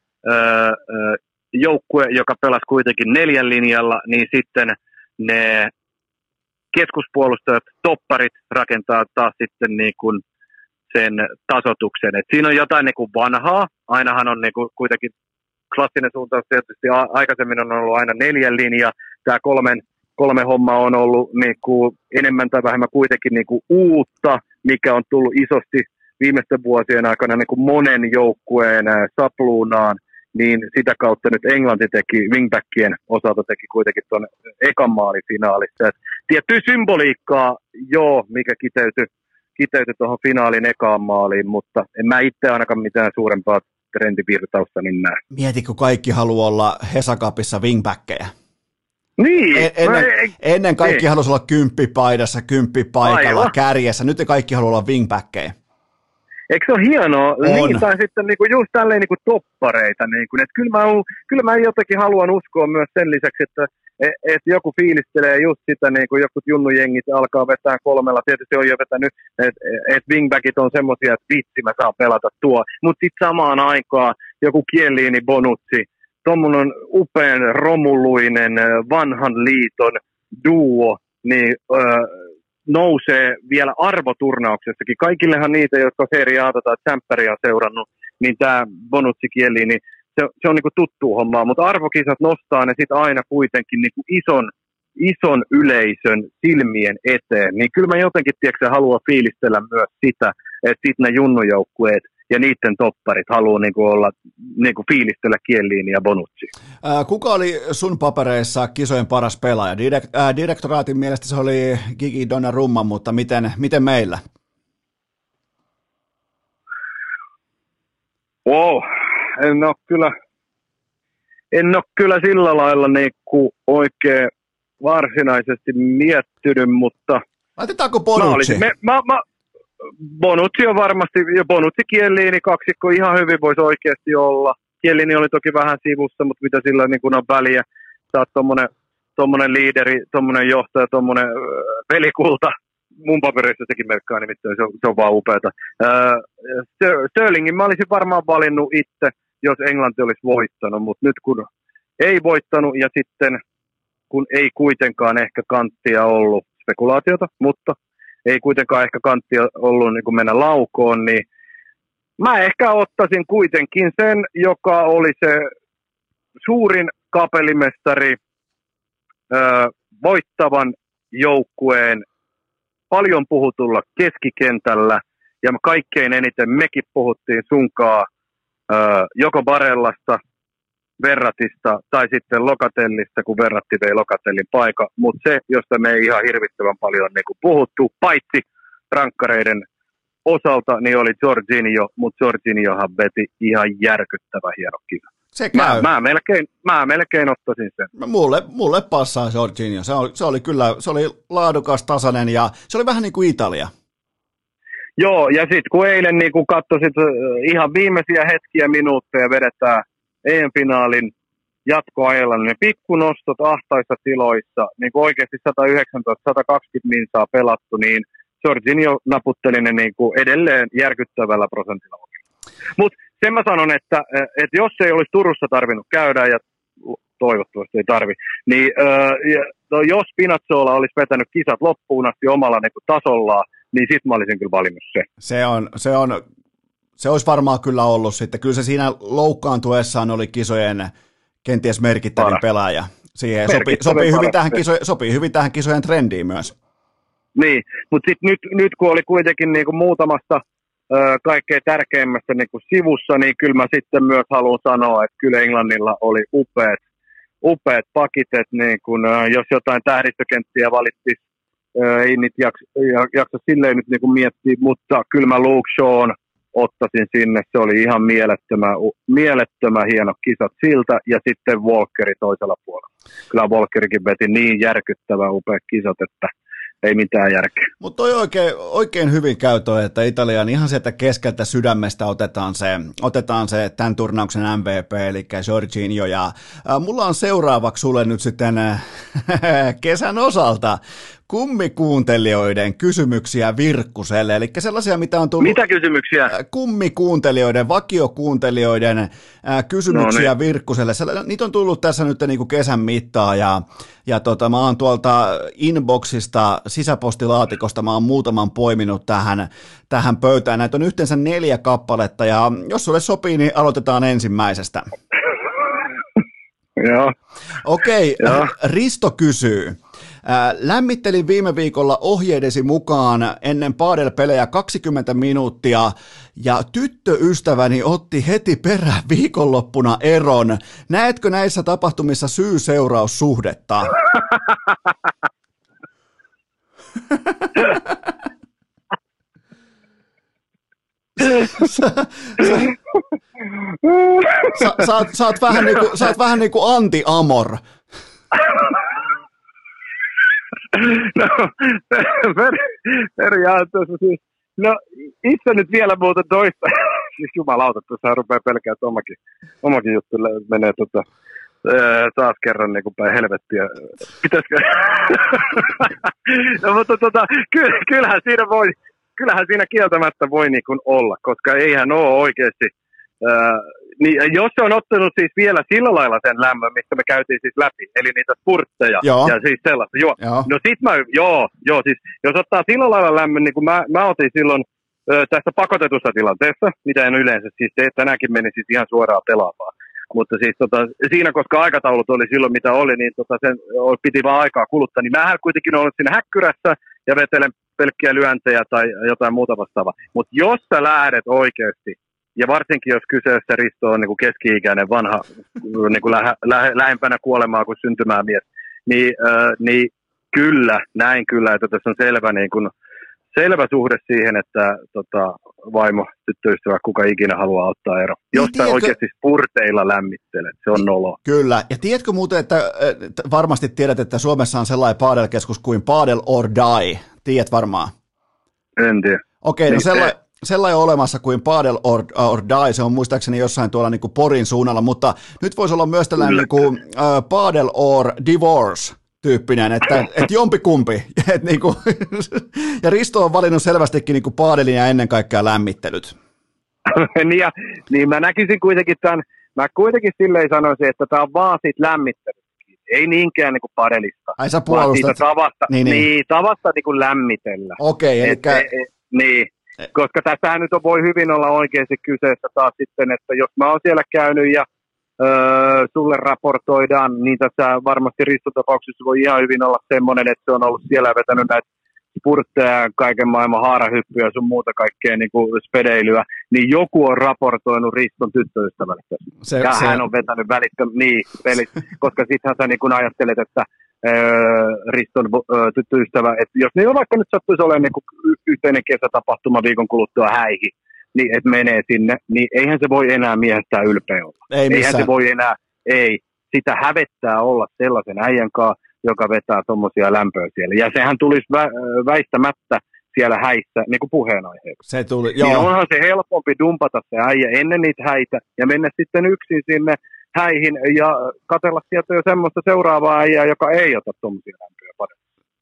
joukkue, joka pelasi kuitenkin 4 linjalla, niin sitten ne keskuspuolustajat, topparit rakentaa taas sitten niin kuin sen tasoituksen. Et siinä on jotain niin kuin vanhaa. Ainahan on niin kuin kuitenkin klassinen suuntaus tietysti aikaisemmin on ollut aina 4 linja. Tämä kolme homma on ollut niin kuin enemmän tai vähemmän kuitenkin niin kuin uutta, mikä on tullut isosti viimeisten vuosien aikana niin kuin monen joukkueen sapluunaan. Niin sitä kautta nyt Englanti teki, wingbackien osalta teki kuitenkin tuon ekan maalifinaalissa. Et tiettyä symboliikkaa, joo, mikä kiteytyi tuohon finaalin ekaan maaliin, mutta en mä itse ainakaan mitään suurempaa trendivirtausta niin näe. Mietitkö kaikki haluaa olla Hesakapissa wingbackkejä? Niin. Ennen kaikki halusi olla kymppipaidassa, kymppipaikalla, aivan, kärjessä. Nyt kaikki haluaa olla wingbackkejä. Eikö se ole hienoa? Niin, tai sitten niinku just tälleen niinku toppareita. Niinku, kyllä mä jotenkin haluan uskoa myös sen lisäksi, että joku fiilistelee just sitä, niin kuin jotkut junnujengit alkaa vetää 3. Tietysti on jo vetänyt, että wingbackit on semmoisia, että vitsi mä saan pelata tuo. Mutta sitten samaan aikaan joku Chiellini, Bonucci, tuommoinen upean romuluinen vanhan liiton duo, niin nousee vielä arvoturnauksessakin. Kaikillehan niitä, jotka Serie A tai Tsemppäriä on seurannut, niin tämä Bonucci, Chiellini, se on niinku tuttua hommaa, mutta arvokisat nostaa ne sitten aina kuitenkin niinku ison yleisön silmien eteen. Niin kyllä mä jotenkin haluan fiilistellä myös sitä, että sitten ne junnujoukkueet ja niiden topparit haluaa niinku olla niinku fiilistellä Chiellini ja Bonucci. Kuka oli sun papereissa kisojen paras pelaaja? Direktoraatin mielestä se oli Gigi Donnarumma, mutta miten meillä? Wow. En ole kyllä sillä lailla niinku oikein varsinaisesti miettinyt, mutta... Laitetaanko Bonucci? Bonucci on varmasti, ja Bonucci Chiellini kaksikko ihan hyvin voisi oikeasti olla. Chiellini oli toki vähän sivussa, mutta mitä sillä niin kun on väliä. Sä oot tommonen liideri, tommonen johtaja, tommonen velikulta. Mun paperissa sekin merkkaa nimittäin, se on vaan upeata. Sterlingin mä olisin varmaan valinnut itse, jos Englanti olisi voittanut, mutta nyt kun ei voittanut ja sitten kun ei kuitenkaan ehkä kanttia ollut, spekulaatiota, mutta ei kuitenkaan ehkä kanttia ollut niin kuin mennä laukoon, niin Mä ehkä ottaisin kuitenkin sen, joka oli se suurin kapellimestari, voittavan joukkueen paljon puhutulla keskikentällä, ja kaikkein eniten mekin puhuttiin sunkaa joko Barellasta, Verratista tai sitten Locatellista, kun Verratti vei Locatellin paikan, mutta se, josta me ei ihan hirvittävän paljon niin kuin puhuttu, paitsi rankkareiden osalta, niin oli Jorginho, mutta Jorginhohan veti ihan järkyttävä hieno kisa. Se käy. Mä melkein ottaisin sen. Mulle passaa Jorginho. Se oli laadukas, tasainen ja se oli vähän niin kuin Italia. Joo, ja sitten kun eilen niin kun katsoisit ihan viimeisiä hetkiä, minuutteja vedetään EM-finaalin jatkoajalla, niin ne pikkunostot ahtaissa tiloissa, niin kuin oikeasti 119-120 minsaa pelattu, niin Jorginho naputteli ne niin kuin edelleen järkyttävällä prosentilla. Mutta sen mä sanon, että jos ei olisi Turussa tarvinnut käydä, ja toivottavasti ei tarvi, niin jos Spinazzola olisi vetänyt kisat loppuun asti omalla niin kuin tasollaan, niin sit mä olisin kyllä valinnut Se olisi varmaan kyllä ollut sitten. Kyllä se siinä loukkaantuessaan oli kisojen kenties merkittävin pelaaja. Siihen sopii hyvin tähän kisojen trendiin myös. Niin, mutta sitten nyt kun oli kuitenkin niinku muutamasta kaikkein tärkeimmästä niinku sivussa, niin kyllä mä sitten myös haluan sanoa, että kyllä Englannilla oli upeat pakitet, niin kun, jos jotain tähdistökenttiä valittiin, ei niitä jaksa silleen nyt niinku miettiä, mutta kyllä mä Luke Shawn ottaisin sinne, se oli ihan mielettömän hieno kisat siltä, ja sitten Walkeri toisella puolella. Kyllä Walkerikin veti niin järkyttävän upeat kisat, että ei mitään järkeä. Mutta toi oikein hyvin käy toi, että Italian ihan sieltä keskeltä sydämestä otetaan se tämän turnauksen MVP, eli Jorginho, ja mulla on seuraavaksi sulle nyt sitten kesän osalta kummikuuntelijoiden kysymyksiä Virkkuselle, eli sellaisia, mitä on tullut... Mitä kysymyksiä? Kummikuuntelijoiden, vakiokuuntelijoiden kysymyksiä Virkkuselle. Niitä on tullut tässä nyt niin kuin kesän mittaan, ja mä oon tuolta inboxista, sisäpostilaatikosta, mä oon muutaman poiminut tähän pöytään. Näitä on yhteensä 4 kappaletta, ja jos sulle sopii, niin aloitetaan ensimmäisestä. Joo. Okei, Risto kysyy. Lämmittelin viime viikolla ohjeidesi mukaan ennen padelpelejä 20 minuuttia ja tyttöystäväni otti heti perään viikonloppuna eron. Näetkö näissä tapahtumissa syy-seuraussuhdetta? Sä oot vähän niin kuin anti-amor. No, periaatteessa siis, no itse nyt vielä muuten toista, siis jumalauta, tuossa rupeaa pelkää, että omakin juttu menee taas kerran niin kuin päin helvettiä. Pitäisikö? No, mutta kyllähän siinä kieltämättä voi niin kuin olla, koska eihän ole oikeasti, niin, jos se on ottanut siis vielä sillä lailla sen lämmön, mistä me käytiin siis läpi, eli niitä spurtteja ja siis sellaista. Joo. No sit siis jos ottaa sillä lailla lämmön, niin kuin mä otin silloin tässä pakotetussa tilanteessa, mitä en yleensä siis se, että tänäänkin meni siis ihan suoraan pelaamaan. Mutta siis siinä, koska aikataulut oli silloin mitä oli, niin sen piti vaan aikaa kuluttaa, niin mähän kuitenkin ollut siinä häkkyrässä ja vetelen pelkkiä lyöntejä tai jotain muuta vastaavaa. Mutta jos sä lähdet oikeasti, ja varsinkin jos kyseessä Risto on niin kuin keski-ikäinen vanha, niin kuin lähempänä kuolemaa kuin syntymää mies, niin näin kyllä, että tässä on selvä suhde siihen, että vaimo, tyttöystävä, kuka ikinä haluaa ottaa ero. Jos sä oikeasti spurteilla lämmittelet, se on nolo. Kyllä, ja tiedätkö muuten, että varmasti tiedät, että Suomessa on sellainen paadelkeskus kuin Padel or Die, tiedät varmaan? En tiedä. Okei, no sellainen olemassa kuin Padel or Die, se on muistaakseni jossain tuolla niin kuin Porin suunnalla, mutta nyt voisi olla myös tällainen niin kuin, Padel or Divorce -tyyppinen, että jompikumpi. Niinku, ja Risto on valinnut selvästikin niinku paadelin ja ennen kaikkea lämmittelyt. niin mä näkisin kuitenkin tämän, mä kuitenkin silleen sanoisin, että tämä on vaan siitä lämmittelystä. Ei niinkään niinku padelista. Ai sä puolustat. Tavasta niin kuin lämmitellä. Okei, eli... Niin. Koska tässähän nyt voi hyvin olla oikeasti kyseessä taas sitten, että jos mä oon siellä käynyt ja sulle raportoidaan, niin tässä varmasti ristotapauksessa voi ihan hyvin olla semmoinen, että se on ollut siellä ja vetänyt näitä spurtteja, kaiken maailman haarahyppyjä ja sun muuta kaikkea niin kuin spedeilyä, niin joku on raportoinut Riston tyttöystävälle. Hän on vetänyt pelit, koska sittenhän sä niin kun ajattelet, että Riston tyttöystävä, että jos ne vaikka nyt sattuisi olemaan niin kuin yhteinen kesätapahtuma viikon kuluttua häihin, niin että menee sinne, niin eihän se voi enää miehestää ylpeä olla. Eihän se voi enää, sitä hävettää olla sellaisen äijän kanssa, joka vetää tommosia lämpöä siellä. Ja sehän tulisi väistämättä siellä häissä niin kuin puheenaiheeksi. Se tuli, joo. Niin onhan se helpompi dumpata se äijä ennen niitä häitä ja mennä sitten yksin sinne häihin ja katsella sieltä jo semmoista seuraavaa äijää, joka ei ota tommosia lämpöä paljon.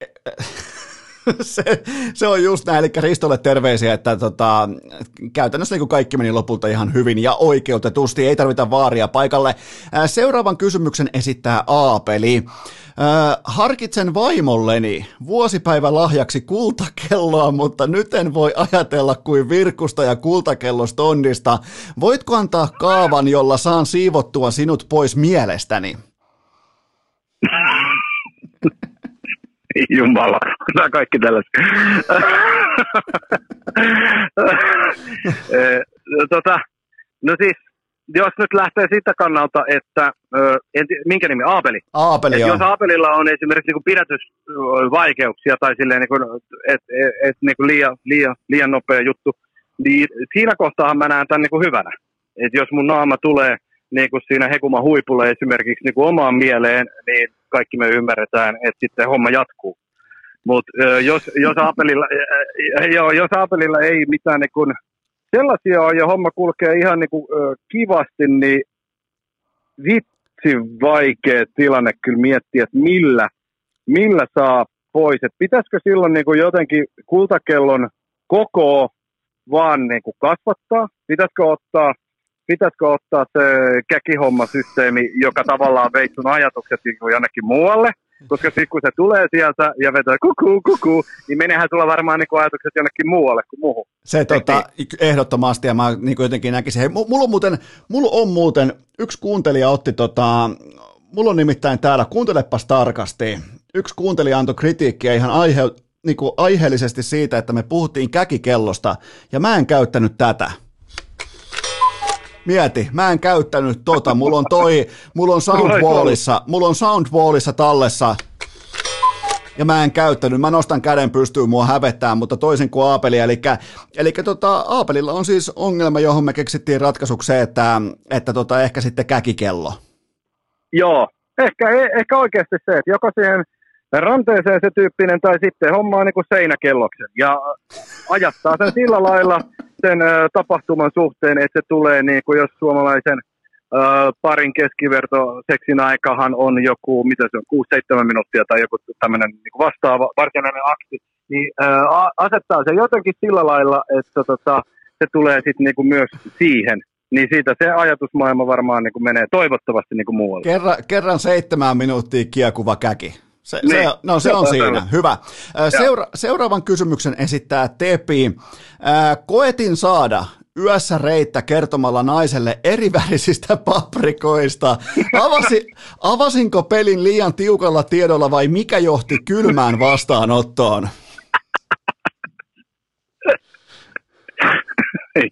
Se on just näin, eli Ristolle terveisiä, että käytännössä niin kaikki meni lopulta ihan hyvin ja oikeutetusti, ei tarvita vaaria paikalle. Seuraavan kysymyksen esittää Aapeli. Harkitsen vaimolleni vuosipäivän lahjaksi kultakelloa, mutta nyt en voi ajatella kuin Virkusta ja kultakellostonnista. Voitko antaa kaavan, jolla saan siivottua sinut pois mielestäni? Jumala, nämä kaikki tällaiset. No siis, jos nyt lähtee siitä kannalta, että, minkä nimi, Aapeli? Aapeli, jos Aapelilla on esimerkiksi niin kuin pidätysvaikeuksia tai silleen, niin kuin, niin liian nopea juttu, niin siinä kohtaa mä näen tämän niin kuin hyvänä. Että jos mun naama tulee niin kuin siinä hekuman huipulle esimerkiksi niin kuin omaan mieleen, niin kaikki me ymmärretään, että sitten homma jatkuu. Mutta jos Aapelilla ei mitään niin kun sellaisia on ja homma kulkee ihan niin kun, kivasti, niin vitsi vaikea tilanne kyllä miettiä, että millä saa pois. Et pitäisikö silloin niin kun jotenkin kultakellon kokoa vaan niin kun kasvattaa? Pitäisikö ottaa se käkihommasysteemi, joka tavallaan vei sun ajatukset jonnekin muualle, koska sitten kun se tulee sieltä ja vetää kuku, niin menehän sulla varmaan niin ajatukset jonnekin muualle kuin muuhun. Se ehdottomasti, ja mä niin jotenkin näkisin. Hei, mulla on muuten, yksi kuuntelija otti, mulla on nimittäin täällä, kuuntelepas tarkasti, yksi kuuntelija antoi kritiikkiä ihan aiheellisesti siitä, että me puhuttiin käkikellosta, ja mä en käyttänyt tätä. Mieti, mä en käyttänyt mulla on Soundwallissa tallessa, ja mä en käyttänyt, mä nostan käden pystyyn, mua hävettää, mutta toisin kuin Aapeli, eli Aapelilla on siis ongelma, johon me keksittiin ratkaisuksi se, että ehkä sitten käkikello. Joo, ehkä oikeasti se, että joko siihen ranteeseen se tyyppinen, tai sitten hommaa niin kuin seinäkelloksen, ja ajattaa sen sillä lailla, sen tapahtuman suhteen, että se tulee niin kuin jos suomalaisen parin keskivertoseksin aikahan on joku, mitä se on, 6-7 minuuttia tai joku tämmöinen niin kuin vastaava varsinainen akti, niin asettaa se jotenkin sillä lailla, että se tulee sitten niin kuin myös siihen. Niin siitä se ajatusmaailma varmaan niin kuin menee toivottavasti niin kuin muualle. Kerran 7 minuuttia kiekuva käki. Se on siinä. Hyvä. Seuraavan kysymyksen esittää Tepi. Koetin saada yössä reittä kertomalla naiselle erivärisistä paprikoista. Avasinko pelin liian tiukalla tiedolla vai mikä johti kylmään vastaanottoon? Ei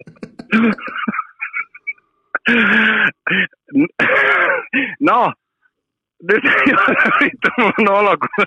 no, nyt vittu mulla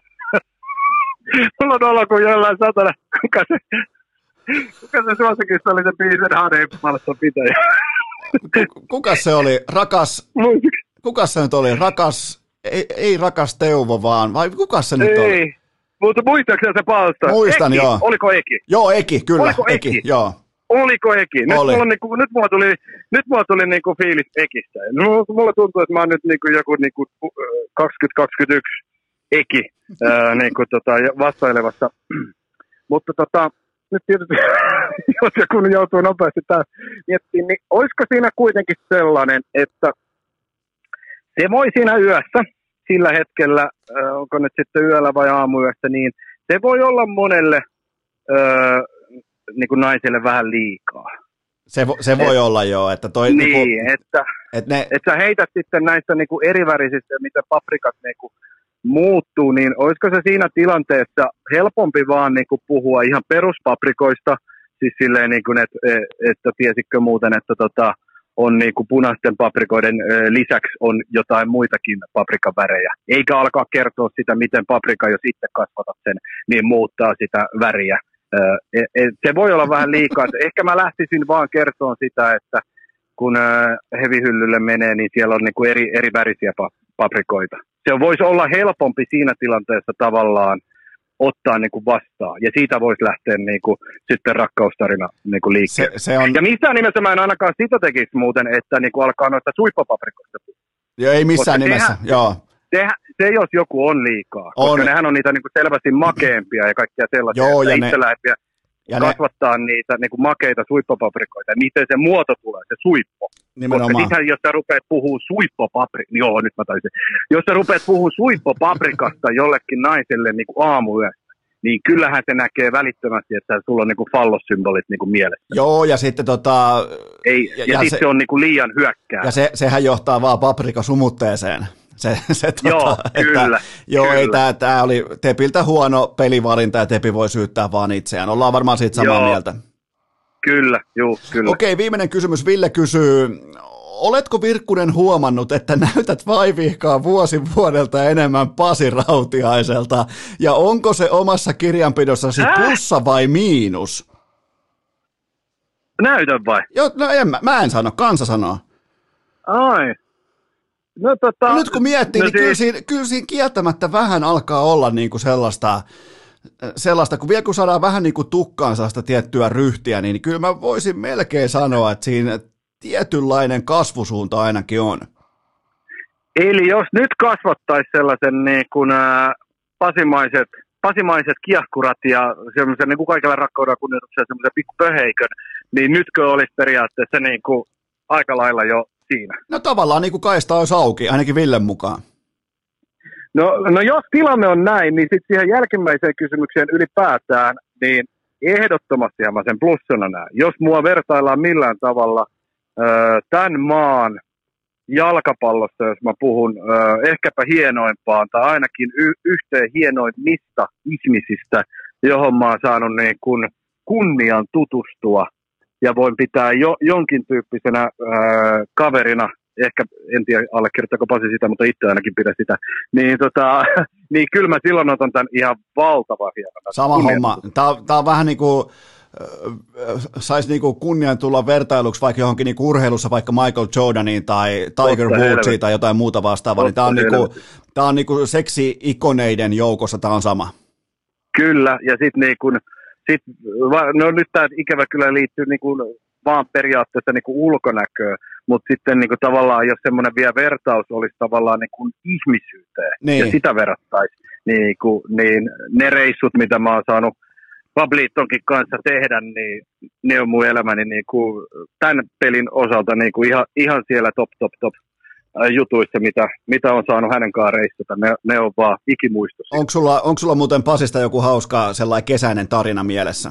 on olo, kun jollain satana, kuka se suosikissa oli se biisen Haneipalassa pitäjä. Kuka se oli? Kuka se nyt oli? Ei rakas Teuvo vaan, vai kuka se nyt oli? Ei, mutta muistaakseni se palsta? Muistan, Eki. Joo. Oliko Eki? Joo, Eki, kyllä. Oliko Eki? Joo. Oliko Eki? Nyt mulla tuli niinku fiilis Ekistä. Mulla tuntuu, että mä oon nyt niinku joku niinku 2021 Eki niinku vastailevassa. Mutta nyt tietysti, jos joku joutuu nopeasti miettimään, niin olisiko siinä kuitenkin sellainen, että se voi siinä yössä, sillä hetkellä, onko nyt sitten yöllä vai aamuyössä, niin se voi olla monelle niin kuin naiselle vähän liikaa. Se voi olla joo, että toi... Niin, että sä heität sitten näistä niin kuin erivärisistä, miten paprikat niin kuin muuttuu, niin olisiko se siinä tilanteessa helpompi vaan niin kuin puhua ihan peruspaprikoista, siis silleen, niin kuin, että tiesitkö muuten, että on niin kuin punaisten paprikoiden lisäksi on jotain muitakin paprikavärejä. Eikä alkaa kertoa sitä, miten paprika, jos itse kasvatat sen, niin muuttaa sitä väriä. Se voi olla vähän liikaa. Ehkä mä lähtisin vaan kertoa sitä, että kun hevihyllylle menee, niin siellä on niin kuin eri värisiä paprikoita. Se voisi olla helpompi siinä tilanteessa tavallaan ottaa niin kuin vastaan. Ja siitä voisi lähteä niin kuin, sitten rakkaustarina niin kuin liikkeelle. Se on... Ja missään nimessä mä en ainakaan sitä tekisi muuten, että niin kuin alkaa noista suippapaprikoista. Ja ei missään nimessä, joo. Se jos joku on liikaa, koska nehän on niitä niin kuin selvästi makeampia ja kaikkia sellaisia, joo, että itse lähtiä kasvattaa niitä niin kuin makeita suippapaprikoita. Ja miten se muoto tulee, se suippo. Nimenomaan. Koska sitten jos sä rupeat puhumaan jos sä rupeat puhumaan suippopaprikasta jollekin naiselle niin kuin aamuyöstä, niin kyllähän se näkee välittömästi, että sulla on niin kuin fallossymbolit niin kuin mielessä. Joo, ja sitten ja sitten se on niin kuin liian hyökkää. Ja sehän johtaa vaan paprikasumutteeseen. Joo, kyllä. Joo, ei tämä oli Tepiltä huono pelivalinta ja Tepi voi syyttää vaan itseään. Ollaan varmaan siitä samaa mieltä. Kyllä, juu, kyllä. Okei, viimeinen kysymys. Ville kysyy, oletko Virkkunen huomannut, että näytät vaivihkaa vuosi vuodelta enemmän Pasi Rautiaiselta? Ja onko se omassa kirjanpidossasi plussa vai miinus? Näytän vai? Joo, no mä en sano, kansa sanoo. Ai. No, nyt kun miettii, niin kyllä siinä kieltämättä vähän alkaa olla niinku sellaista, kun vielä kun saadaan vähän niin kuin tukkaan sellaista tiettyä ryhtiä, niin kyllä mä voisin melkein sanoa, että siinä tietynlainen kasvusuunta ainakin on. Eli jos nyt kasvattaisi sellaisen niin kuin pasimaiset kiehkurat ja semmoisen niin kuin kaikella rakkaudella kunnioituksella semmoisen pikku pöheikön, niin nytkö olisi periaatteessa niin kuin aika lailla jo siinä? No tavallaan niin kuin kaista olisi auki, ainakin Villen mukaan. No jos tilanne on näin, niin sitten siihen jälkimmäiseen kysymykseen ylipäätään, niin ehdottomasti mä sen plussana näen. Jos mua vertaillaan millään tavalla tämän maan jalkapallosta, jos mä puhun ehkäpä hienoimpaan tai ainakin yhteen hienoimmista ihmisistä, johon mä oon saanut niin kun kunnian tutustua ja voin pitää jonkin tyyppisenä kaverina, ehkä en tiedä allekirjoittaako Pasi sitä, mutta itse ainakin pidän sitä, niin kyllä mä silloin otan tämän ihan valtavan hienona. Sama homma. Tämä on vähän niin kuin saisi niinku kunnian tulla vertailuksi vaikka johonkin niinku urheilussa, vaikka Michael Jordaniin tai Tiger Woodsiin tai jotain muuta vastaavaa, niin tämä on niinku seksi-ikoneiden joukossa, tämä on sama. Kyllä, ja sitten nyt tämä ikävä kyllä liittyy niinku vaan periaatteessa niinku ulkonäköön, mutta sitten niinku tavallaan, jos semmoinen vielä vertaus olisi tavallaan niinku ihmisyyteen, niin. Ja sitä verrattaisiin, niin ne reissut, mitä mä oon saanut Pablitonkin kanssa tehdä, niin ne on mun elämäni niinku tämän pelin osalta niinku ihan siellä top jutuissa, mitä on saanut hänen kanssaan reissuta. Ne on vaan ikimuistossa. Onko sulla muuten Pasista joku hauska sellainen kesäinen tarina mielessä?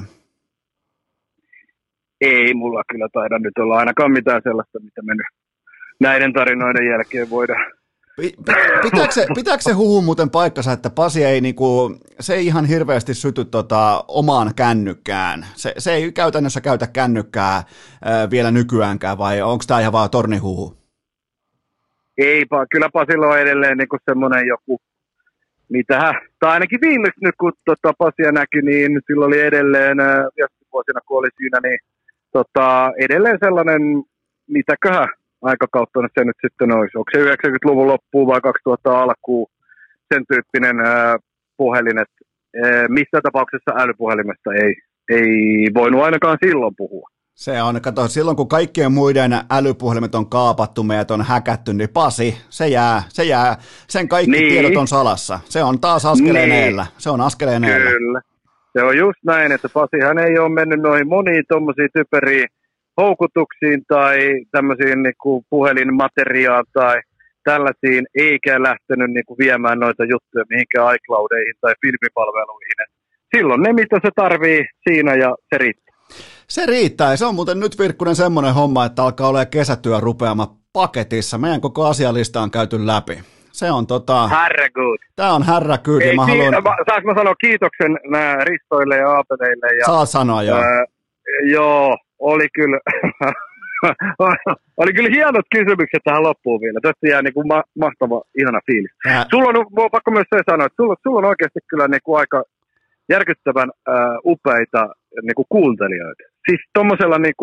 Ei mulla kyllä taida nyt olla ainakaan mitään sellaista, mitä me nyt näiden tarinoiden jälkeen voidaan. Pitääkö se huhu muuten paikkansa, että Pasi ei, se ei ihan hirveästi syty omaan kännykkään? Se ei käytännössä käytä kännykkää vielä nykyäänkään, vai onko tämä ihan vaan tornihuhu? Eipä, kyllä Pasilla on edelleen semmoinen joku, tai ainakin viimeksi nyt kun Pasia näki, niin sillä oli edelleen, vuosina kun oli siinä, niin edelleen sellainen, mitäköhän aikakautta se nyt sitten olisi. Onko se 90-luvun loppuun vai 2000 alkuun sen tyyppinen puhelin, että missä tapauksessa älypuhelimesta ei voinut ainakaan silloin puhua. Se on, kato, silloin kun kaikkien muiden älypuhelimet on kaapattu, meidät on häkätty, niin Pasi, se jää, sen kaikki tiedot on salassa. Se on taas askeleen eellä. Se on askeleen eellä. Kyllä. Se on just näin, että Pasihan ei ole mennyt noihin moniin tuommoisiin typeriin houkutuksiin tai tämmöisiin niinku puhelinmateriaan tai tällaisiin, eikä lähtenyt niinku viemään noita juttuja mihinkään iCloudeihin tai filmipalveluihin. Et silloin ne, mitä se tarvii siinä ja se riittää. Se riittää, ja se on muuten nyt Virkkunen semmoinen homma, että alkaa olla kesätyö rupeama paketissa. Meidän koko asialista on käyty läpi. Se on Herregud. Tää on herregud. Saanko mä sanoa kiitoksen Ristoille ja Aapeleille? Ja, saat sanoa, joo. Joo, oli kyllä... Oli kyllä hienot kysymykset tähän loppuun vielä. Tästä jää niinku mahtava, ihana fiilis. Sulla on pakko myös se sanoa, että sulla on oikeasti kyllä niinku aika järkyttävän upeita niinku kuuntelijoita. Siis tommosella niinku,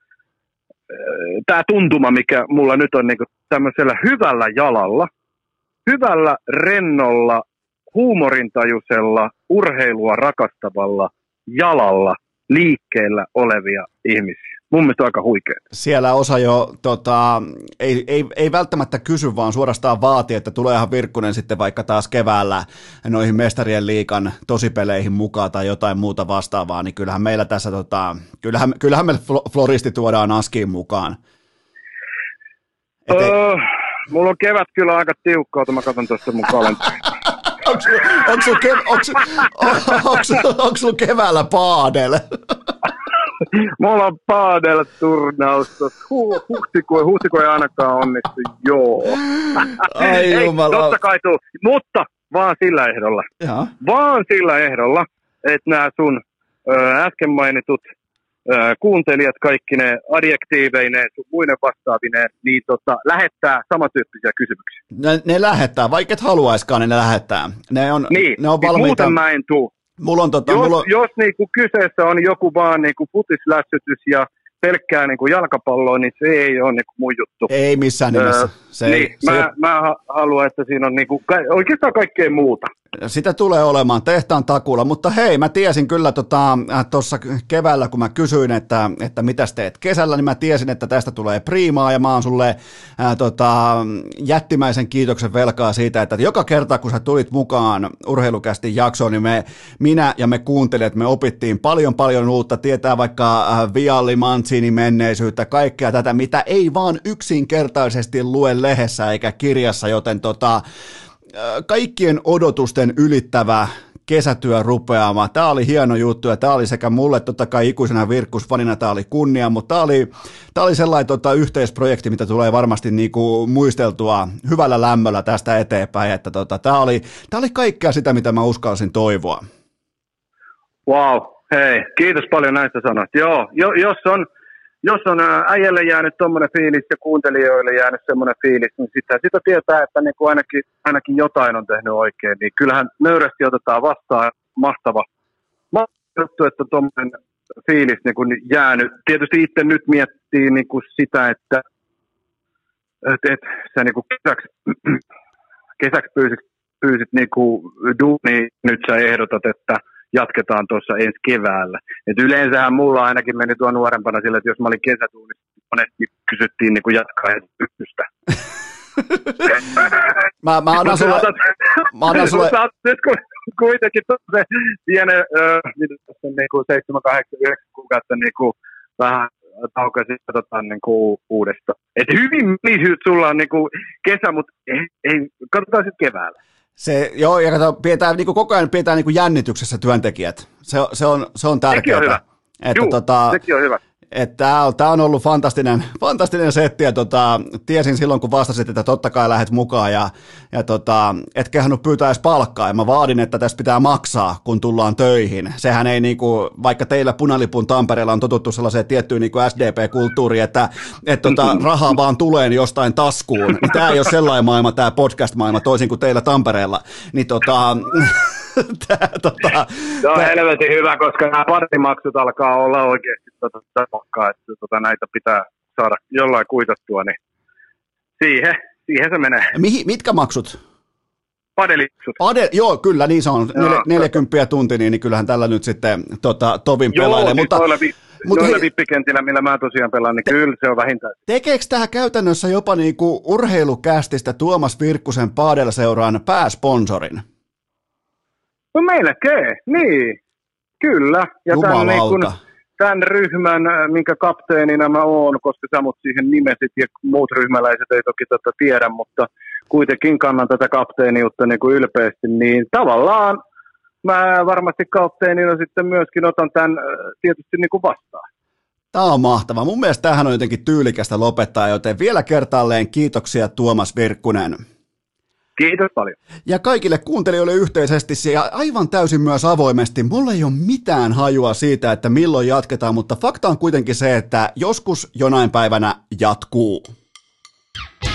tää tuntuma, mikä mulla nyt on niinku tämmöisellä hyvällä jalalla, hyvällä, rennolla, huumorintajuisella, urheilua rakastavalla jalalla liikkeellä olevia ihmisiä. Mun mielestä on aika huikea. Siellä osa jo ei välttämättä kysy, vaan suorastaan vaatii, että tuleehan Virkkunen sitten vaikka taas keväällä noihin Mestarien liigan tosipeleihin mukaan tai jotain muuta vastaavaa, niin kyllähän meillä tässä, kyllähän me floristi tuodaan askiin mukaan. Mulla on kevät kyllä aika tiukkaa, mä katson tuosta mun kalenterista. Onko sulla keväällä paadel? Mulla on paadel-turnaus. Huhtikuun ei ainakaan onnistu, joo. Ai jumala. Totta kai tuu, mutta vaan sillä ehdolla. Jaha. Vaan sillä ehdolla, että nämä sun äsken mainitut kuuntelijat, kaikki ne adjektiiveineen, sun muinen vastaavineen, niin lähettää samantyyppisiä kysymyksiä. Ne lähettää, vaikka et haluaiskaan, niin ne lähettää. Ne on valmiita. Muuten mä en tuu. Jos niinku kyseessä on joku vaan niinku futislässytys ja pelkkää niinku jalkapalloa, niin se ei ole niinku mun juttu. Ei missään nimessä. Mä haluan, että siinä on niinku oikeastaan kaikkea muuta. Sitä tulee olemaan tehtaan takuulla, mutta hei, mä tiesin kyllä tuossa keväällä, kun mä kysyin, että mitäs teet kesällä, niin mä tiesin, että tästä tulee priimaa, ja mä oon sulle jättimäisen kiitoksen velkaa siitä, että joka kerta, kun sä tulit mukaan Urheilukästin jaksoon, niin minä ja me kuuntelijat, me opittiin paljon uutta, tietää vaikka Vialli Mancinin menneisyyttä, kaikkea tätä, mitä ei vaan yksinkertaisesti lue lehdessä eikä kirjassa, joten kaikkien odotusten ylittävä kesätyö rupeama. Tämä oli hieno juttu ja tämä oli sekä mulle totta kai ikuisena Virkkusfanina tämä oli kunnia, mutta tämä oli sellainen yhteisprojekti, mitä tulee varmasti niinku muisteltua hyvällä lämmöllä tästä eteenpäin, että tämä oli kaikkea sitä, mitä mä uskalsin toivoa. Wow, hei, kiitos paljon näistä sanoista. Joo, jos on äijälle jäänyt tommoinen fiilis ja kuuntelijoille jäänyt semmoinen fiilis, niin sitä tietää, että niin kuin ainakin jotain on tehnyt oikein. Niin kyllähän nöyrästi otetaan vastaan mahtava juttu, että tommoinen fiilis niin kuin jäänyt. Tietysti itse nyt miettii niin kuin sitä, että sä niin kuin kesäksi pyysit niin kuin duuni, nyt sä ehdotat, että jatketaan tuossa ensi keväällä. Et yleensähän mulla ainakin meni tuo nuorempana sillä, että jos mä olin kesätuunissa, monesti kysyttiin niin kuin jatkaa ykköstä. Mä annan sulle... Nyt kuitenkin se pienen, mitä tässä on niin 7, 8, 9 kuukautta niin kuin vähän taukaisin katsotaan niin kuin uudestaan. Et hyvin sulla on niin kuin kesä, mutta ei, katsotaan sitten keväällä. Joo, ja pidetään niin kuin koko ajan niin kuin jännityksessä työntekijät. Se on tärkeää. Sekin on hyvä. Sekin on hyvä. Tämä on ollut fantastinen setti, ja tiesin silloin, kun vastasit, että totta kai lähdet mukaan, ja et kehannut pyytää edes palkkaa, ja mä vaadin, että tästä pitää maksaa, kun tullaan töihin. Sehän ei, niinku, vaikka teillä Punalipun Tampereella on totuttu sellaiseen tiettyyn niinku SDP-kulttuuriin, että rahaa vaan tulee jostain taskuun, niin tämä ei ole sellainen maailma, tämä podcast-maailma, toisin kuin teillä Tampereella, niin Se on helvetin hyvä, koska nämä partimaksut alkaa olla oikeasti että näitä pitää saada jollain kuitattua, niin siihen se menee. Mitkä maksut? Padelimaksut. Joo, kyllä, niin se on. 40 tunti, niin kyllähän tällä nyt sitten tovin pelailee. Siis noilla vippikentillä, millä mä tosiaan pelaan, niin kyllä se on vähintään. Tekeekö tähän käytännössä jopa niinku Urheilukästistä Tuomas Virkkusen Padel-seuran pääsponsorin? No melkein, niin. Kyllä. Ja tämän ryhmän, minkä kapteenina mä oon, koska sä mut siihen nimesit ja muut ryhmäläiset ei toki tiedä, mutta kuitenkin kannan tätä kapteeniutta niin kuin ylpeästi, niin tavallaan mä varmasti kapteenina sitten myöskin otan tämän tietysti niin kuin vastaan. Tämä on mahtavaa. Mun mielestä tämähän on jotenkin tyylikästä lopettaa, joten vielä kertaalleen kiitoksia Tuomas Virkkunen. Kiitos paljon. Ja kaikille kuuntelijoille yhteisesti ja aivan täysin myös avoimesti, mulla ei ole mitään hajua siitä, että milloin jatketaan, mutta fakta on kuitenkin se, että joskus jonain päivänä jatkuu.